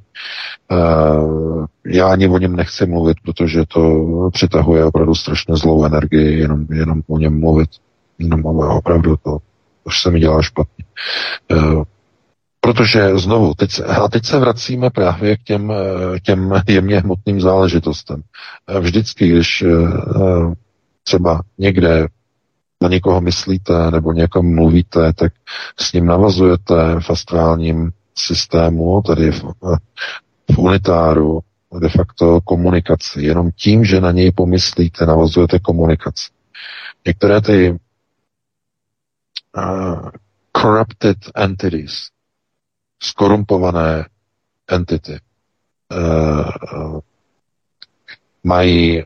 Já ani o něm nechci mluvit, protože to přitahuje opravdu strašně zlou energii, jenom o něm mluvit. Jenom opravdu to už se mi dělá špatně. Protože znovu, teď se vracíme právě k těm jemně hmotným záležitostem. Vždycky, když třeba někde na někoho myslíte nebo někomu mluvíte, tak s ním navazujete v astrálním systému, tedy v unitáru, de facto komunikaci. Jenom tím, že na něj pomyslíte, navazujete komunikaci. Některé ty corrupted entities, skorumpované entity, mají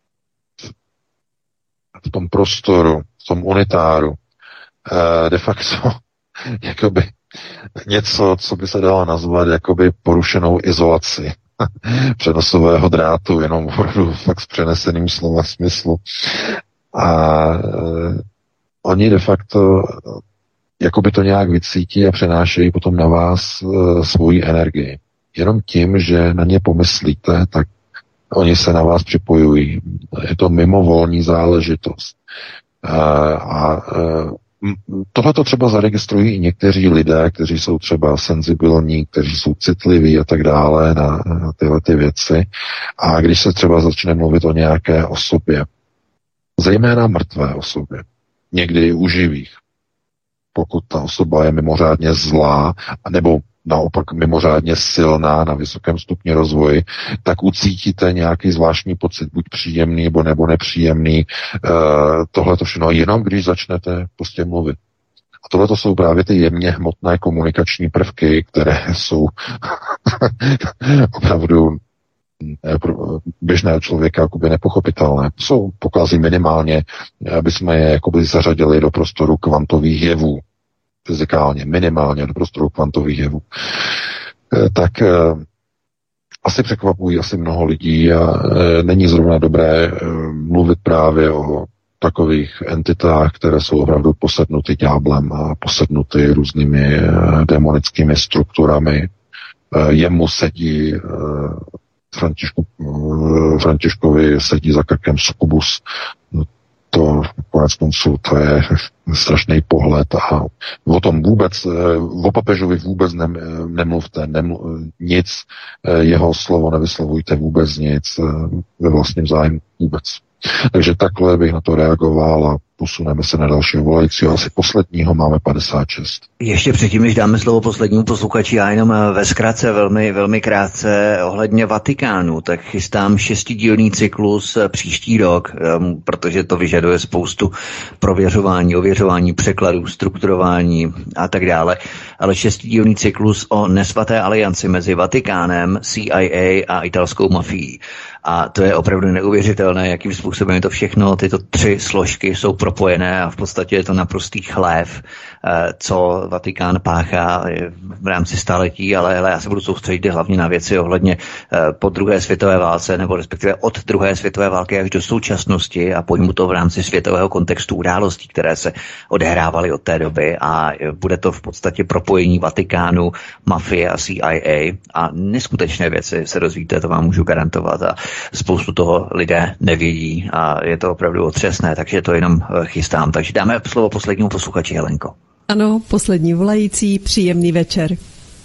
v tom prostoru, v tom unitáru de facto jakoby něco, co by se dalo nazvat jakoby porušenou izolaci přenosového drátu, jenom opravdu fakt s přeneseným slova smyslu. A oni de facto jakoby to nějak vycítí a přenášejí potom na vás svoji energii. Jenom tím, že na ně pomyslíte, tak oni se na vás připojují. Je to mimovolní záležitost. A Tohle to třeba zaregistrují i někteří lidé, kteří jsou třeba senzibilní, kteří jsou citliví a tak dále na tyhle ty věci. A když se třeba začne mluvit o nějaké osobě, zejména mrtvé osobě, někdy i u živých, pokud ta osoba je mimořádně zlá, nebo naopak mimořádně silná na vysokém stupni rozvoji, tak ucítíte nějaký zvláštní pocit, buď příjemný, nebo nepříjemný. Tohle to všechno jenom, když začnete prostě mluvit. A tohle to jsou právě ty jemně hmotné komunikační prvky, které jsou opravdu pro běžného člověka jakoby nepochopitelné. Jsou pokazy minimálně, aby jsme je jakoby zařadili do prostoru kvantových jevů. Fyzikálně, minimálně do prostoru kvantových jevů. Tak asi překvapují asi mnoho lidí a není zrovna dobré mluvit právě o takových entitách, které jsou opravdu posednuty ďáblem a posednuty různými démonickými strukturami. Jemu sedí Františkovi sedí za krkem sukubus. To konec konců, to je strašný pohled a o tom vůbec, o papežovi vůbec nemluvte, nic, jeho slovo nevyslovujte vůbec nic, ve vlastním zájmu vůbec. Takže takhle bych na to reagoval a posuneme se na dalšího volajícího. Asi posledního máme 56. Ještě předtím, než dáme slovo poslednímu posluchači, já jenom ve zkratce, velmi, velmi krátce ohledně Vatikánu, tak chystám 6dílný cyklus příští rok, protože to vyžaduje spoustu prověřování, ověřování překladů, strukturování a tak dále. Ale 6dílný cyklus o nesvaté alianci mezi Vatikánem, CIA a italskou mafií. A to je opravdu neuvěřitelné, jakým způsobem to všechno, tyto tři složky jsou propojené a v podstatě je to naprostý chlév, co Vatikán páchá v rámci staletí, ale já se budu soustředit hlavně na věci ohledně po druhé světové válce, nebo respektive od druhé světové války až do současnosti a pojmu to v rámci světového kontextu událostí, které se odehrávaly od té doby a bude to v podstatě propojení Vatikánu, mafie a CIA a neskutečné věci se dozvíte, to vám můžu garantovat a spoustu toho lidé nevědí a je to opravdu otřesné, takže to jenom chystám. Takže dáme slovo poslednímu posluchači, Helenko. Ano, poslední volající, příjemný večer.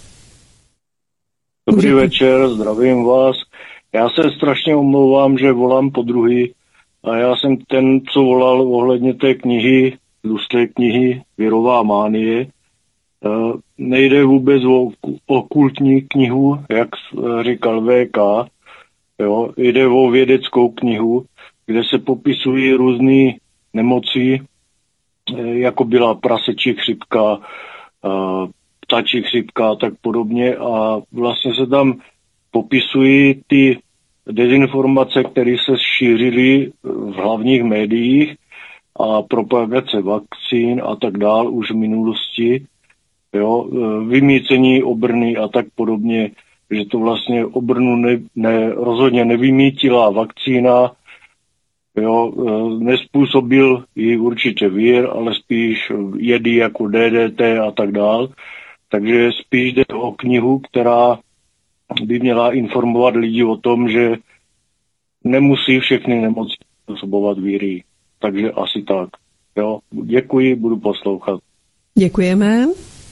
Dobrý večer, zdravím vás. Já se strašně omlouvám, že volám po druhý a já jsem ten, co volal ohledně té knihy, tlusté knihy Virová mánie. Nejde vůbec o okultní knihu, jak říkal VK, jo, jde o vědeckou knihu, kde se popisují různé nemoci, jako byla prasečí chřipka, ptačí chřipka a tak podobně a vlastně se tam popisují ty dezinformace, které se šířily v hlavních médiích a propagace vakcín a tak dál už v minulosti, jo, vymícení obrny a tak podobně, že to vlastně obrnu rozhodně nevymítila vakcína, jo, nespůsobil ji určitě vír, ale spíš jedy jako DDT a tak dál. Takže spíš jde o knihu, která by měla informovat lidi o tom, že nemusí všechny nemoci způsobovat víry. Takže asi tak. Jo, děkuji, budu poslouchat. Děkujeme.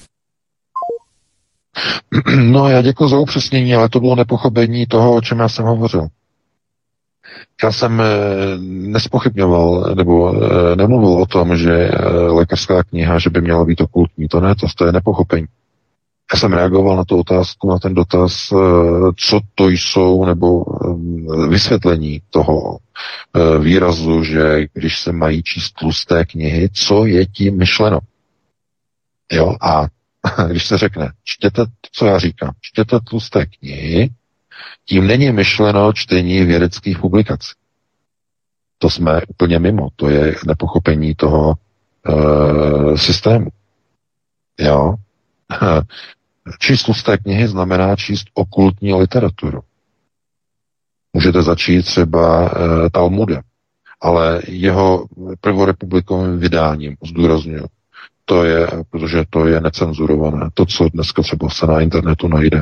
No, já děkuji za upřesnění, ale to bylo nepochopení toho, o čem já jsem hovořil. Já jsem nespochybňoval, nebo nemluvil o tom, že lékařská kniha, že by měla být okultní. To ne, to je nepochopení. Já jsem reagoval na tu otázku, na ten dotaz, co to jsou, nebo vysvětlení toho výrazu, že když se mají číst tlusté knihy, co je tím myšleno. Jo, a když se řekne, čtěte, co já říkám, čtěte tlusté knihy, tím není myšleno čtení vědeckých publikací. To jsme úplně mimo, to je nepochopení toho systému. Jo. Číst tlusté knihy znamená číst okultní literaturu. Můžete začít třeba Talmudem, ale jeho prvorepublikovým vydáním, zdůrazňuji, to je, protože to je necenzurované. To, co dneska třeba se na internetu najde,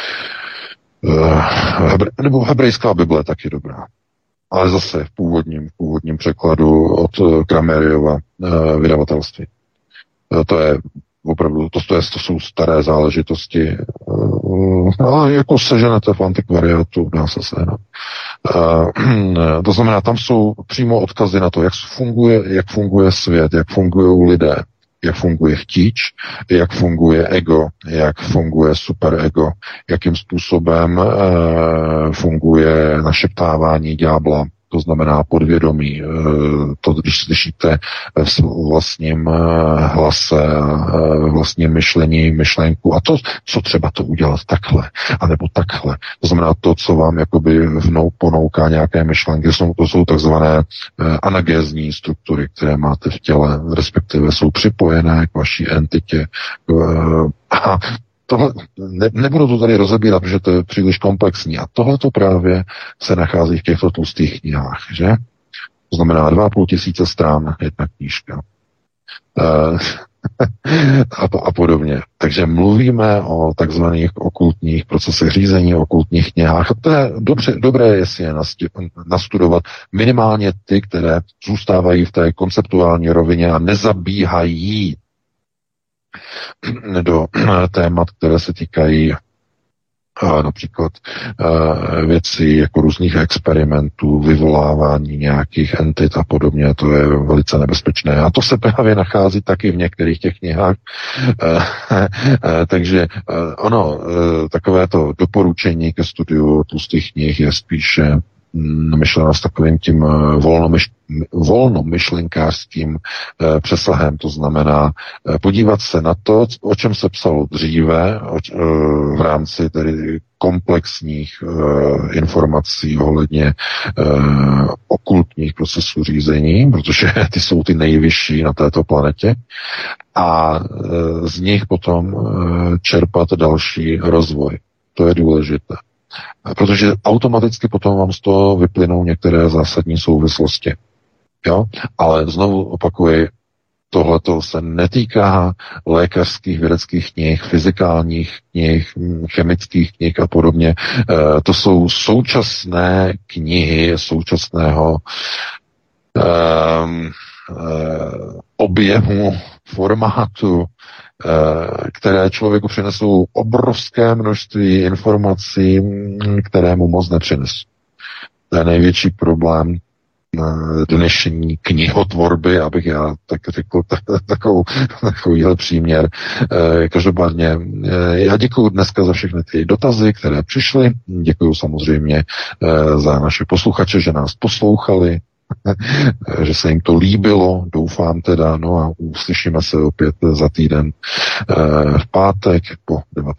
nebo hebrejská Bible taky dobrá. Ale zase v původním překladu od Krameriova vydavatelství. To je opravdu, to jsou staré záležitosti, ale jako seženete v antikvariátu, dá se sehnat. To znamená, tam jsou přímo odkazy na to, jak funguje svět, jak fungují lidé, jak funguje chtíč, jak funguje ego, jak funguje superego, jakým způsobem funguje našeptávání ďábla, to znamená podvědomí, to, když slyšíte v vlastním hlase, vlastním myšlení, myšlenku a to, co třeba to udělat takhle, anebo takhle. To znamená to, co vám jakoby ponouká nějaké myšlenky, to jsou takzvané anagézní struktury, které máte v těle, respektive jsou připojené k vaší entitě. A tohle, nebudu to tady rozebírat, protože to je příliš komplexní. A tohle to právě se nachází v těchto tlustých knihách, že? To znamená 2500 stran jedna knížka. A podobně. Takže mluvíme o takzvaných okultních procesech řízení, o okultních knihách. To je dobré je si je nastudovat. Minimálně ty, které zůstávají v té konceptuální rovině a nezabíhají do témat, které se týkají například věcí jako různých experimentů, vyvolávání nějakých entit a podobně, to je velice nebezpečné. A to se právě nachází taky v některých těch knihách. Takže takovéto doporučení ke studiu tlustých knih je spíše myšlena s takovým tím volnomyšlenkářským přesahem, to znamená podívat se na to, o čem se psalo dříve v rámci tedy komplexních informací ohledně okultních procesů řízení, protože ty jsou ty nejvyšší na této planetě a z nich potom čerpat další rozvoj. To je důležité. Protože automaticky potom vám z toho vyplynou některé zásadní souvislosti. Jo? Ale znovu opakuji, tohleto se netýká lékařských, vědeckých knih, fyzikálních knih, chemických knih a podobně. To jsou současné knihy současného objemu, formátu, které člověku přinesou obrovské množství informací, které mu moc nepřinesou. To je největší problém dnešní knihotvorby, abych já tak řekl takovýhle příměr. Každopádně já děkuju dneska za všechny ty dotazy, které přišly. Děkuju samozřejmě za naše posluchače, že nás poslouchali, že se jim to líbilo, doufám teda, no a uslyšíme se opět za týden v pátek po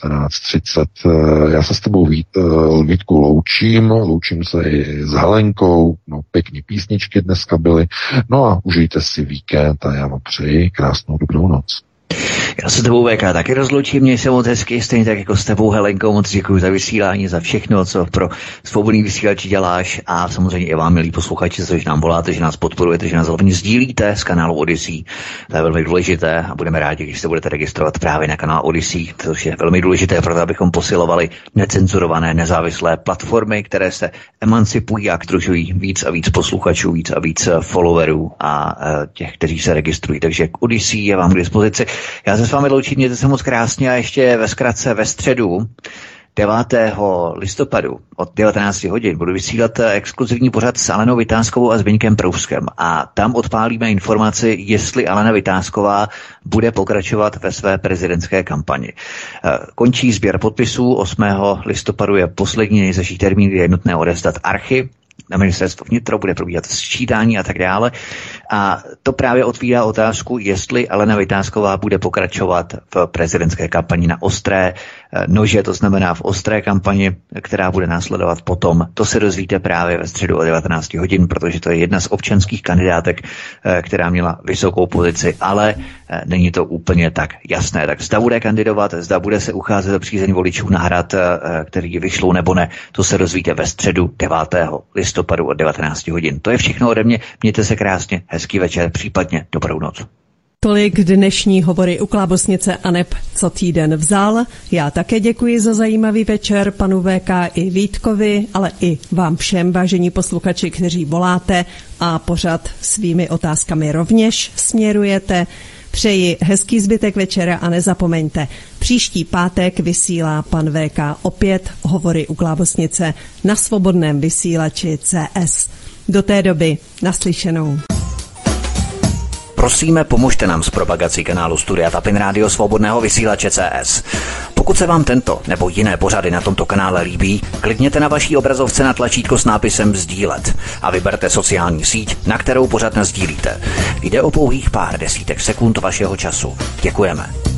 19:30. Já se s tebou Vítku loučím se i s Helenkou, no pěkný písničky dneska byly, no a užijte si víkend a já vám přeji krásnou dobrou noc. Já se tebou VK taky rozloučím, měj se moc hezky, stejně tak jako s tebou Helenkou, moc děkuji za vysílání, za všechno, co pro svobodný vysílači děláš a samozřejmě i vám, milí posluchači, že nám voláte, že nás podporujete, že nás hlavně sdílíte z kanálu Odyssey. To je velmi důležité a budeme rádi, když se budete registrovat právě na kanál Odyssey, což je velmi důležité, proto abychom posilovali necenzurované, nezávislé platformy, které se emancipují a sdružují víc a víc posluchačů, víc a víc followerů a těch, kteří se registrují. Takže k Odyssey je vám k dispozici. Já se s vámi loučím, mějte se moc krásně a ještě ve zkratce ve středu 9. listopadu od 19 hodin budu vysílat exkluzivní pořad s Alenou Vitáskovou a Zbyňkem Proužkem a tam odpálíme informaci, jestli Alena Vitásková bude pokračovat ve své prezidentské kampani. Končí sběr podpisů, 8. listopadu je poslední nejzazší termín, kdy je nutné odevzdat archy na ministerstvo vnitro, bude probíhat sčítání a tak dále. A to právě otvírá otázku, jestli Alena Vitásková bude pokračovat v prezidentské kampani na ostré nože, to znamená v ostré kampani, která bude následovat potom. To se dozvíte právě ve středu o 19 hodin, protože to je jedna z občanských kandidátek, která měla vysokou pozici, ale není to úplně tak jasné. Tak zda bude kandidovat, zda bude se ucházet o přízeň voličů na Hrad, který vyšlou nebo ne, to se dozvíte ve středu 9. listopadu od 19 hodin. To je všechno ode mě. Mějte se krásně, hezký večer, případně dobrou noc. Tolik dnešní hovory u Klábosnice aneb co týden vzal. Já také děkuji za zajímavý večer panu VK i Vítkovi, ale i vám všem, vážení posluchači, kteří voláte a pořad svými otázkami rovněž směrujete. Přeji hezký zbytek večera a nezapomeňte, příští pátek vysílá pan VK opět Hovory u Klábosnice na svobodném vysílači CS. Do té doby naslyšenou. Prosíme, pomožte nám s propagací kanálu Studia Tapin Rádio Svobodného vysílače CS. Pokud se vám tento nebo jiné pořady na tomto kanále líbí, klikněte na vaší obrazovce na tlačítko s nápisem sdílet a vyberte sociální síť, na kterou pořad nasdílíte. Jde o pouhých pár desítek sekund vašeho času. Děkujeme.